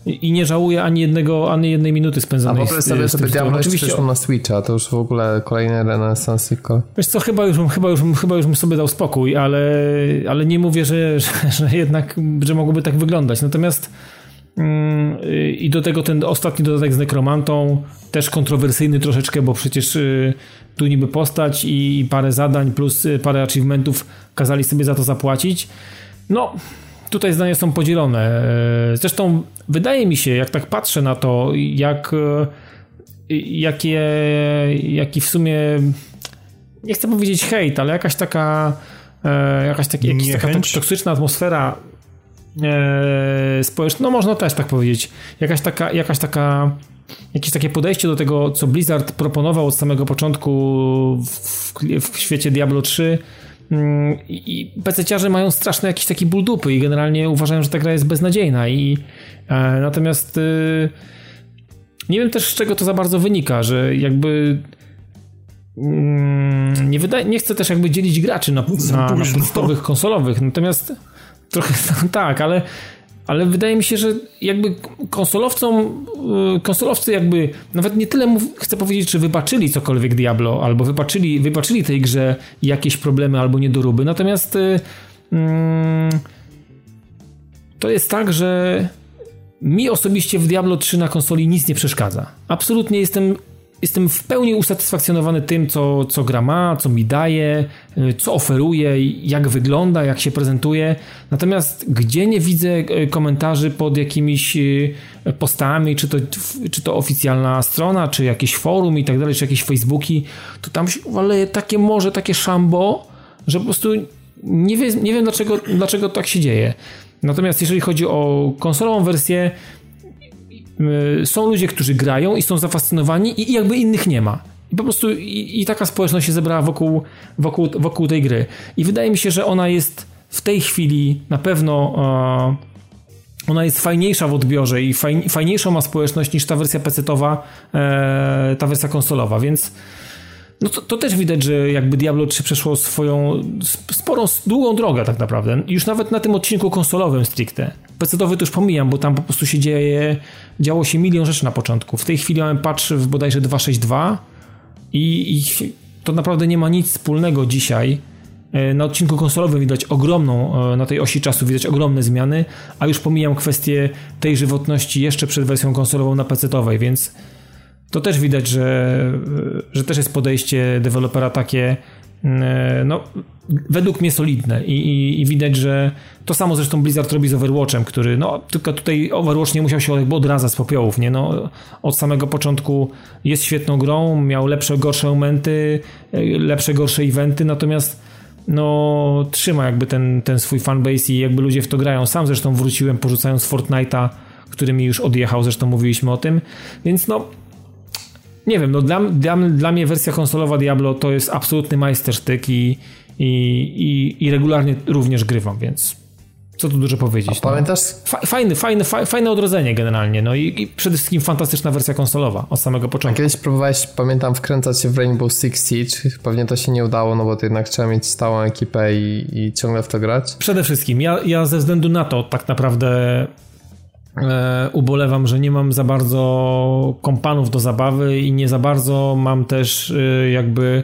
i nie żałuję ani jednego, ani jednej minuty spędzonej. A po prostu sobie sobie Diablo przyszło na Switcha, to już w ogóle kolejny renesans. Wiesz co, chyba już, chyba już, chyba już bym sobie dał spokój, ale, ale nie mówię, że, że, że jednak, że mogłoby tak wyglądać. Natomiast mm, i do tego ten ostatni dodatek z Nekromantą, też kontrowersyjny troszeczkę, bo przecież y, tu niby postać i parę zadań plus parę achievementów kazali sobie za to zapłacić. No, tutaj zdania są podzielone. Zresztą wydaje mi się, jak tak patrzę na to, jak jakie, jaki w sumie, nie chcę powiedzieć hejt, ale jakaś taka jakaś, taki, jakaś taka toksyczna atmosfera e, społeczna, no można też tak powiedzieć, jakaś taka, jakaś taka jakieś takie podejście do tego, co Blizzard proponował od samego początku w, w świecie Diablo trzy. I pececiarze mają straszny jakiś taki ból dupy i generalnie uważają, że ta gra jest beznadziejna i e, natomiast e, nie wiem też z czego to za bardzo wynika, że jakby mm, nie, wydaje, nie chcę też jakby dzielić graczy na, na, na podstawowych konsolowych, natomiast trochę tak, ale ale wydaje mi się, że jakby konsolowcom, konsolowcy jakby nawet nie tyle mów, chcę powiedzieć, czy wybaczyli cokolwiek Diablo, albo wybaczyli, wybaczyli tej grze jakieś problemy albo niedoróby, natomiast mm, to jest tak, że mi osobiście w Diablo trzy na konsoli nic nie przeszkadza. Absolutnie jestem Jestem w pełni usatysfakcjonowany tym, co, co gra ma, co mi daje, co oferuje, jak wygląda, jak się prezentuje. Natomiast gdzie nie widzę komentarzy pod jakimiś postami, czy to, czy to oficjalna strona, czy jakieś forum i tak dalej, czy jakieś Facebooki, to tam się waleje takie morze, takie szambo, że po prostu nie, wie, nie wiem dlaczego, dlaczego tak się dzieje. Natomiast jeżeli chodzi o konsolową wersję, są ludzie, którzy grają i są zafascynowani i jakby innych nie ma. I po prostu i, i taka społeczność się zebrała wokół, wokół, wokół tej gry. I wydaje mi się, że ona jest w tej chwili na pewno e, ona jest fajniejsza w odbiorze i faj, fajniejszą ma społeczność niż ta wersja pecetowa, e, ta wersja konsolowa, więc no to, to też widać, że jakby Diablo trzy przeszło swoją sporą, długą drogę tak naprawdę. Już nawet na tym odcinku konsolowym stricte. Pecetowy to już pomijam, bo tam po prostu się dzieje, działo się milion rzeczy na początku. W tej chwili mamy patch w bodajże dwa sześć dwa i, i to naprawdę nie ma nic wspólnego dzisiaj. Na odcinku konsolowym widać ogromną, na tej osi czasu widać ogromne zmiany, a już pomijam kwestię tej żywotności jeszcze przed wersją konsolową na pecetowej, więc to też widać, że, że też jest podejście dewelopera takie, no, według mnie solidne I, i, i widać, że to samo zresztą Blizzard robi z Overwatchem, który, no, tylko tutaj Overwatch nie musiał się jakby odradzać z popiołów, nie, no, od samego początku jest świetną grą, miał lepsze, gorsze momenty, lepsze, gorsze eventy, natomiast no, trzyma jakby ten, ten swój fanbase i jakby ludzie w to grają. Sam zresztą wróciłem porzucając Fortnite'a, który mi już odjechał, zresztą mówiliśmy o tym, więc no nie wiem, no dla, dla, dla mnie wersja konsolowa Diablo to jest absolutny majstersztyk i, i, i, i regularnie również grywam, więc co tu dużo powiedzieć. A pamiętasz? No. Fajny, fajny, fajne odrodzenie generalnie, no i, i przede wszystkim fantastyczna wersja konsolowa od samego początku. A kiedyś próbowałeś, pamiętam, wkręcać się w Rainbow Six Siege, pewnie to się nie udało, no bo to jednak trzeba mieć stałą ekipę i, i ciągle w to grać. Przede wszystkim, ja, ja ze względu na to tak naprawdę E, ubolewam, że nie mam za bardzo kompanów do zabawy i nie za bardzo mam też e, jakby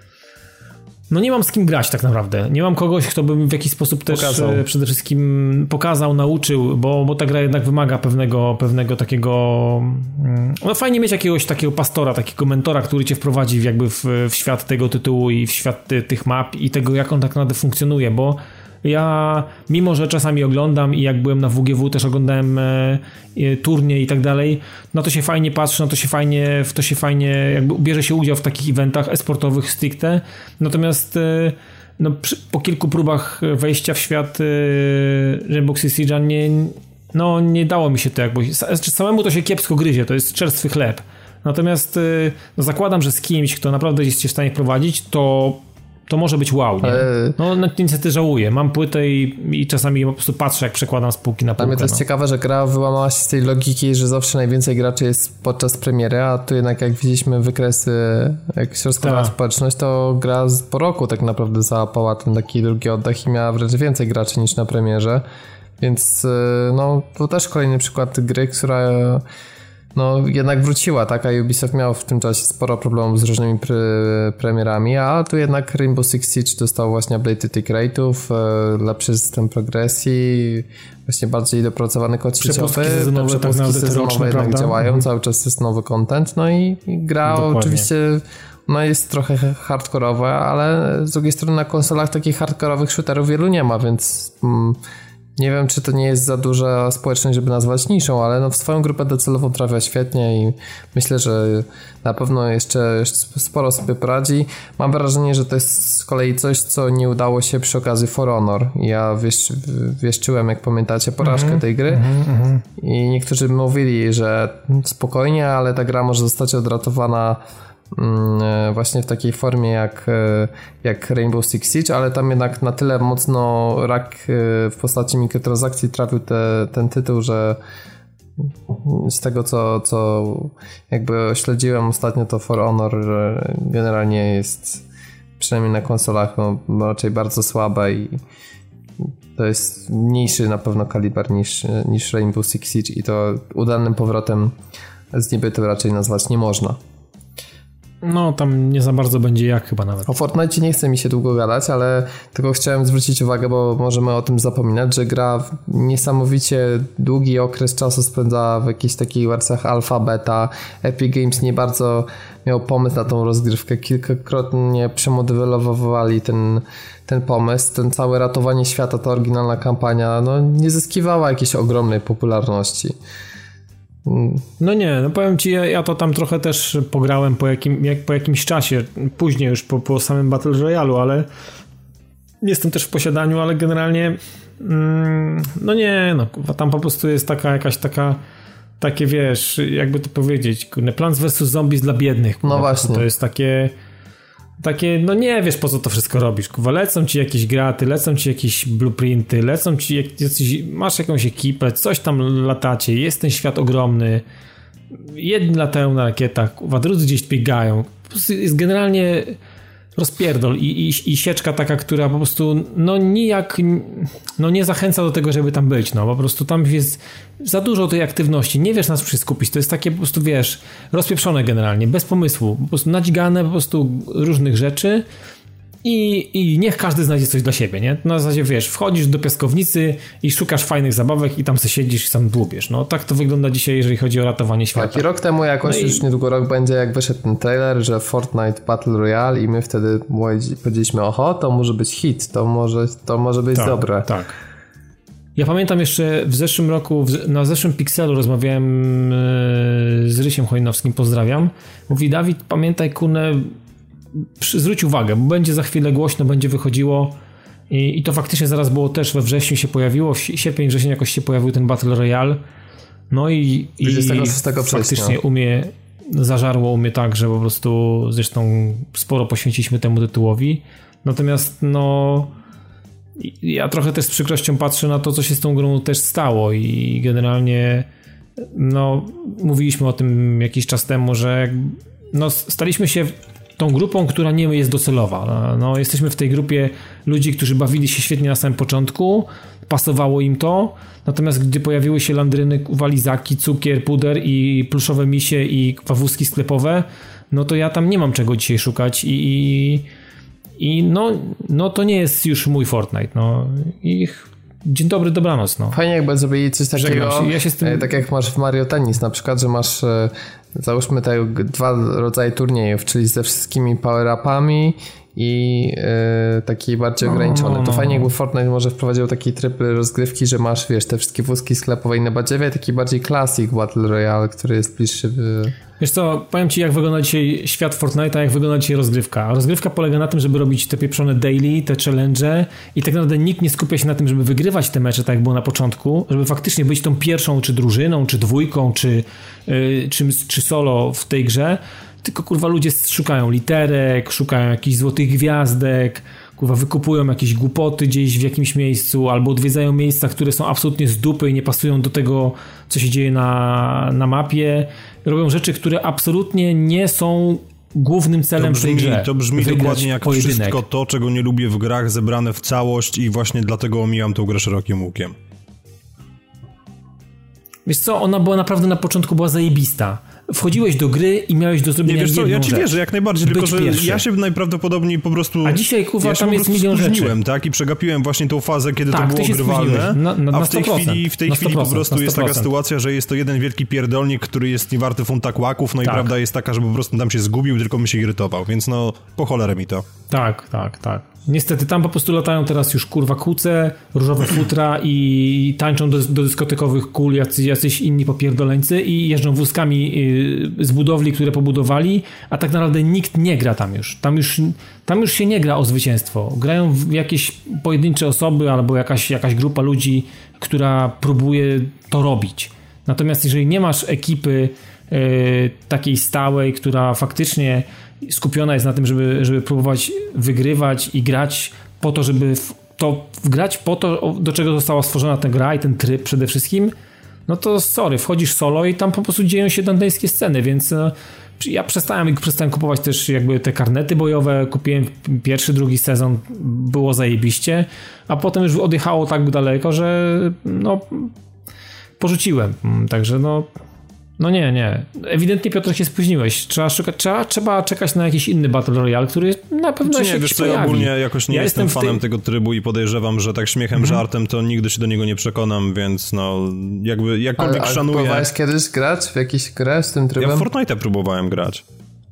no nie mam z kim grać tak naprawdę. Nie mam kogoś, kto by mi w jakiś sposób też pokazał. E, przede wszystkim pokazał, nauczył, bo, bo ta gra jednak wymaga pewnego, pewnego takiego mm, no fajnie mieć jakiegoś takiego pastora, takiego mentora, który cię wprowadzi jakby w, w świat tego tytułu i w świat ty, tych map i tego, jak on tak naprawdę funkcjonuje, bo ja, mimo że czasami oglądam i jak byłem na W G W też oglądałem e, e, turnie i tak dalej, no to się fajnie patrzy, no to się fajnie, w to się fajnie jakby bierze się udział w takich eventach e-sportowych stricte, natomiast e, no, przy, po kilku próbach wejścia w świat e, Rainbow Six Siege'a nie, no, nie dało mi się to jakby, znaczy samemu to się kiepsko gryzie, to jest czerstwy chleb, natomiast e, no, zakładam, że z kimś, kto naprawdę jest się w stanie prowadzić, to to może być wow, nie? Ale... No niestety żałuję. Mam płytę i, i czasami po prostu patrzę, jak przekładam z półki na półkę. Dla mnie to jest no. ciekawe, że gra wyłamała się z tej logiki, że zawsze najwięcej graczy jest podczas premiery, a tu jednak jak widzieliśmy wykresy, jak się rozkładała społeczność, to gra po roku tak naprawdę załapała ten taki drugi oddech i miała wręcz więcej graczy niż na premierze. Więc no to też kolejny przykład gry, która no jednak wróciła, tak, a Ubisoft miał w tym czasie sporo problemów z różnymi pre- premierami, a tu jednak Rainbow Six Siege dostał właśnie updated tick rate'ów, lepszy system progresji, właśnie bardziej dopracowany kod sieciowy, sezonowe, te przepustki tak sezonowe jednak prawda? działają, mhm. cały czas jest nowy content, no i, i gra Dokładnie. oczywiście no jest trochę hardkorowa, ale z drugiej strony na konsolach takich hardkorowych shooterów wielu nie ma, więc mm, nie wiem, czy to nie jest za duża społeczność, żeby nazwać niszą, ale no w swoją grupę docelową trafia świetnie i myślę, że na pewno jeszcze sporo sobie poradzi. Mam wrażenie, że to jest z kolei coś, co nie udało się przy okazji For Honor. Ja wiesz, wieszczyłem, jak pamiętacie, porażkę mm-hmm, tej gry mm-hmm. i niektórzy mówili, że spokojnie, ale ta gra może zostać odratowana właśnie w takiej formie jak, jak Rainbow Six Siege, ale tam jednak na tyle mocno rak w postaci mikrotransakcji trafił te, ten tytuł, że z tego co, co jakby śledziłem ostatnio, to For Honor generalnie jest przynajmniej na konsolach no, raczej bardzo słabe i to jest mniejszy na pewno kaliber niż, niż Rainbow Six Siege i to udanym powrotem z niebytu raczej nazwać nie można. No, tam nie za bardzo będzie jak chyba nawet. O Fortnite nie chce mi się długo gadać, ale tylko chciałem zwrócić uwagę, bo możemy o tym zapominać, że gra niesamowicie długi okres czasu spędza w jakichś takich wersjach alfa, beta. Epic Games nie bardzo miał pomysł na tą rozgrywkę. Kilkakrotnie przemodulowali ten, ten pomysł. Ten całe ratowanie świata, ta oryginalna kampania, no nie zyskiwała jakiejś ogromnej popularności. No nie, no powiem ci, ja, ja to tam trochę też pograłem po, jakim, jak, po jakimś czasie, później już po, po samym Battle Royale'u, ale jestem też w posiadaniu, ale generalnie mm, no nie, no tam po prostu jest taka jakaś taka takie wiesz, jakby to powiedzieć, Plants versus. Zombies dla biednych. No właśnie. To jest takie takie, no nie wiesz po co to wszystko robisz, kurwa, lecą ci jakieś graty, lecą ci jakieś blueprinty, lecą ci jacyś, masz jakąś ekipę, coś tam latacie, jest ten świat ogromny, jedni latają na rakietach, kurwa, drudzy gdzieś biegają, po prostu jest generalnie rozpierdol i, i, i sieczka taka, która po prostu no nijak no nie zachęca do tego, żeby tam być, no po prostu tam jest za dużo tej aktywności, nie wiesz na co się skupić, to jest takie po prostu wiesz, rozpieprzone generalnie, bez pomysłu, po prostu nadźgane po prostu różnych rzeczy i, i niech każdy znajdzie coś dla siebie, nie? Na zasadzie wiesz, wchodzisz do piaskownicy i szukasz fajnych zabawek i tam se siedzisz i sam dłubiesz, no tak to wygląda dzisiaj, jeżeli chodzi o ratowanie świata. Tak, i rok temu jakoś, no już i... niedługo rok będzie, jak wyszedł ten trailer, że Fortnite Battle Royale i my wtedy powiedzieliśmy, oho, to może być hit, to może, to może być tak, dobre. Tak. Ja pamiętam jeszcze w zeszłym roku, na zeszłym Pixelu rozmawiałem z Rysiem Chojnowskim, pozdrawiam. Mówi, Dawid, pamiętaj, kurne, zwróć uwagę, bo będzie za chwilę głośno, będzie wychodziło i, i to faktycznie zaraz było też we wrześniu się pojawiło, w sierpień, wrzesień jakoś się pojawił ten Battle Royale. No i, i faktycznie u mnie zażarło u mnie tak, że po prostu zresztą sporo poświęciliśmy temu tytułowi. Natomiast no ja trochę też z przykrością patrzę na to, co się z tą grą też stało i generalnie no mówiliśmy o tym jakiś czas temu, że no staliśmy się tą grupą, która nie jest docelowa. No, jesteśmy w tej grupie ludzi, którzy bawili się świetnie na samym początku, pasowało im to, natomiast gdy pojawiły się landryny, walizaki, cukier, puder i pluszowe misie i wózki sklepowe, no to ja tam nie mam czego dzisiaj szukać i, i, i no, no to nie jest już mój Fortnite. No. I dzień dobry, dobranoc. No. Fajnie jakby zrobili coś takiego, ja się z tym... tak jak masz w Mario Tennis na przykład, że masz załóżmy te dwa rodzaje turniejów, czyli ze wszystkimi power-upami i yy, taki bardziej no, ograniczony. No, no, to fajnie jakby Fortnite może wprowadził taki tryb rozgrywki, że masz, wiesz, te wszystkie wózki sklepowe i na badziewie, taki bardziej classic Battle Royale, który jest bliższy w... Wiesz co, powiem ci, jak wygląda dzisiaj świat Fortnite'a, jak wygląda dzisiaj rozgrywka. Rozgrywka polega na tym, żeby robić te pieprzone daily, te challenge i tak naprawdę nikt nie skupia się na tym, żeby wygrywać te mecze, tak jak było na początku, żeby faktycznie być tą pierwszą, czy drużyną, czy dwójką, czy, yy, czy, czy solo w tej grze. Tylko kurwa ludzie szukają literek, szukają jakichś złotych gwiazdek, kurwa wykupują jakieś głupoty gdzieś w jakimś miejscu, albo odwiedzają miejsca, które są absolutnie z dupy i nie pasują do tego, co się dzieje na, na mapie. Robią rzeczy, które absolutnie nie są głównym celem brzmi, w tej grze. To brzmi dokładnie jak pojedynek. Wszystko to, czego nie lubię w grach, zebrane w całość i właśnie dlatego omijam tą grę szerokim łukiem. Wiesz co, ona była naprawdę na początku była zajebista. Wchodziłeś do gry i miałeś do zrobienia nie, wiesz co, jedną ja ci rzecz. wierzę, jak najbardziej, tylko że pierwszy. ja się najprawdopodobniej po prostu... A dzisiaj, kurwa, ja tam jest milion rzeczy. Tak, i przegapiłem właśnie tą fazę, kiedy tak, to było grywalne, na, na, a w tej na chwili, w tej na chwili po prostu jest taka sytuacja, że jest to jeden wielki pierdolnik, który jest niewarty funta kłaków, no tak. i prawda jest taka, że po prostu tam się zgubił, tylko mi się irytował, więc no, po cholerę mi to. Tak, tak, tak. Niestety tam po prostu latają teraz już kurwa kuce, różowe futra i tańczą do, do dyskotekowych kul jacyś, jacyś inni popierdoleńcy i jeżdżą wózkami z budowli, które pobudowali, a tak naprawdę nikt nie gra tam już. Tam już, tam już się nie gra o zwycięstwo. Grają jakieś pojedyncze osoby albo jakaś, jakaś grupa ludzi, która próbuje to robić. Natomiast jeżeli nie masz ekipy yy, takiej stałej, która faktycznie skupiona jest na tym, żeby, żeby próbować wygrywać i grać po to, żeby w, to grać po to, do czego została stworzona ta gra i ten tryb przede wszystkim, no to sorry, wchodzisz solo i tam po prostu dzieją się dantejskie sceny, więc no, ja przestałem, przestałem kupować też jakby te karnety bojowe, kupiłem pierwszy, drugi sezon, było zajebiście, a potem już odjechało tak daleko, że no porzuciłem, także no No nie, nie. Ewidentnie, Piotr, się spóźniłeś. Trzeba, szukać, trzeba, trzeba czekać na jakiś inny Battle Royale, który na pewno Czy się nie, wiesz co, ja ogólnie jakoś nie ja jestem, jestem fanem tej... tego trybu i podejrzewam, że tak śmiechem, mhm. żartem to nigdy się do niego nie przekonam, więc no jakby jakkolwiek ale, szanuję... Ale próbowałeś kiedyś grać w jakieś grę z tym trybem? Ja w Fortnite'a próbowałem grać.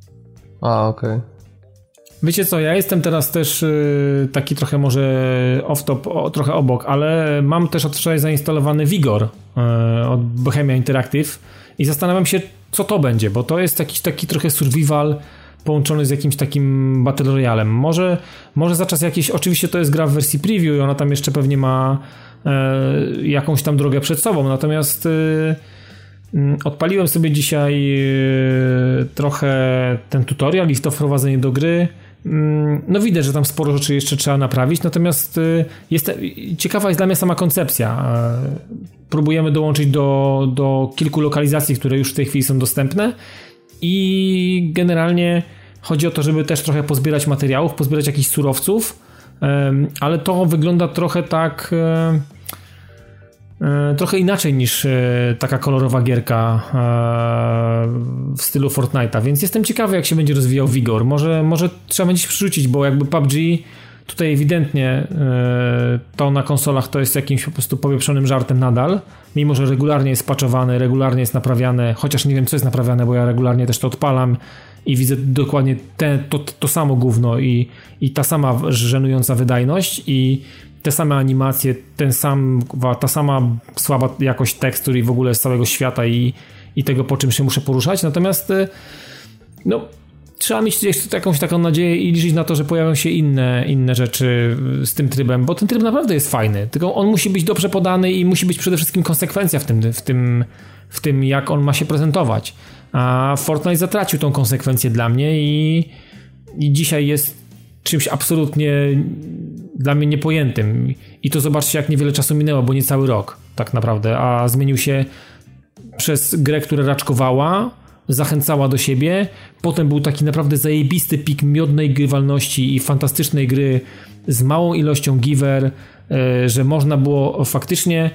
A, okej. Okay. Wiecie co, ja jestem teraz też yy, taki trochę może off-top, o, trochę obok, ale mam też od wczoraj zainstalowany Vigor yy, od Bohemia Interactive i zastanawiam się, co to będzie, bo to jest jakiś taki trochę survival połączony z jakimś takim Battle Royalem. Może, może za czas jakiś, oczywiście to jest gra w wersji preview i ona tam jeszcze pewnie ma yy, jakąś tam drogę przed sobą, natomiast yy, odpaliłem sobie dzisiaj yy, trochę ten tutorial i to wprowadzenie do gry. No widać, że tam sporo rzeczy jeszcze trzeba naprawić, natomiast jest, ciekawa jest dla mnie sama koncepcja. Próbujemy dołączyć do, do kilku lokalizacji, które już w tej chwili są dostępne i generalnie chodzi o to, żeby też trochę pozbierać materiałów, pozbierać jakichś surowców, ale to wygląda trochę tak... trochę inaczej niż taka kolorowa gierka w stylu Fortnite'a, więc jestem ciekawy, jak się będzie rozwijał Vigor. Może, może trzeba będzie się przerzucić, bo jakby P U B G tutaj ewidentnie to na konsolach to jest jakimś po prostu powieprzonym żartem nadal, mimo że regularnie jest patchowane, regularnie jest naprawiane, chociaż nie wiem, co jest naprawiane, bo ja regularnie też to odpalam i widzę dokładnie te, to, to samo gówno i, i ta sama żenująca wydajność i te same animacje, ten sam, ta sama słaba jakość tekstur i w ogóle z całego świata i, i tego, po czym się muszę poruszać. Natomiast no, trzeba mieć jakąś taką nadzieję i liczyć na to, że pojawią się inne, inne rzeczy z tym trybem, bo ten tryb naprawdę jest fajny, tylko on musi być dobrze podany i musi być przede wszystkim konsekwencja w tym, w tym, w tym jak on ma się prezentować. A Fortnite zatracił tą konsekwencję dla mnie i, i dzisiaj jest czymś absolutnie dla mnie niepojętym. I to zobaczcie, jak niewiele czasu minęło, bo nie cały rok tak naprawdę, a zmienił się przez grę, która raczkowała, zachęcała do siebie, potem był taki naprawdę zajebisty pik miodnej grywalności i fantastycznej gry z małą ilością giver, że można było faktycznie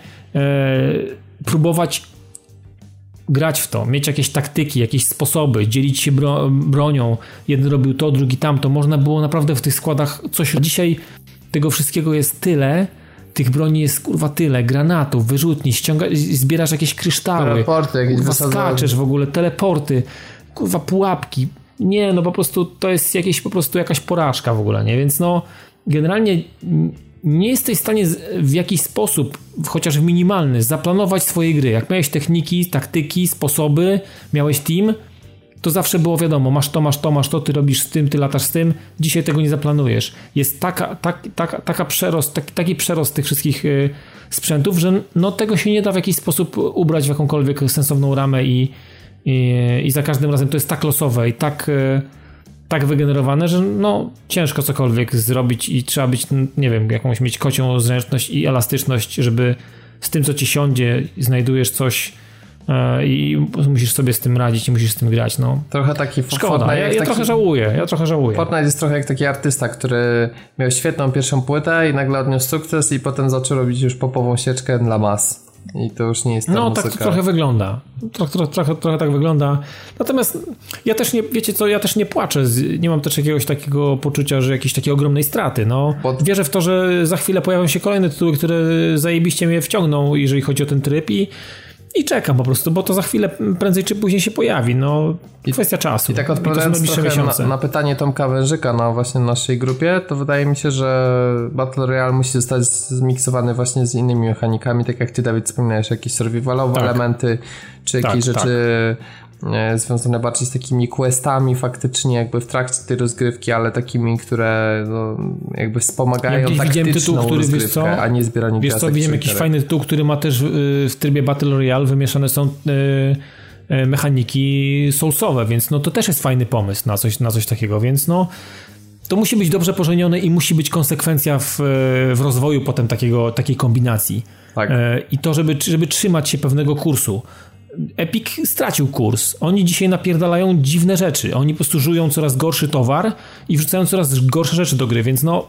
próbować grać w to, mieć jakieś taktyki, jakieś sposoby, dzielić się bro- bronią. Jeden robił to, drugi tamto. Można było naprawdę w tych składach coś... Dzisiaj tego wszystkiego jest tyle, tych broni jest kurwa tyle, granatów, wyrzutni, ściąga... zbierasz jakieś kryształy, teleporty, jakieś kurwa, skaczesz w ogóle, teleporty, kurwa pułapki. Nie, no po prostu to jest jakieś po prostu jakaś porażka w ogóle, nie? Więc no generalnie nie jesteś w stanie w jakiś sposób, chociaż w minimalny, zaplanować swojej gry. Jak miałeś techniki, taktyki, sposoby, miałeś team, to zawsze było wiadomo, masz to, masz to, masz to, ty robisz z tym, ty latasz z tym, dzisiaj tego nie zaplanujesz. Jest taka, tak, taka, taka przerost, taki, taki przerost tych wszystkich y, sprzętów, że no tego się nie da w jakiś sposób ubrać w jakąkolwiek sensowną ramę i, i, i za każdym razem to jest tak losowe i tak... Y, tak wygenerowane, że no ciężko cokolwiek zrobić i trzeba być, nie wiem, jakąś mieć kocią zręczność i elastyczność, żeby z tym, co ci siądzie, znajdujesz coś e, i musisz sobie z tym radzić i musisz z tym grać, no. Trochę taki Szkoda, Fortnite, ja, ja taki... trochę żałuję, ja trochę żałuję. Fortnite jest trochę jak taki artysta, który miał świetną pierwszą płytę i nagle odniósł sukces i potem zaczął robić już popową sieczkę dla mas. I to już nie jest ta No muzyka. tak to trochę wygląda. Trochę, trochę, trochę, trochę tak wygląda. Natomiast ja też nie, wiecie co, ja też nie płaczę. Z, nie mam też jakiegoś takiego poczucia, że jakiejś takiej ogromnej straty. No, Bo... Wierzę w to, że za chwilę pojawią się kolejne tytuły, które zajebiście mnie wciągną, jeżeli chodzi o ten tryb i I czekam po prostu, bo to za chwilę prędzej czy później się pojawi. No, kwestia czasu. I tak odpowiadając trochę na, na pytanie Tomka Wężyka na właśnie naszej grupie, to wydaje mi się, że Battle Royale musi zostać zmiksowany właśnie z innymi mechanikami, tak jak ty, Dawid, wspominałeś, jakieś survivalowe tak. elementy, czy jakieś tak, rzeczy tak. związane bardziej z takimi questami faktycznie jakby w trakcie tej rozgrywki, ale takimi, które no, jakby wspomagają ja taktyczną tytuł, który, rozgrywkę, wiesz co, a nie zbieranie wiesz co, widziałem jakiś fajny tytuł, który ma też w trybie Battle Royale wymieszane są yy, mechaniki soulsowe, więc no to też jest fajny pomysł na coś, na coś takiego, więc no to musi być dobrze pożenione i musi być konsekwencja w, w rozwoju potem takiego, takiej kombinacji. Tak. Yy, I to, żeby, żeby trzymać się pewnego kursu. Epic stracił kurs. Oni dzisiaj napierdalają dziwne rzeczy. Oni po prostu żują coraz gorszy towar i wrzucają coraz gorsze rzeczy do gry, więc no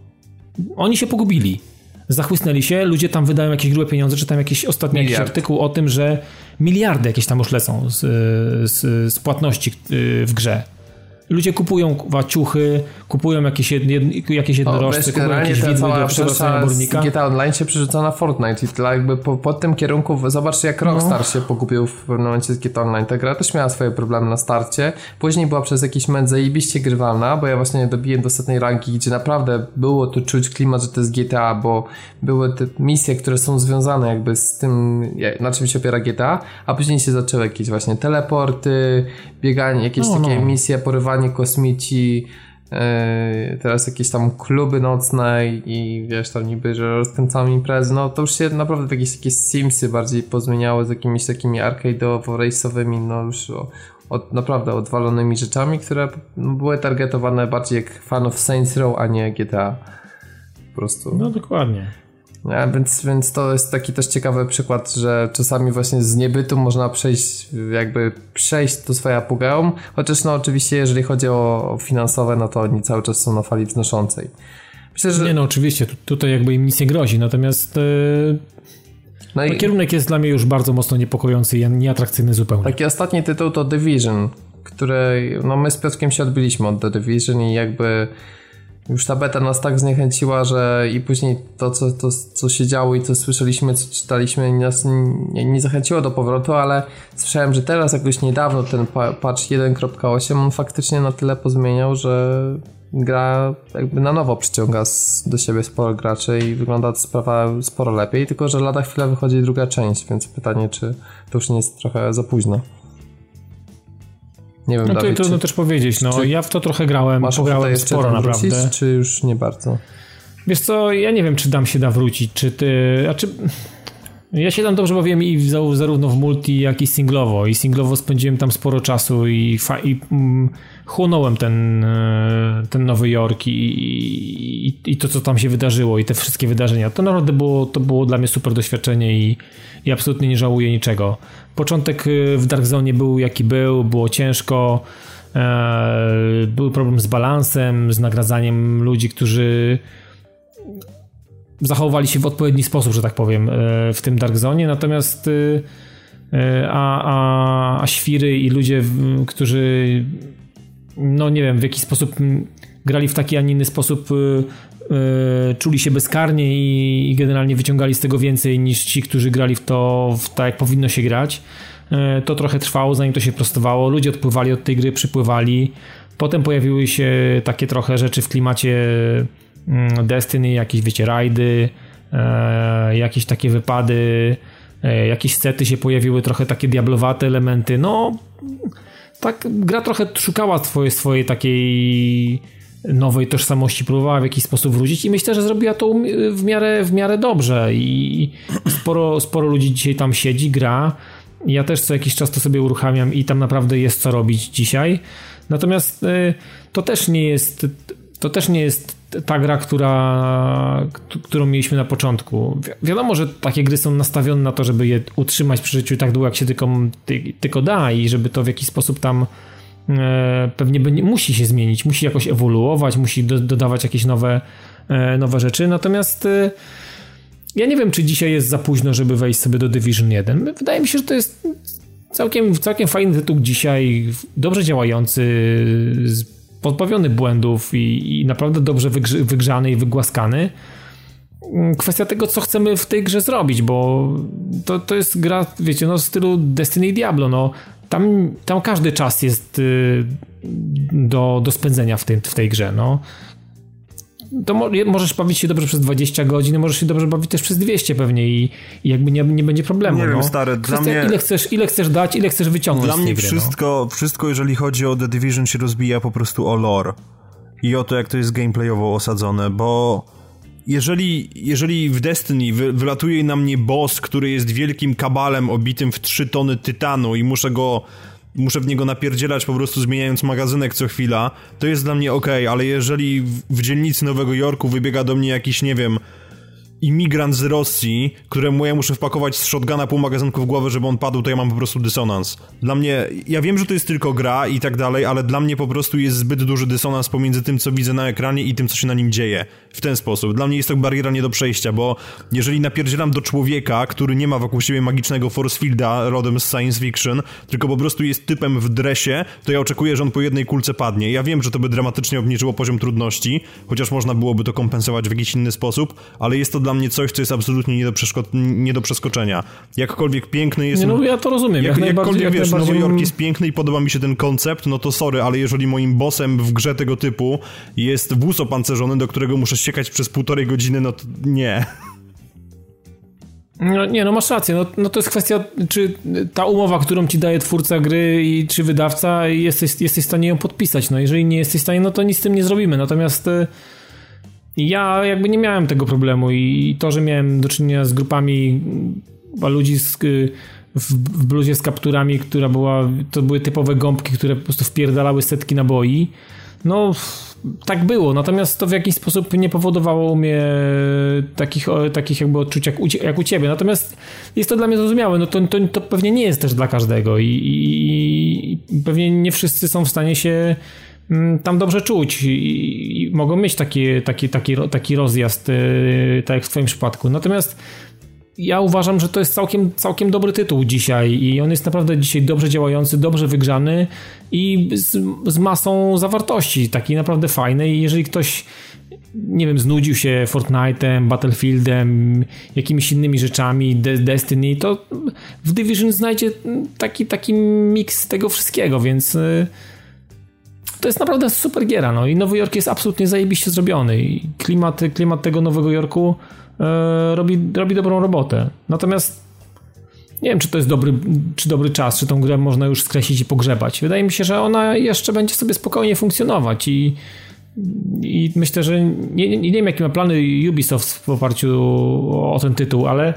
oni się pogubili. Zachłysnęli się, ludzie tam wydają jakieś grube pieniądze, czytam jakiś ostatni jakiś artykuł o tym, że miliardy jakieś tam już lecą z, z, z płatności w grze. Ludzie kupują ciuchy, kupują jakieś, jed, jakieś jednorożce, kupują jakieś widły do przywracania obornika. G T A Online się przerzuca na Fortnite i tyle jakby po, pod tym kierunku, zobaczcie jak Rockstar no. się pogubił w pewnym momencie z G T A Online. Ta gra też miała swoje problemy na starcie, później była przez jakiś moment zajebiście grywalna, bo ja właśnie dobiłem do ostatniej ranki, gdzie naprawdę było tu czuć klimat, że to jest G T A, bo były te misje, które są związane jakby z tym, na czym się opiera G T A, a później się zaczęły jakieś właśnie teleporty, bieganie, jakieś no, takie no. misje, porywanie kosmici, yy, teraz jakieś tam kluby nocne i wiesz, tam niby, że rozkręcamy imprezy, no to już się naprawdę jakieś takie Simsy bardziej pozmieniały z jakimiś takimi arcade'owo-race'owymi, no już o, od, naprawdę odwalonymi rzeczami, które były targetowane bardziej jak fanów Saints Row, a nie G T A. Po prostu. No dokładnie. Ja, więc, więc to jest taki też ciekawy przykład, że czasami właśnie z niebytu można przejść, jakby przejść do swojej apogeum, chociaż no oczywiście jeżeli chodzi o, o finansowe, no to oni cały czas są na fali wznoszącej. Myślę, że... Nie no oczywiście, tutaj jakby im nic nie grozi, natomiast yy... no i... kierunek jest dla mnie już bardzo mocno niepokojący i nieatrakcyjny zupełnie. Taki ostatni tytuł to Division, który no my z Piotrkiem się odbiliśmy od The Division i jakby już ta beta nas tak zniechęciła, że i później to, co, to, co się działo i co słyszeliśmy, co czytaliśmy, nas nie, nie zachęciło do powrotu, ale słyszałem, że teraz jakoś niedawno ten patch jeden kropka osiem on faktycznie na tyle pozmieniał, że gra jakby na nowo przyciąga do siebie sporo graczy i wygląda to sprawa sporo lepiej, tylko że lada chwila wychodzi druga część, więc pytanie, czy to już nie jest trochę za późno. Nie wiem, no to Dawid, trudno czy, też powiedzieć, no czy, ja w to trochę grałem, masz pograłem jeszcze sporo naprawdę. Wrócić, czy już nie bardzo? Wiesz co, ja nie wiem, czy dam się da wrócić, czy ty, a czy... Ja się tam dobrze bawiłem i zarówno w multi, jak i singlowo. I singlowo spędziłem tam sporo czasu i, fa- i mm, chłonąłem ten, ten Nowy Jork i, i, i to, co tam się wydarzyło i te wszystkie wydarzenia. To naprawdę było, to było dla mnie super doświadczenie i, i absolutnie nie żałuję niczego. Początek w Dark Zone był jaki był, było ciężko, e, był problem z balansem, z nagradzaniem ludzi, którzy zachowali się w odpowiedni sposób, że tak powiem, w tym Dark Zone, natomiast a, a, a świry i ludzie, którzy no nie wiem, w jakiś sposób grali w taki, a nie inny sposób, czuli się bezkarnie i, i generalnie wyciągali z tego więcej niż ci, którzy grali w to w tak, jak powinno się grać. To trochę trwało, zanim to się prostowało. Ludzie odpływali od tej gry, przypływali. Potem pojawiły się takie trochę rzeczy w klimacie Destiny, jakieś wiecie, rajdy, e, jakieś takie wypady, e, jakieś sety się pojawiły, trochę takie diablowate elementy, no tak gra trochę szukała swojej, swojej takiej nowej tożsamości, próbowała w jakiś sposób wrócić i myślę, że zrobiła to w miarę, w miarę dobrze i sporo, sporo ludzi dzisiaj tam siedzi, gra. Ja też co jakiś czas to sobie uruchamiam i tam naprawdę jest co robić dzisiaj, natomiast e, to też nie jest to też nie jest ta gra, która, którą mieliśmy na początku. Wi- wiadomo, że takie gry są nastawione na to, żeby je utrzymać przy życiu tak długo, jak się tylko, ty, tylko da i żeby to w jakiś sposób tam e, pewnie będzie, musi się zmienić, musi jakoś ewoluować, musi do, dodawać jakieś nowe, e, nowe rzeczy. Natomiast e, ja nie wiem, czy dzisiaj jest za późno, żeby wejść sobie do Division jeden. Wydaje mi się, że to jest całkiem, całkiem fajny tytuł dzisiaj, dobrze działający, pozbawiony błędów i, i naprawdę dobrze wygrzy, wygrzany i wygłaskany. Kwestia tego, co chcemy w tej grze zrobić, bo to, to jest gra, wiecie, no w stylu Destiny i Diablo, no tam, tam każdy czas jest y, do, do spędzenia w, tym, w tej grze, no. To mo- możesz bawić się dobrze przez dwadzieścia godzin, możesz się dobrze bawić też przez dwieście pewnie i, i jakby nie, nie będzie problemu. Nie no. wiem, stary, Kwestia, dla mnie... Ile chcesz, ile chcesz dać, ile chcesz wyciągnąć Dla z tej mnie gry, wszystko, no. wszystko, jeżeli chodzi o The Division, się rozbija po prostu o lore i o to, jak to jest gameplayowo osadzone, bo jeżeli, jeżeli w Destiny wy, wylatuje na mnie boss, który jest wielkim kabalem obitym w trzy tony tytanu i muszę go muszę w niego napierdzielać po prostu zmieniając magazynek co chwila, to jest dla mnie okej, ale jeżeli w, w dzielnicy Nowego Jorku wybiega do mnie jakiś, nie wiem, imigrant z Rosji, któremu ja muszę wpakować z shotguna pół magazynku w głowę, żeby on padł, to ja mam po prostu dysonans. Dla mnie, ja wiem, że to jest tylko gra i tak dalej, ale dla mnie po prostu jest zbyt duży dysonans pomiędzy tym, co widzę na ekranie i tym, co się na nim dzieje. W ten sposób. Dla mnie jest to bariera nie do przejścia, bo jeżeli napierdzielam do człowieka, który nie ma wokół siebie magicznego force fielda rodem z science fiction, tylko po prostu jest typem w dresie, to ja oczekuję, że on po jednej kulce padnie. Ja wiem, że to by dramatycznie obniżyło poziom trudności, chociaż można byłoby to kompensować w jakiś inny sposób, ale jest to dla mnie coś, co jest absolutnie nie do, przeszko- nie do przeskoczenia. Jakkolwiek piękny jest... Nie, no ja to rozumiem. Jak, jak jakkolwiek jak wiesz, najbardziej... Nowy Jork jest piękny i podoba mi się ten koncept, no to sorry, ale jeżeli moim bossem w grze tego typu jest wóz opancerzony, do którego muszę ściekać przez półtorej godziny, no to nie. No, nie, no masz rację, no, no to jest kwestia, czy ta umowa, którą ci daje twórca gry i czy wydawca, jesteś, jesteś w stanie ją podpisać. No jeżeli nie jesteś w stanie, no to nic z tym nie zrobimy. Natomiast ja jakby nie miałem tego problemu i to, że miałem do czynienia z grupami ludzi z, w, w bluzie z kapturami, która była, to były typowe gąbki, które po prostu wpierdalały setki naboi, no tak było, natomiast to w jakiś sposób nie powodowało u mnie takich, takich jakby odczuć jak u, jak u ciebie, natomiast jest to dla mnie zrozumiałe, no to, to, to pewnie nie jest też dla każdego i, i, i pewnie nie wszyscy są w stanie się tam dobrze czuć i, i mogą mieć taki, taki, taki, taki rozjazd, tak jak w twoim przypadku, natomiast ja uważam, że to jest całkiem, całkiem dobry tytuł dzisiaj i on jest naprawdę dzisiaj dobrze działający, dobrze wygrzany i z, z masą zawartości, takiej naprawdę fajnej. Jeżeli ktoś, nie wiem, znudził się Fortnite'em, Battlefieldem, jakimiś innymi rzeczami, De- Destiny, to w Division znajdzie taki, taki miks tego wszystkiego, więc to jest naprawdę super giera, no i Nowy Jork jest absolutnie zajebiście zrobiony i klimat, klimat tego Nowego Jorku Robi, robi dobrą robotę. Natomiast nie wiem, czy to jest dobry, czy dobry czas, czy tą grę można już skreślić i pogrzebać. Wydaje mi się, że ona jeszcze będzie sobie spokojnie funkcjonować i, i myślę, że nie, nie, nie wiem, jakie ma plany Ubisoft w oparciu o, o ten tytuł, ale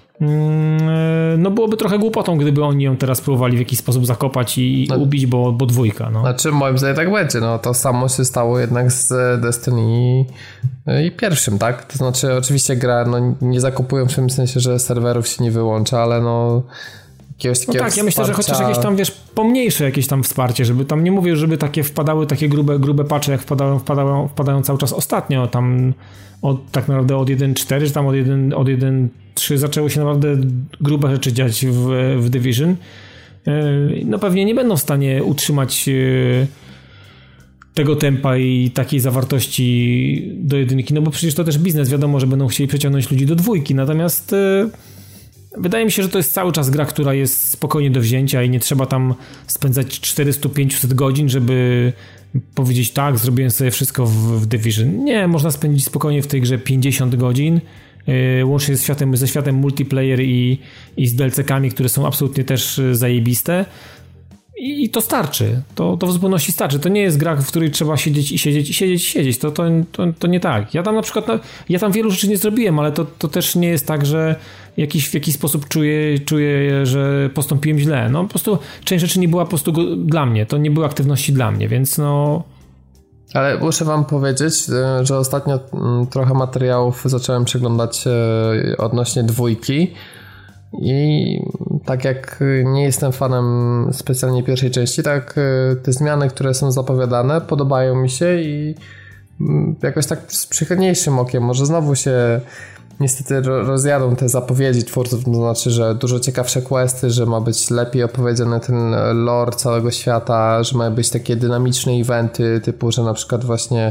no byłoby trochę głupotą, gdyby oni ją teraz próbowali w jakiś sposób zakopać i no, ubić, bo, bo dwójka. No. Znaczy moim zdaniem tak będzie, no to samo się stało jednak z Destiny i pierwszym, tak? To znaczy oczywiście gra, no nie zakopują w tym sensie, że serwerów się nie wyłącza, ale no jakiegoś takiego no tak, wsparcia... ja myślę, że chociaż jakieś tam, wiesz, pomniejsze jakieś tam wsparcie, żeby tam, nie mówię, żeby takie wpadały, takie grube, grube patche, jak wpadają, wpadają, wpadają cały czas ostatnio, tam od, tak naprawdę od jeden cztery, czy tam od jeden trzy zaczęły się naprawdę grube rzeczy dziać w, w Division. No pewnie nie będą w stanie utrzymać tego tempa i takiej zawartości do jedynki, no bo przecież to też biznes, wiadomo, że będą chcieli przeciągnąć ludzi do dwójki, natomiast wydaje mi się, że to jest cały czas gra, która jest spokojnie do wzięcia i nie trzeba tam spędzać czterysta pięćset godzin, żeby powiedzieć tak, zrobiłem sobie wszystko w, w Division. Nie, można spędzić spokojnie w tej grze pięćdziesiąt godzin, yy, łącznie ze światem, ze światem multiplayer i, i z D L C-kami, które są absolutnie też zajebiste. I, i to starczy. To, to w zupełności starczy. To nie jest gra, w której trzeba siedzieć i siedzieć i siedzieć i siedzieć. To, to, to, to nie tak. Ja tam na przykład, ja tam wielu rzeczy nie zrobiłem, ale to, to też nie jest tak, że jakiś, w jakiś sposób czuję, czuję, że postąpiłem źle. No po prostu część rzeczy nie była po prostu go, dla mnie. To nie były aktywności dla mnie, więc no... Ale muszę wam powiedzieć, że ostatnio trochę materiałów zacząłem przeglądać odnośnie dwójki. I tak jak nie jestem fanem specjalnie pierwszej części, tak te zmiany, które są zapowiadane, podobają mi się i jakoś tak z przychylniejszym okiem, może znowu się niestety rozjadą te zapowiedzi twórców, to znaczy, że dużo ciekawsze questy, że ma być lepiej opowiedziany ten lore całego świata, że mają być takie dynamiczne eventy, typu, że na przykład właśnie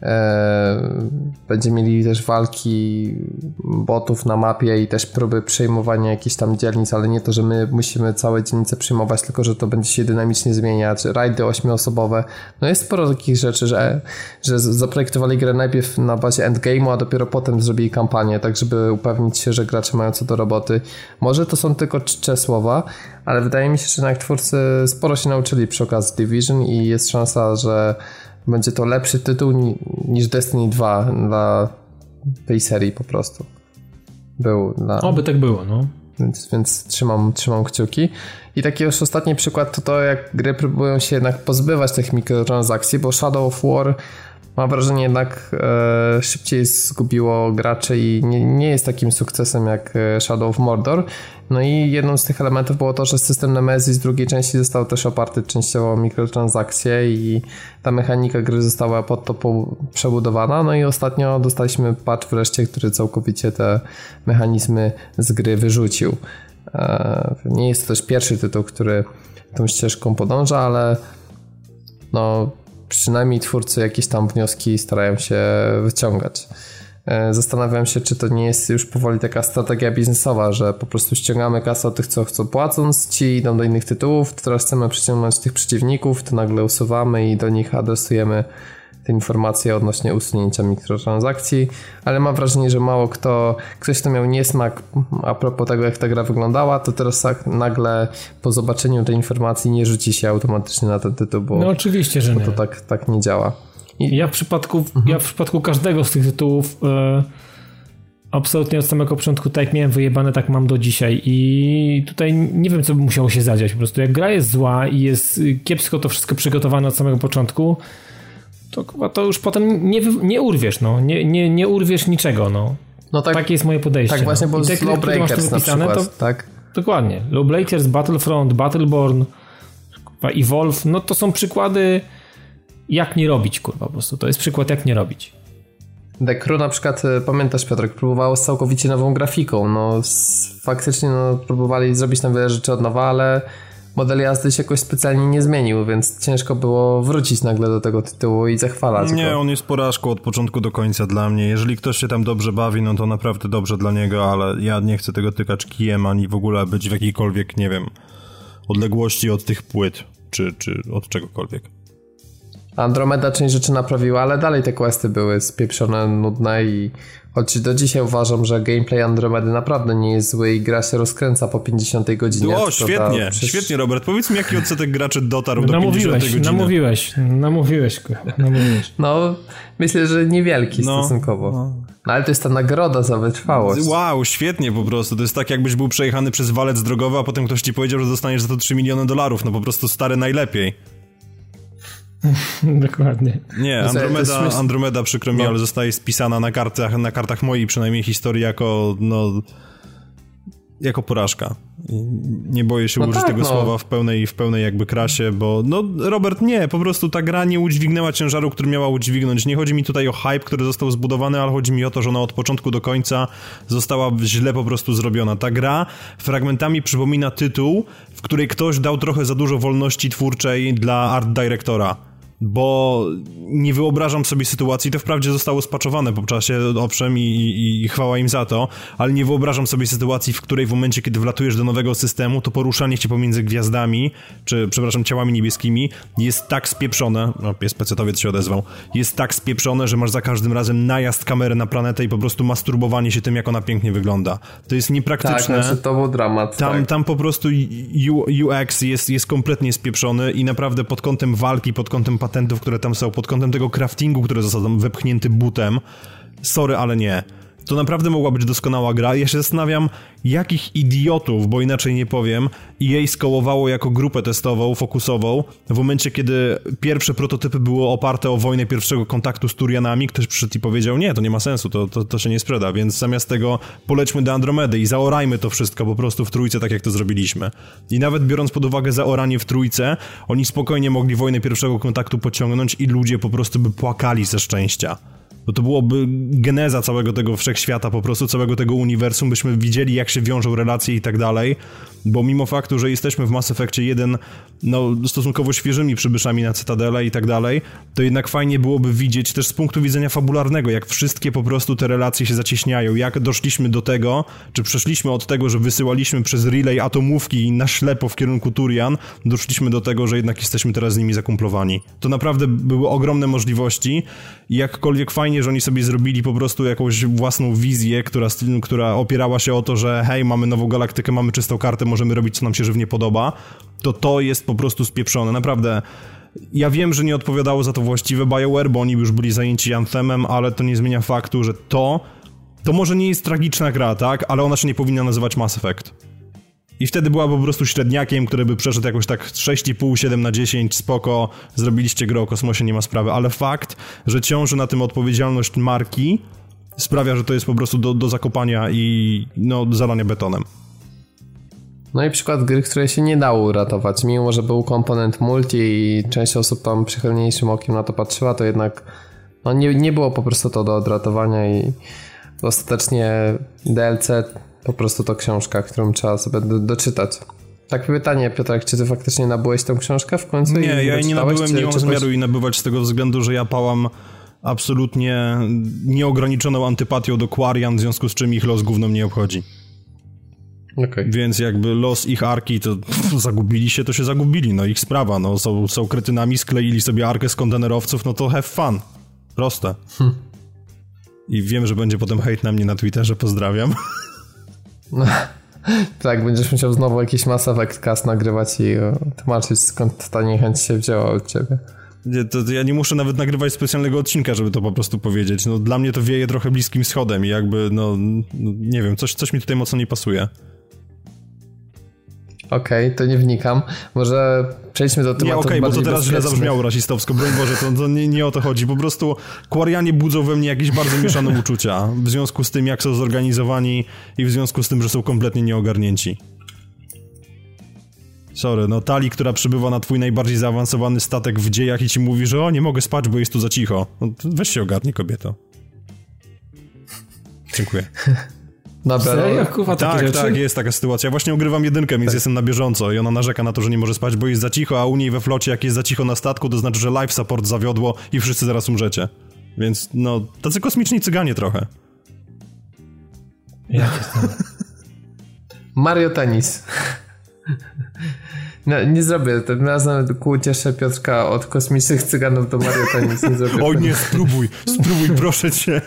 e, będzie mieli też walki botów na mapie i też próby przejmowania jakichś tam dzielnic, ale nie to, że my musimy całe dzielnice przejmować, tylko że to będzie się dynamicznie zmieniać, rajdy ośmioosobowe. No jest sporo takich rzeczy, że, że zaprojektowali grę najpierw na bazie endgame'u, a dopiero potem zrobili kampanię, tak żeby upewnić się, że gracze mają co do roboty. Może to są tylko czcze słowa, ale wydaje mi się, że jednak twórcy sporo się nauczyli przy okazji Division i jest szansa, że będzie to lepszy tytuł niż Destiny dwa dla tej serii po prostu. Był dla... Oby tak było, no. Więc, więc trzymam, trzymam kciuki. I taki już ostatni przykład to to, jak gry próbują się jednak pozbywać tych mikrotransakcji, bo Shadow of War mam wrażenie jednak e, szybciej zgubiło graczy i nie, nie jest takim sukcesem jak Shadow of Mordor. No i jedną z tych elementów było to, że system Nemesis drugiej części został też oparty częściowo o mikrotransakcje i ta mechanika gry została pod to po, przebudowana. No i ostatnio dostaliśmy patch wreszcie, który całkowicie te mechanizmy z gry wyrzucił. E, nie jest to też pierwszy tytuł, który tą ścieżką podąża, ale no przynajmniej twórcy jakieś tam wnioski starają się wyciągać. Zastanawiam się, czy to nie jest już powoli taka strategia biznesowa, że po prostu ściągamy kasę od tych, co chcą płacąc, ci idą do innych tytułów, teraz chcemy przyciągnąć tych przeciwników, to nagle usuwamy i do nich adresujemy te informacje odnośnie usunięcia mikrotransakcji, ale mam wrażenie, że mało kto, ktoś kto miał niesmak a propos tego, jak ta gra wyglądała, to teraz tak nagle po zobaczeniu tej informacji nie rzuci się automatycznie na ten tytuł, bo, no oczywiście, że bo nie. to tak, tak nie działa. I... Ja w przypadku mhm. ja w przypadku każdego z tych tytułów e, absolutnie od samego początku tak jak miałem wyjebane, tak mam do dzisiaj i tutaj nie wiem, co by musiało się zadziać po prostu. Jak gra jest zła i jest kiepsko to wszystko przygotowane od samego początku, to, to już potem nie, nie urwiesz, no. Nie, nie, nie urwiesz niczego, no. no tak, Takie jest moje podejście. Tak właśnie, no. bo z Lawbreakers na przykład, to, tak? Dokładnie. Lawbreakers, Battlefront, Battleborn, Evolve, no to są przykłady jak nie robić, kurwa, po prostu. To jest przykład jak nie robić. The Crew na przykład, pamiętasz Piotrek, próbowało z całkowicie nową grafiką, no z, faktycznie no, próbowali zrobić tam wiele rzeczy od nowa, ale model jazdy się jakoś specjalnie nie zmienił, więc ciężko było wrócić nagle do tego tytułu i zachwalać Nie, go. on jest porażką od początku do końca dla mnie. Jeżeli ktoś się tam dobrze bawi, no to naprawdę dobrze dla niego, ale ja nie chcę tego tykać kijem, ani w ogóle być w jakiejkolwiek, nie wiem, odległości od tych płyt, czy, czy od czegokolwiek. Andromeda część rzeczy naprawiła, ale dalej te questy były spieprzone, nudne i choć do dzisiaj uważam, że gameplay Andromedy naprawdę nie jest zły i gra się rozkręca po pięćdziesiątej godzinie. O, świetnie, ta... świetnie Robert. Powiedz mi, jaki odsetek graczy dotarł do pięćdziesiątej godziny. Namówiłeś, namówiłeś, namówiłeś. No, myślę, że niewielki no, stosunkowo. No. No ale to jest ta nagroda za wytrwałość. Wow, świetnie po prostu. To jest tak, jakbyś był przejechany przez walec drogowy, a potem ktoś ci powiedział, że dostaniesz za to trzy miliony dolarów. No po prostu stary najlepiej. Dokładnie. Nie, Andromeda, Andromeda przykro mi, no. ale zostaje spisana na kartach, na kartach mojej przynajmniej historii jako, no, jako porażka. Nie boję się no użyć tak, tego no. słowa w pełnej, w pełnej jakby krasie, bo no Robert, nie, po prostu ta gra nie udźwignęła ciężaru, który miała udźwignąć. Nie chodzi mi tutaj o hype, który został zbudowany, ale chodzi mi o to, że ona od początku do końca została źle po prostu zrobiona. Ta gra fragmentami przypomina tytuł, w której ktoś dał trochę za dużo wolności twórczej dla art dyrektora. Bo nie wyobrażam sobie sytuacji, to wprawdzie zostało spaczowane po czasie, owszem, i, i, i chwała im za to, ale nie wyobrażam sobie sytuacji, w której w momencie, kiedy wlatujesz do nowego systemu, to poruszanie się pomiędzy gwiazdami, czy, przepraszam, ciałami niebieskimi, jest tak spieprzone, no, jest pecetowiec się odezwał, jest tak spieprzone, że masz za każdym razem najazd kamery na planetę i po prostu masturbowanie się tym, jak ona pięknie wygląda. To jest niepraktyczne. Tak, znaczy to był dramat. Tam, tak. tam po prostu U X jest, jest kompletnie spieprzony i naprawdę pod kątem walki, pod kątem patentów, które tam są, pod kątem tego craftingu, który został tam wepchnięty butem, sorry, ale nie. To naprawdę mogła być doskonała gra. Ja się zastanawiam, jakich idiotów, bo inaczej nie powiem, E A skołowało jako grupę testową, fokusową, w momencie, kiedy pierwsze prototypy były oparte o wojnę pierwszego kontaktu z Turianami, ktoś przyszedł i powiedział, nie, to nie ma sensu, to, to, to się nie sprzeda, więc zamiast tego polećmy do Andromedy i zaorajmy to wszystko po prostu w trójce, tak jak to zrobiliśmy. I nawet biorąc pod uwagę zaoranie w trójce, oni spokojnie mogli wojnę pierwszego kontaktu pociągnąć i ludzie po prostu by płakali ze szczęścia. Bo to byłoby geneza całego tego wszechświata, po prostu całego tego uniwersum, byśmy widzieli, jak się wiążą relacje i tak dalej, bo mimo faktu, że jesteśmy w Mass Effectie jeden, no stosunkowo świeżymi przybyszami na Cytadelę i tak dalej, to jednak fajnie byłoby widzieć też z punktu widzenia fabularnego, jak wszystkie po prostu te relacje się zacieśniają, jak doszliśmy do tego, czy przeszliśmy od tego, że wysyłaliśmy przez relay atomówki na ślepo w kierunku Turian, doszliśmy do tego, że jednak jesteśmy teraz z nimi zakumplowani. To naprawdę były ogromne możliwości i jakkolwiek fajnie, że oni sobie zrobili po prostu jakąś własną wizję, która, która opierała się o to, że hej, mamy nową galaktykę, mamy czystą kartę, możemy robić, co nam się żywnie podoba, to to jest po prostu spieprzone. Naprawdę, ja wiem, że nie odpowiadało za to właściwe BioWare, bo oni już byli zajęci Anthemem, ale to nie zmienia faktu, że to, to może nie jest tragiczna gra, tak? Ale ona się nie powinna nazywać Mass Effect. I wtedy była po prostu średniakiem, który by przeszedł jakoś tak sześć i pół, siedem na dziesięć, spoko, zrobiliście grę o kosmosie, nie ma sprawy, ale fakt, że ciąży na tym odpowiedzialność marki, sprawia, że to jest po prostu do, do zakopania i no, zalania betonem. No i przykład gry, której się nie dało uratować, mimo że był komponent multi i część osób tam przychylniejszym okiem na to patrzyła, to jednak no, nie, nie było po prostu to do odratowania i ostatecznie D L C po prostu to książka, którą trzeba sobie do, doczytać. Tak pytanie, Piotrek, czy ty faktycznie nabyłeś tę książkę w końcu? Nie, ja jej nie nabyłem, czy, nie mam zamiaru jej nabywać z tego względu, że ja pałam absolutnie nieograniczoną antypatią do Quarian, w związku z czym ich los gównem nie obchodzi. Okay. Więc jakby los ich arki, to pff, zagubili się, to się zagubili, no ich sprawa, no są, są kretynami, skleili sobie arkę z kontenerowców, no to have fun. Proste. Hm. I wiem, że będzie potem hejt na mnie na Twitterze, pozdrawiam. No, tak, będziesz musiał znowu jakiś Mass Effect cast nagrywać i o, tłumaczyć, skąd ta niechęć się wzięła od ciebie. Nie, to, to ja nie muszę nawet nagrywać specjalnego odcinka, żeby to po prostu powiedzieć. No, dla mnie to wieje trochę Bliskim Wschodem i jakby, no, no nie wiem, coś, coś mi tutaj mocno nie pasuje. Okej, okay, to nie wnikam. Może przejdźmy do tematu. Nie, okej, okay, bo to teraz źle zabrzmiało rasistowsko, broń Boże, to, to nie, nie o to chodzi. Po prostu Quarianie budzą we mnie jakieś bardzo mieszane uczucia w związku z tym, jak są zorganizowani i w związku z tym, że są kompletnie nieogarnięci. Sorry, no Tali, która przybywa na twój najbardziej zaawansowany statek w dziejach i ci mówi, że o, nie mogę spać, bo jest tu za cicho. No, weź się ogarnij, kobieto. Dziękuję. Dobra, serio? Kurwa, tak, rzeczy? tak, jest taka sytuacja. Ja właśnie ogrywam jedynkę, więc tak. Jestem na bieżąco i ona narzeka na to, że nie może spać, bo jest za cicho, a u niej we flocie, jak jest za cicho na statku, to znaczy, że life support zawiodło i wszyscy zaraz umrzecie. Więc, no, tacy kosmiczni cyganie trochę. Jak jest to? Mario Tennis. No, nie zrobię, tym razem ku ucieszę Piotrka od kosmicznych cyganów do Mario Tennis. Nie zrobię. Oj nie, spróbuj, spróbuj, proszę cię.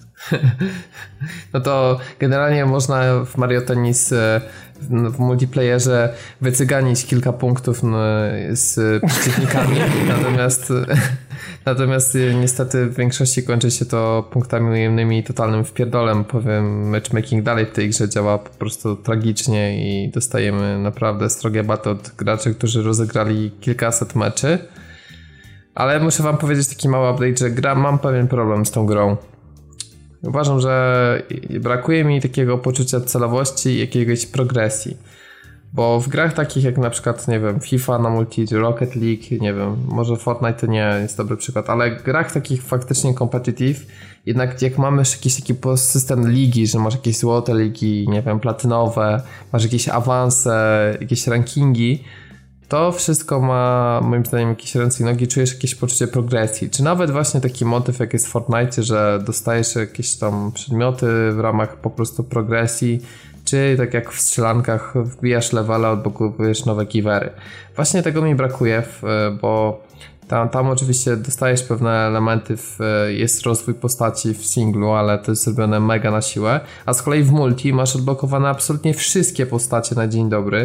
No to generalnie można w Mario Tennis w multiplayerze wycyganić kilka punktów z przeciwnikami, natomiast natomiast niestety w większości kończy się to punktami ujemnymi i totalnym wpierdolem. Powiem, matchmaking dalej w tej grze działa po prostu tragicznie i dostajemy naprawdę srogie baty od graczy, którzy rozegrali kilkaset meczy. Ale muszę wam powiedzieć taki mały update, że gra, mam pewien problem z tą grą. Uważam, że brakuje mi takiego poczucia celowości i jakiegoś progresji. Bo w grach takich jak na przykład, nie wiem, FIFA na multi, Rocket League, nie wiem, może Fortnite to nie jest dobry przykład, ale w grach takich faktycznie competitive, jednak jak mamy jakiś taki system ligi, że masz jakieś złote ligi, nie wiem, platynowe, masz jakieś awanse, jakieś rankingi, to wszystko ma moim zdaniem jakieś ręce i nogi, czujesz jakieś poczucie progresji. Czy nawet właśnie taki motyw jak jest w Fortnite, że dostajesz jakieś tam przedmioty w ramach po prostu progresji, czy tak jak w strzelankach wbijasz levele albo kupujesz nowe givery. Właśnie tego mi brakuje, bo tam, tam oczywiście dostajesz pewne elementy, w, jest rozwój postaci w singlu, ale to jest zrobione mega na siłę, a z kolei w multi masz odblokowane absolutnie wszystkie postacie na dzień dobry.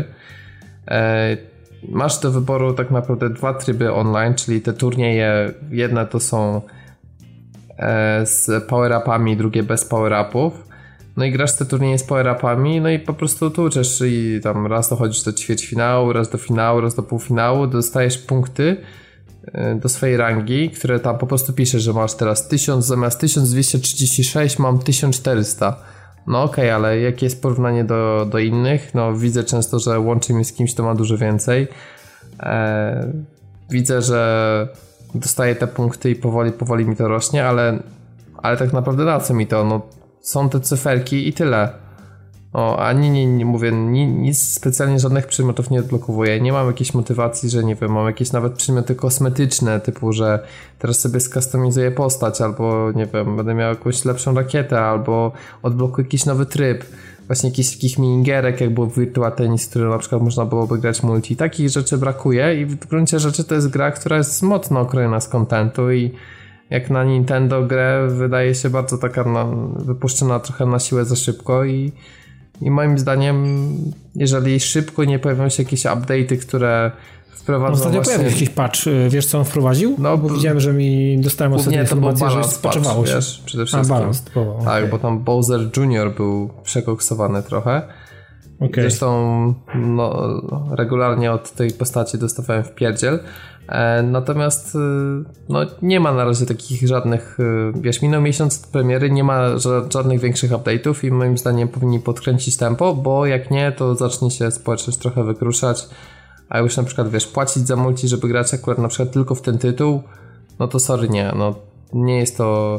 Masz do wyboru tak naprawdę dwa tryby online, czyli te turnieje, jedne to są z power-upami, drugie bez power-upów. No i grasz te turnieje z power-upami, no i po prostu tłuczesz i tam raz dochodzisz do ćwierćfinału, raz do finału, raz do półfinału, dostajesz punkty do swojej rangi, które tam po prostu piszesz, że masz teraz tysiąc, zamiast tysiąc dwieście trzydzieści sześć mam tysiąc czterysta. No okej, okay, ale jakie jest porównanie do, do innych? No widzę często, że łączy mnie z kimś, kto ma dużo więcej. Eee, widzę, że dostaję te punkty i powoli, powoli mi to rośnie, ale ale tak naprawdę na co mi to? No, są te cyferki i tyle. O, ani nie, nie mówię, ni, nic specjalnie żadnych przedmiotów nie odblokowuję. Nie mam jakiejś motywacji, że nie wiem, mam jakieś nawet przedmioty kosmetyczne, typu, że teraz sobie skustomizuję postać, albo nie wiem, będę miał jakąś lepszą rakietę, albo odblokuję jakiś nowy tryb. Właśnie jakichś takich minigierek, jak było w Virtua Tennis, które na przykład można byłoby grać multi. Takich rzeczy brakuje i w gruncie rzeczy to jest gra, która jest mocno okrojona z kontentu i jak na Nintendo grę wydaje się bardzo taka no, wypuszczona trochę na siłę za szybko i, i moim zdaniem jeżeli szybko nie pojawią się jakieś update'y, które wprowadzą no, ostatnio właśnie... pojawił jakiś patch, wiesz co on wprowadził? No bo widziałem, że mi dostałem ostatnio informację, że spaczowało się. Wiesz, przede wszystkim. A, balans, bo, tak, okay. bo tam Bowser junior był przekoksowany trochę. Okay. Zresztą no, regularnie od tej postaci dostawałem w pierdziel. E, natomiast no, nie ma na razie takich żadnych, wiesz, minął miesiąc od premiery, nie ma ża- żadnych większych update'ów i moim zdaniem powinni podkręcić tempo, bo jak nie, to zacznie się społeczność trochę wykruszać, a już na przykład, wiesz, płacić za multi, żeby grać akurat na przykład tylko w ten tytuł, no to sorry, nie, no nie jest to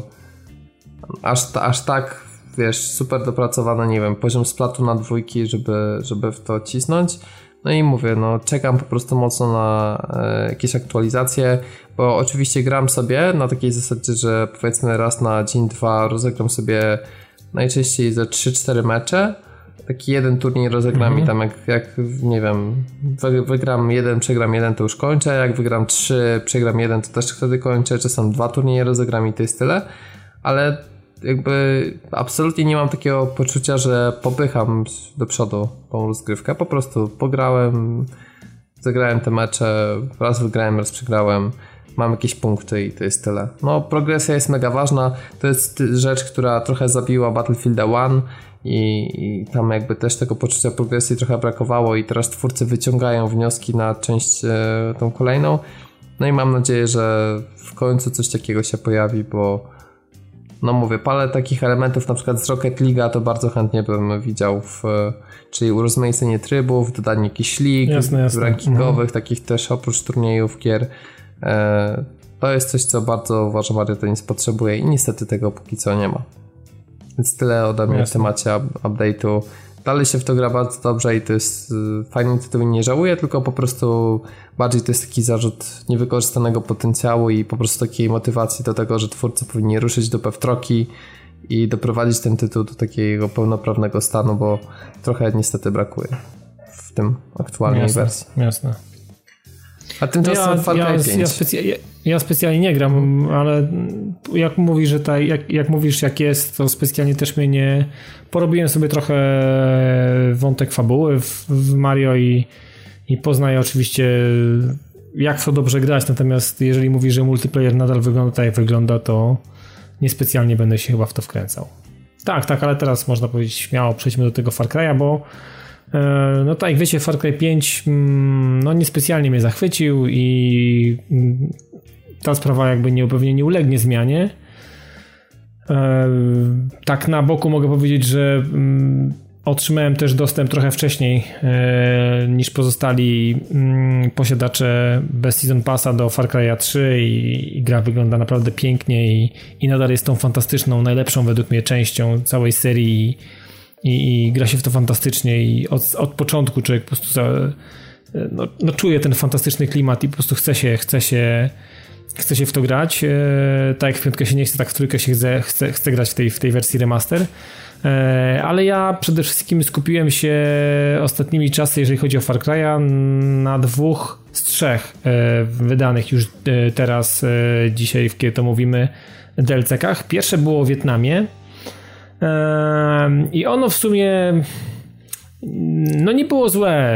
aż, aż tak, wiesz, super dopracowane, nie wiem, poziom Splatoona dwójki, żeby, żeby w to cisnąć. No i mówię, no czekam po prostu mocno na e, jakieś aktualizacje, bo oczywiście gram sobie na takiej zasadzie, że powiedzmy raz na dzień, dwa rozegram sobie najczęściej ze trzy cztery mecze. Taki jeden turniej rozegram mhm. i tam jak, jak nie wiem, wy, wygram jeden, przegram jeden, to już kończę, jak wygram trzy, przegram jeden, to też wtedy kończę, czasem dwa turnieje rozegram i to jest tyle, ale jakby absolutnie nie mam takiego poczucia, że popycham do przodu tą rozgrywkę, po prostu pograłem, zagrałem te mecze, raz wygrałem, raz przegrałem, mam jakieś punkty i to jest tyle. No progresja jest mega ważna, to jest rzecz, która trochę zabiła Battlefield jeden i, i tam jakby też tego poczucia progresji trochę brakowało i teraz twórcy wyciągają wnioski na część e, tą kolejną, no i mam nadzieję, że w końcu coś takiego się pojawi, bo no mówię, parę takich elementów na przykład z Rocket League'a to bardzo chętnie bym widział, w, czyli urozmaicenie trybów, dodanie jakichś lig jasne, jasne. rankingowych, mhm. takich też oprócz turniejów gier. E, to jest coś, co bardzo uważam, Mario Tennis potrzebuje i niestety tego póki co nie ma. Więc tyle ode mnie jasne. W temacie update'u. Dalej się w to gra bardzo dobrze i to jest fajny tytuł i nie żałuję, tylko po prostu bardziej to jest taki zarzut niewykorzystanego potencjału i po prostu takiej motywacji do tego, że twórcy powinni ruszyć do pewtroki i doprowadzić ten tytuł do takiego pełnoprawnego stanu, bo trochę niestety brakuje w tym aktualnej jasne, wersji. Jasne. A tymczasem ja, Far Cry ja, pięć. Ja, specja- ja, ja specjalnie nie gram, ale jak mówisz, że ta, jak, jak mówisz jak jest, to specjalnie też mnie nie... Porobiłem sobie trochę wątek fabuły w, w Mario i, i poznaję oczywiście jak to dobrze grać, natomiast jeżeli mówisz, że multiplayer nadal wygląda tak jak wygląda, to niespecjalnie będę się chyba w to wkręcał. Tak, tak, ale teraz można powiedzieć śmiało przejdźmy do tego Far Cry'a, bo no tak, jak wiecie, Far Cry pięć no niespecjalnie mnie zachwycił i ta sprawa jakby nie, pewnie nie ulegnie zmianie. Tak na boku mogę powiedzieć, że otrzymałem też dostęp trochę wcześniej niż pozostali posiadacze bez Season Passa do Far Cry'a trzy i, i gra wygląda naprawdę pięknie i, i nadal jest tą fantastyczną, najlepszą według mnie częścią całej serii i, i gra się w to fantastycznie i od, od początku człowiek po prostu za, no, no czuje ten fantastyczny klimat i po prostu chce się, chce się, chce się w to grać. E, tak jak w piątkę się nie chce, tak w trójkę się chce, chce, chce grać w tej, w tej wersji remaster. E, ale ja przede wszystkim skupiłem się ostatnimi czasy, jeżeli chodzi o Far Cry'a, na dwóch z trzech e, wydanych już e, teraz, e, dzisiaj, kiedy to mówimy, D L C-kach. Pierwsze było w Wietnamie. I ono w sumie no nie było złe,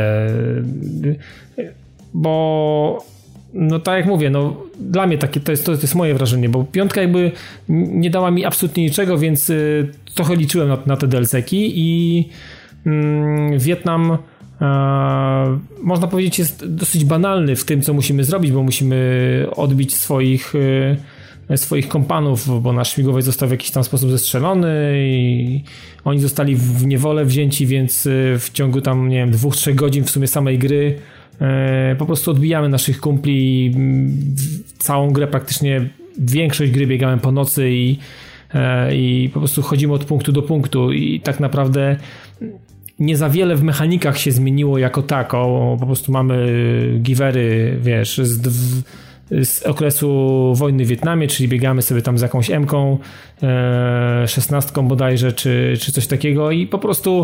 bo no tak jak mówię, no dla mnie takie to jest, to jest moje wrażenie, bo piątka jakby nie dała mi absolutnie niczego, więc trochę liczyłem na, na te D L C-ki i mm, Wietnam e, można powiedzieć jest dosyć banalny w tym, co musimy zrobić, bo musimy odbić swoich e, swoich kompanów, bo nasz śmigłowiec został w jakiś tam sposób zestrzelony i oni zostali w niewolę wzięci, więc w ciągu tam, nie wiem, dwóch, trzech godzin w sumie samej gry e, po prostu odbijamy naszych kumpli. Całą grę, praktycznie większość gry biegałem po nocy i i po prostu chodzimy od punktu do punktu i tak naprawdę nie za wiele w mechanikach się zmieniło jako tako, po prostu mamy givery, wiesz, z, z okresu wojny w Wietnamie, czyli biegamy sobie tam z jakąś emką, szesnastką bodajże, czy, czy coś takiego i po prostu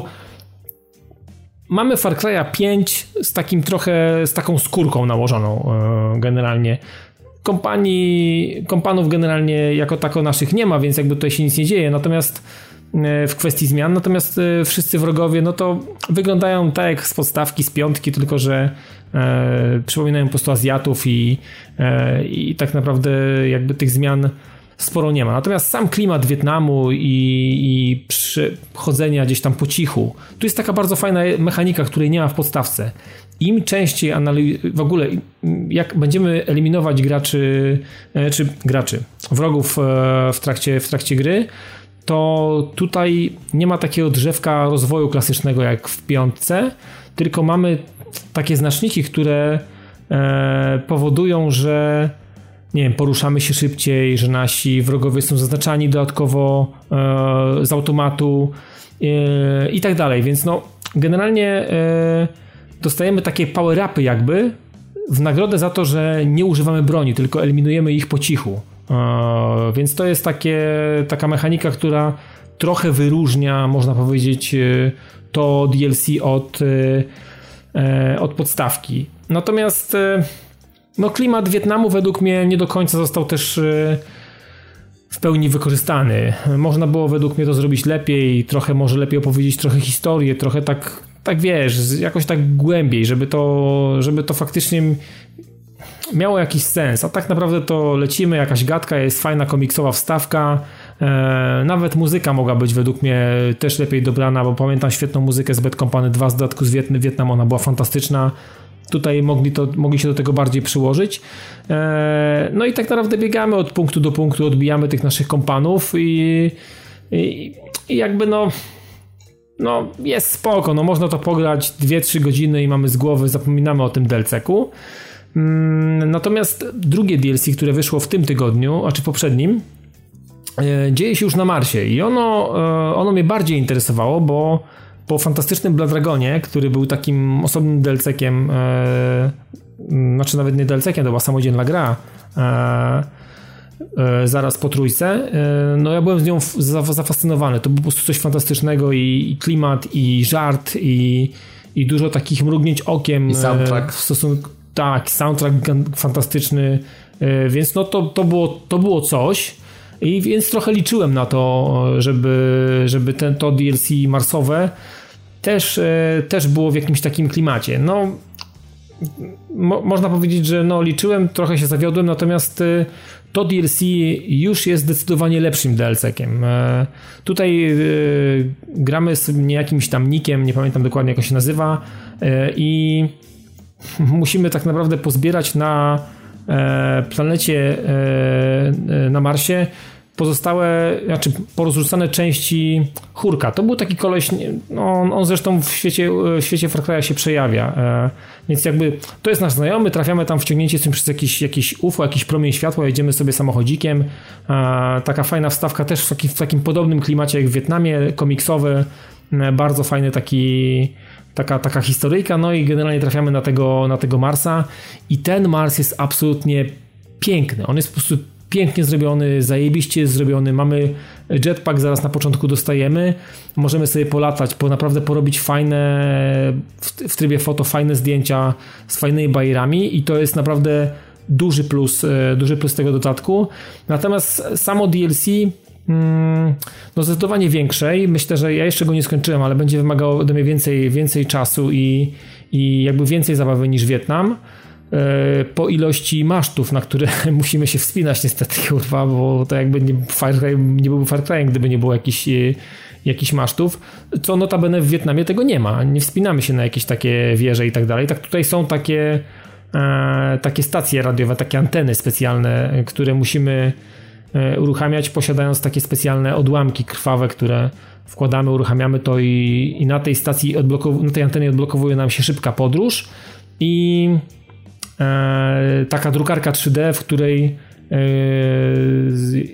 mamy Far Cry'a pięć z takim trochę, z taką skórką nałożoną generalnie. Kompanii, kompanów generalnie jako tako naszych nie ma, więc jakby tutaj się nic nie dzieje, natomiast w kwestii zmian, natomiast wszyscy wrogowie no to wyglądają tak jak z podstawki, z piątki, tylko że e, przypominają po prostu Azjatów i, e, i tak naprawdę jakby tych zmian sporo nie ma. Natomiast sam klimat Wietnamu i, i chodzenia gdzieś tam po cichu, tu jest taka bardzo fajna mechanika, której nie ma w podstawce. Im częściej analiz- w ogóle jak będziemy eliminować graczy, czy graczy, wrogów w trakcie, w trakcie gry, to tutaj nie ma takiego drzewka rozwoju klasycznego jak w piątce, tylko mamy takie znaczniki, które powodują, że nie wiem, poruszamy się szybciej, że nasi wrogowie są zaznaczani dodatkowo z automatu i tak dalej, więc no generalnie dostajemy takie power-upy jakby w nagrodę za to, że nie używamy broni, tylko eliminujemy ich po cichu. Eee, więc to jest takie, taka mechanika, która trochę wyróżnia, można powiedzieć, to D L C od, e, od podstawki. Natomiast e, no, klimat Wietnamu według mnie nie do końca został też e, w pełni wykorzystany. Można było według mnie to zrobić lepiej, trochę może lepiej opowiedzieć trochę historię, trochę tak tak wiesz, jakoś tak głębiej, żeby to, żeby to faktycznie miało jakiś sens, a tak naprawdę to lecimy, jakaś gadka, jest fajna komiksowa wstawka, e, nawet muzyka mogła być według mnie też lepiej dobrana, bo pamiętam świetną muzykę z Bad Company dwa z dodatku z Wietnam, Wietnam, ona była fantastyczna, tutaj mogli, to, mogli się do tego bardziej przyłożyć, e, no i tak naprawdę biegamy od punktu do punktu, odbijamy tych naszych kompanów i, i, i jakby no no jest spoko, no można to pograć dwie trzy godziny i mamy z głowy, zapominamy o tym D L C-ku. Natomiast drugie D L C, które wyszło w tym tygodniu, a czy poprzednim, dzieje się już na Marsie i ono, ono mnie bardziej interesowało, bo po fantastycznym Blood Dragonie, który był takim osobnym D L C-kiem, znaczy nawet nie D L C-kiem, to była samodzielna gra, zaraz po trójce, no ja byłem z nią zafascynowany, to było po prostu coś fantastycznego i, i klimat, i żart, i, i dużo takich mrugnięć okiem. I soundtrack. W stosunku, tak, soundtrack fantastyczny, więc no to, to, było, to było coś i więc trochę liczyłem na to, żeby, żeby ten, to D L C marsowe też, też było w jakimś takim klimacie. No mo, można powiedzieć, że no liczyłem, trochę się zawiodłem, natomiast to D L C już jest zdecydowanie lepszym D L C-kiem. Tutaj gramy z jakimś tam nikiem, nie pamiętam dokładnie jak on się nazywa, i musimy tak naprawdę pozbierać na planecie na Marsie pozostałe, znaczy porozrzucane części chórka. To był taki koleś, no, on zresztą w świecie, w świecie Far Cry'a się przejawia, e, więc jakby to jest nasz znajomy, trafiamy tam wciągnięci jesteśmy przez jakiś, jakiś U F O, jakiś promień światła, jedziemy sobie samochodzikiem, e, taka fajna wstawka też w, taki, w takim podobnym klimacie jak w Wietnamie, komiksowy, e, bardzo fajny taki taka, taka historyjka, no i generalnie trafiamy na tego, na tego Marsa i ten Mars jest absolutnie piękny, on jest po prostu pięknie zrobiony, zajebiście jest zrobiony, mamy jetpack, zaraz na początku dostajemy, możemy sobie polatać, po naprawdę porobić fajne, w, w trybie foto, fajne zdjęcia z fajnymi bajerami i to jest naprawdę duży plus, duży plus tego dodatku. Natomiast samo D L C mm, no zdecydowanie większej, myślę, że ja jeszcze go nie skończyłem, ale będzie wymagało ode mnie więcej, więcej czasu i, i jakby więcej zabawy niż Wietnam. Po ilości masztów, na które musimy się wspinać niestety, kurwa, bo to jakby nie, Far Cry, nie byłby Far Cry, gdyby nie było jakichś jakichś masztów, co notabene w Wietnamie tego nie ma, nie wspinamy się na jakieś takie wieże i tak dalej, tak tutaj są takie e, takie stacje radiowe, takie anteny specjalne, które musimy e, uruchamiać, posiadając takie specjalne odłamki krwawe, które wkładamy, uruchamiamy to i, i na tej stacji odblokow- na tej antenie odblokowuje nam się szybka podróż i E, taka drukarka trzy D, w której e, z,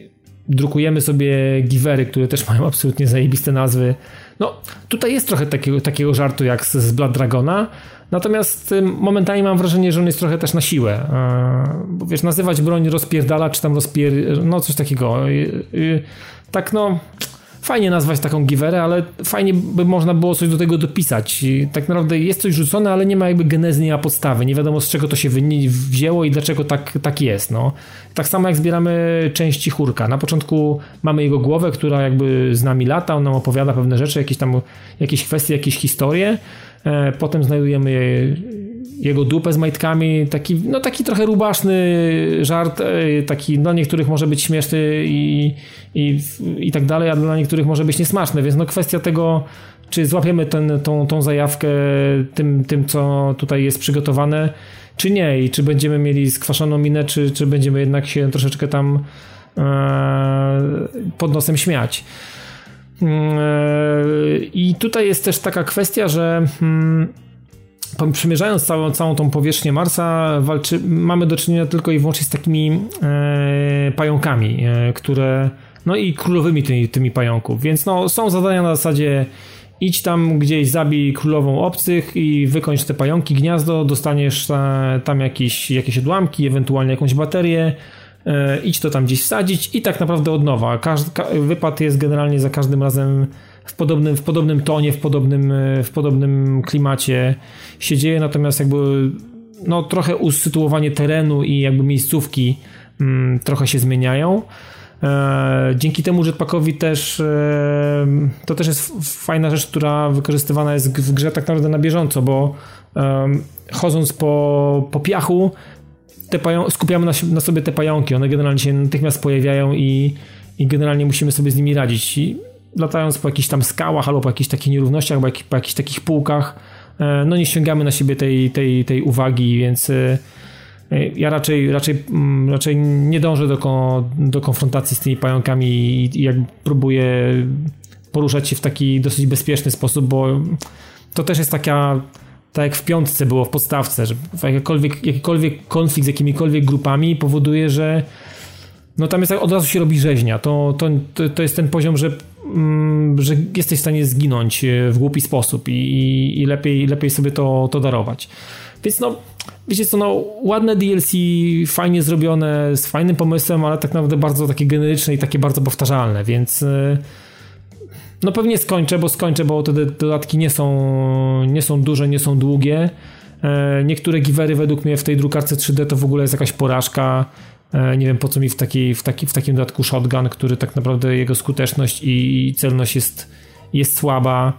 drukujemy sobie givery, które też mają absolutnie zajebiste nazwy. No, tutaj jest trochę takiego, takiego żartu jak z, z Blood Dragona, natomiast momentami mam wrażenie, że on jest trochę też na siłę. Bo wiesz, nazywać broń rozpierdala, czy tam rozpier... no coś takiego. Tak no... Fajnie nazwać taką giwerę, ale fajnie by można było coś do tego dopisać. I tak naprawdę jest coś rzucone, ale nie ma jakby genezy, nie ma podstawy. Nie wiadomo z czego to się wzięło i dlaczego tak, tak jest. No. Tak samo jak zbieramy części chórka. Na początku mamy jego głowę, która jakby z nami lata, on nam opowiada pewne rzeczy, jakieś tam jakieś kwestie, jakieś historie. E, potem znajdujemy je, jego dupę z majtkami, taki, no taki trochę rubaszny żart, taki dla niektórych może być śmieszny i, i, i tak dalej, a dla niektórych może być niesmaczny, więc no kwestia tego, czy złapiemy ten, tą, tą zajawkę tym, tym, co tutaj jest przygotowane, czy nie, i czy będziemy mieli skwaszoną minę, czy, czy będziemy jednak się troszeczkę tam e, pod nosem śmiać. I tutaj jest też taka kwestia, że hmm, przymierzając całą, całą tą powierzchnię Marsa, walczy, mamy do czynienia tylko i wyłącznie z takimi e, pająkami, e, które, no i królowymi tymi, tymi pająków, więc no, są zadania na zasadzie idź tam gdzieś, zabij królową obcych i wykończ te pająki, gniazdo, dostaniesz ta, tam jakieś, jakieś odłamki, ewentualnie jakąś baterię, e, idź to tam gdzieś wsadzić i tak naprawdę od nowa. Każdy, ka, wypad jest generalnie za każdym razem w podobnym, w podobnym tonie, w podobnym, w podobnym klimacie się dzieje, natomiast jakby no trochę usytuowanie terenu i jakby miejscówki mm, trochę się zmieniają. E, dzięki temu jetpackowi też e, to też jest fajna rzecz, która wykorzystywana jest w grze tak naprawdę na bieżąco, bo e, chodząc po, po piachu te pają- skupiamy na, na sobie te pająki, one generalnie się natychmiast pojawiają i, i generalnie musimy sobie z nimi radzić. I latając po jakichś tam skałach albo po jakichś takich nierównościach, albo po jakichś takich półkach, no nie ściągamy na siebie tej, tej, tej uwagi, więc ja raczej, raczej, raczej nie dążę do, do konfrontacji z tymi pająkami i, i jak próbuję poruszać się w taki dosyć bezpieczny sposób, bo to też jest taka, tak jak w piątce było w podstawce, że jakikolwiek, jakikolwiek konflikt z jakimikolwiek grupami powoduje, że no tam jest, od razu się robi rzeźnia. To, to, to jest ten poziom, że, mm, że jesteś w stanie zginąć w głupi sposób i, i lepiej, lepiej sobie to, to darować. Więc no, wiecie co, no ładne D L C, fajnie zrobione, z fajnym pomysłem, ale tak naprawdę bardzo takie generyczne i takie bardzo powtarzalne, więc no pewnie skończę, bo skończę, bo te dodatki nie są, nie są duże, nie są długie. Niektóre givery według mnie w tej drukarce trzy D to w ogóle jest jakaś porażka. Nie wiem po co mi w, takiej, w, taki, w takim dodatku shotgun, który tak naprawdę jego skuteczność i celność jest, jest słaba.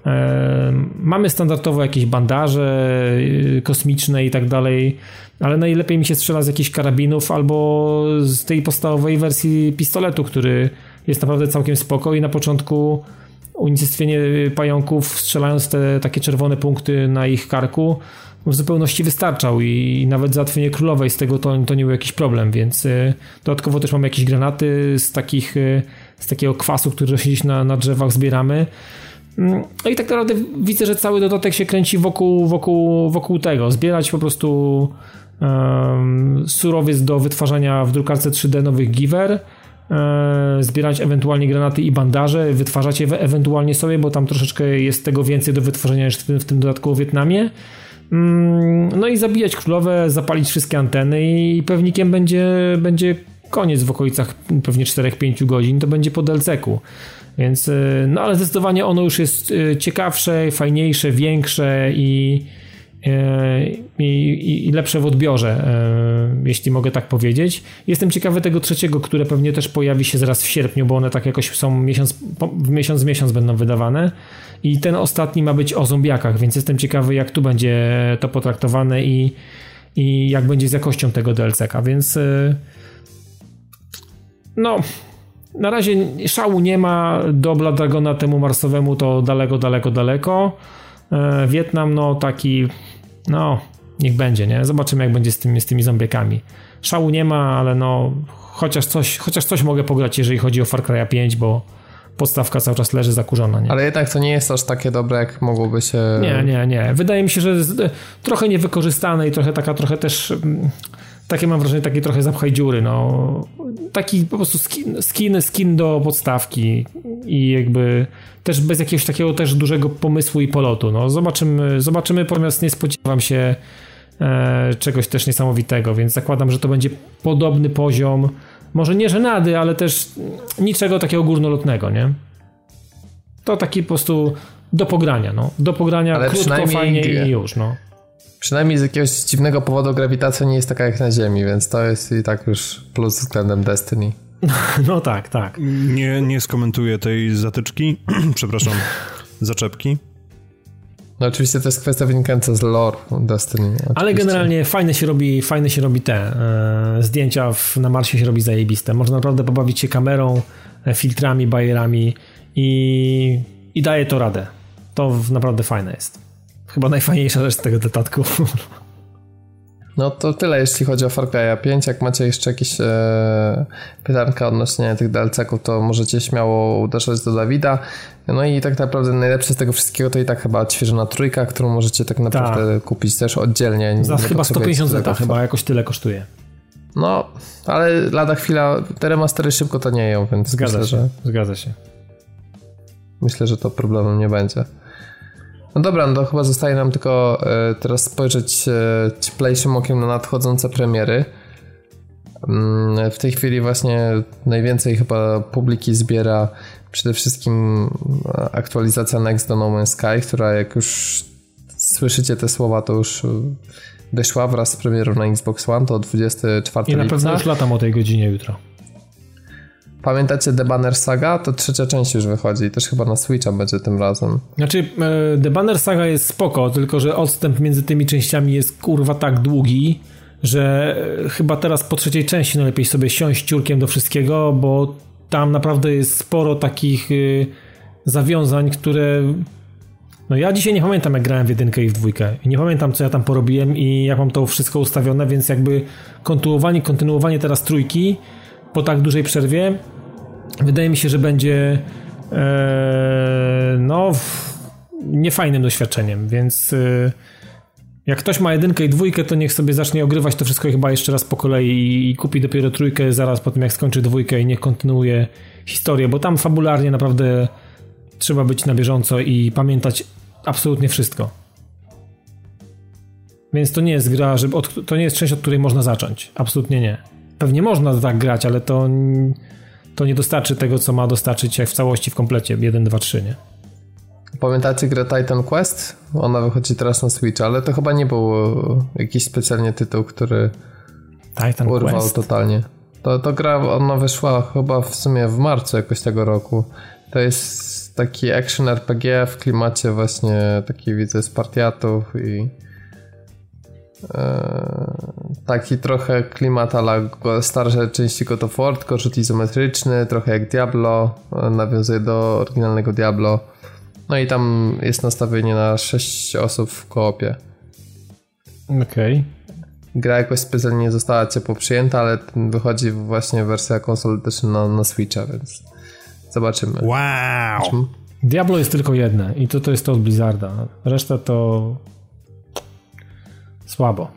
Mamy standardowo jakieś bandaże kosmiczne i tak dalej, ale najlepiej mi się strzela z jakichś karabinów albo z tej podstawowej wersji pistoletu, który jest naprawdę całkiem spoko i na początku unicestwienie pająków, strzelając te takie czerwone punkty na ich karku, w zupełności wystarczał i nawet załatwienie królowej z tego to, to nie był jakiś problem, więc y, dodatkowo też mamy jakieś granaty z takich y, z takiego kwasu, który gdzieś na, na drzewach zbieramy. No i tak naprawdę widzę, że cały dodatek się kręci wokół, wokół, wokół tego. Zbierać po prostu um, surowiec do wytwarzania w drukarce trzy D nowych giver, um, zbierać ewentualnie granaty i bandaże, wytwarzać je ewentualnie sobie, bo tam troszeczkę jest tego więcej do wytworzenia niż w tym, w tym dodatku o Wietnamie. No i zabijać królowę, zapalić wszystkie anteny i pewnikiem będzie, będzie koniec w okolicach pewnie cztery do pięciu godzin, to będzie po D L C-ku. Więc, no ale zdecydowanie ono już jest ciekawsze, fajniejsze, większe i, i, i lepsze w odbiorze, jeśli mogę tak powiedzieć. Jestem ciekawy tego trzeciego, które pewnie też pojawi się zaraz w sierpniu, bo one tak jakoś są miesiąc, w miesiąc w miesiąc będą wydawane. I ten ostatni ma być o zombiakach, więc jestem ciekawy, jak tu będzie to potraktowane i, i jak będzie z jakością tego D L C-ka, więc no na razie szału nie ma. Do Blood Dragona temu marsowemu to daleko, daleko, daleko. Wietnam no taki no niech będzie, nie? Zobaczymy jak będzie z tymi, z tymi zombiakami. Szału nie ma, ale no chociaż coś, chociaż coś mogę pograć, jeżeli chodzi o Far Cry'a pięć, bo podstawka cały czas leży zakurzona. Nie? Ale jednak to nie jest aż takie dobre, jak mogłoby się... Nie, nie, nie. Wydaje mi się, że trochę niewykorzystane i trochę taka, trochę też... Takie mam wrażenie, takie trochę zapchaj dziury. No. taki po prostu skin, skin, skin do podstawki i jakby też bez jakiegoś takiego też dużego pomysłu i polotu. No, zobaczymy, zobaczymy, natomiast nie spodziewam się e, czegoś też niesamowitego, więc zakładam, że to będzie podobny poziom, może nie żenady, ale też niczego takiego górnolotnego, nie? To taki po prostu do pogrania, no. Do pogrania ale krótko, fajnie i już, no. Przynajmniej z jakiegoś dziwnego powodu grawitacja nie jest taka jak na Ziemi, więc to jest i tak już plus względem Destiny. No tak, tak. Nie, nie skomentuję tej zatyczki, przepraszam, zaczepki. No oczywiście to jest kwestia wynikająca z lore Destiny. Oczywiście. Ale generalnie fajne się robi, fajne się robi te e, zdjęcia w, na Marsie się robi zajebiste. Można naprawdę pobawić się kamerą, e, filtrami, bajerami i, i daje to radę. To w, naprawdę fajne jest. Chyba najfajniejsza rzecz z tego dodatku. No to tyle, jeśli chodzi o Far Cry'a pięć. Jak macie jeszcze jakieś e, pytanka odnośnie tych D L C-ków, to możecie śmiało uderzać do Dawida. No i tak naprawdę najlepsze z tego wszystkiego to i tak chyba odświeżona trójka, którą możecie tak naprawdę Ta. kupić też oddzielnie. Za chyba sto pięćdziesiąt zeta, chyba jakoś tyle kosztuje. No, ale lada chwila, te remastery szybko tanieją, więc Zgadza myślę, się. że... Zgadza się. Myślę, że to problemem nie będzie. No dobra, no to chyba zostaje nam tylko e, teraz spojrzeć e, cieplejszym okiem na nadchodzące premiery. Mm, w tej chwili właśnie najwięcej chyba publiki zbiera przede wszystkim aktualizacja Next do No Man's Sky, która jak już słyszycie te słowa, to już wyszła wraz z premierą na Xbox One, to dwudziestego czwartego lipca. I na pewno już latam o tej godzinie jutro. Pamiętacie The Banner Saga? To trzecia część już wychodzi. Też chyba na Switcha będzie tym razem. Znaczy The Banner Saga jest spoko, tylko że odstęp między tymi częściami jest kurwa tak długi, że chyba teraz po trzeciej części najlepiej sobie siąść ciurkiem do wszystkiego, bo tam naprawdę jest sporo takich y, zawiązań, które... No ja dzisiaj nie pamiętam, jak grałem w jedynkę i w dwójkę. I nie pamiętam, co ja tam porobiłem i jak mam to wszystko ustawione, więc jakby kontynuowanie, kontynuowanie teraz trójki po tak dużej przerwie wydaje mi się, że będzie e, no niefajnym doświadczeniem, więc e, jak ktoś ma jedynkę i dwójkę, to niech sobie zacznie ogrywać to wszystko chyba jeszcze raz po kolei i, i kupi dopiero trójkę zaraz po tym, jak skończy dwójkę i niech kontynuuje historię, bo tam fabularnie naprawdę trzeba być na bieżąco i pamiętać absolutnie wszystko. Więc to nie jest gra, że od, to nie jest część, od której można zacząć. Absolutnie nie. Pewnie można tak grać, ale to, to nie dostarczy tego, co ma dostarczyć jak w całości, w komplecie jeden, dwa, trzy, nie? Pamiętacie grę Titan Quest? Ona wychodzi teraz na Switch, ale to chyba nie był jakiś specjalnie tytuł, który Titan urwał Quest. totalnie. To, to gra, ona wyszła chyba w sumie w marcu jakoś tego roku. To jest taki action R P G w klimacie właśnie taki, widzę, Spartiatów i taki trochę klimat ala starsze części God of War, tylko rzut izometryczny, trochę jak Diablo, nawiązuje do oryginalnego Diablo. No i tam jest nastawienie na sześć osób w koopie. Okej. Okay. Gra jakoś specjalnie nie została ciepło przyjęta, ale wychodzi właśnie wersja konsol też na, na Switcha, więc zobaczymy. Wow! Czym? Diablo jest tylko jedne i to, to jest to od Blizzarda. Reszta to słabo.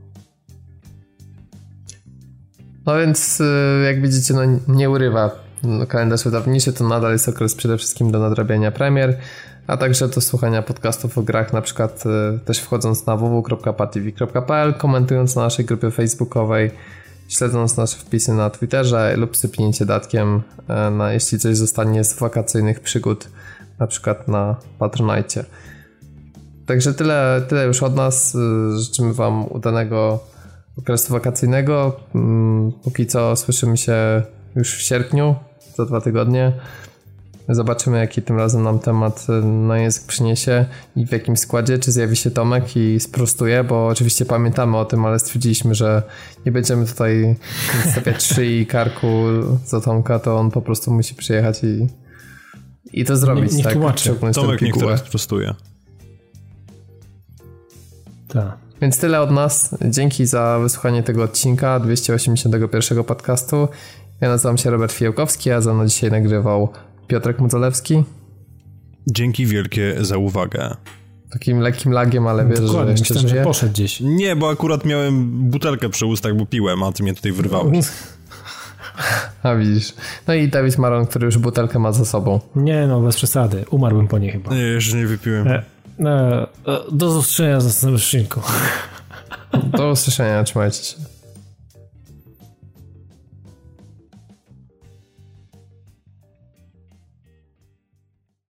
No więc jak widzicie, no nie urywa kalendarz wydawniczy, to nadal jest okres przede wszystkim do nadrabiania premier, a także do słuchania podcastów o grach, na przykład też wchodząc na w w w kropka patv kropka p l, komentując na naszej grupie facebookowej, śledząc nasze wpisy na Twitterze lub sypnięcie datkiem, na, jeśli coś zostanie z wakacyjnych przygód, na przykład na Patronite. Także tyle, tyle już od nas. Życzymy wam udanego okresu wakacyjnego. Póki co słyszymy się już w sierpniu, za dwa tygodnie. Zobaczymy, jaki tym razem nam temat na język przyniesie i w jakim składzie, czy zjawi się Tomek i sprostuje, bo oczywiście pamiętamy o tym, ale stwierdziliśmy, że nie będziemy tutaj stawiać szyi i karku za Tomka, to on po prostu musi przyjechać i, i to zrobić. Nie, nie tak? Tomek niech teraz sprostuje. Tak. Więc tyle od nas. Dzięki za wysłuchanie tego odcinka dwieście osiemdziesiątego pierwszego podcastu. Ja nazywam się Robert Fijałkowski, a za mną dzisiaj nagrywał Piotrek Mudzolewski. Dzięki wielkie za uwagę. Takim lekkim lagiem, ale wiesz, że jeszcze myślałem, żyje. że poszedł gdzieś. Nie, bo akurat miałem butelkę przy ustach, bo piłem, a ty mnie tutaj wyrwałeś. A widzisz. No i David Maron, który już butelkę ma za sobą. Nie no, bez przesady. Umarłbym po niej chyba. Nie, jeszcze nie wypiłem. E, e, do zobaczenia za następnym odcinku. Do usłyszenia, trzymajcie się.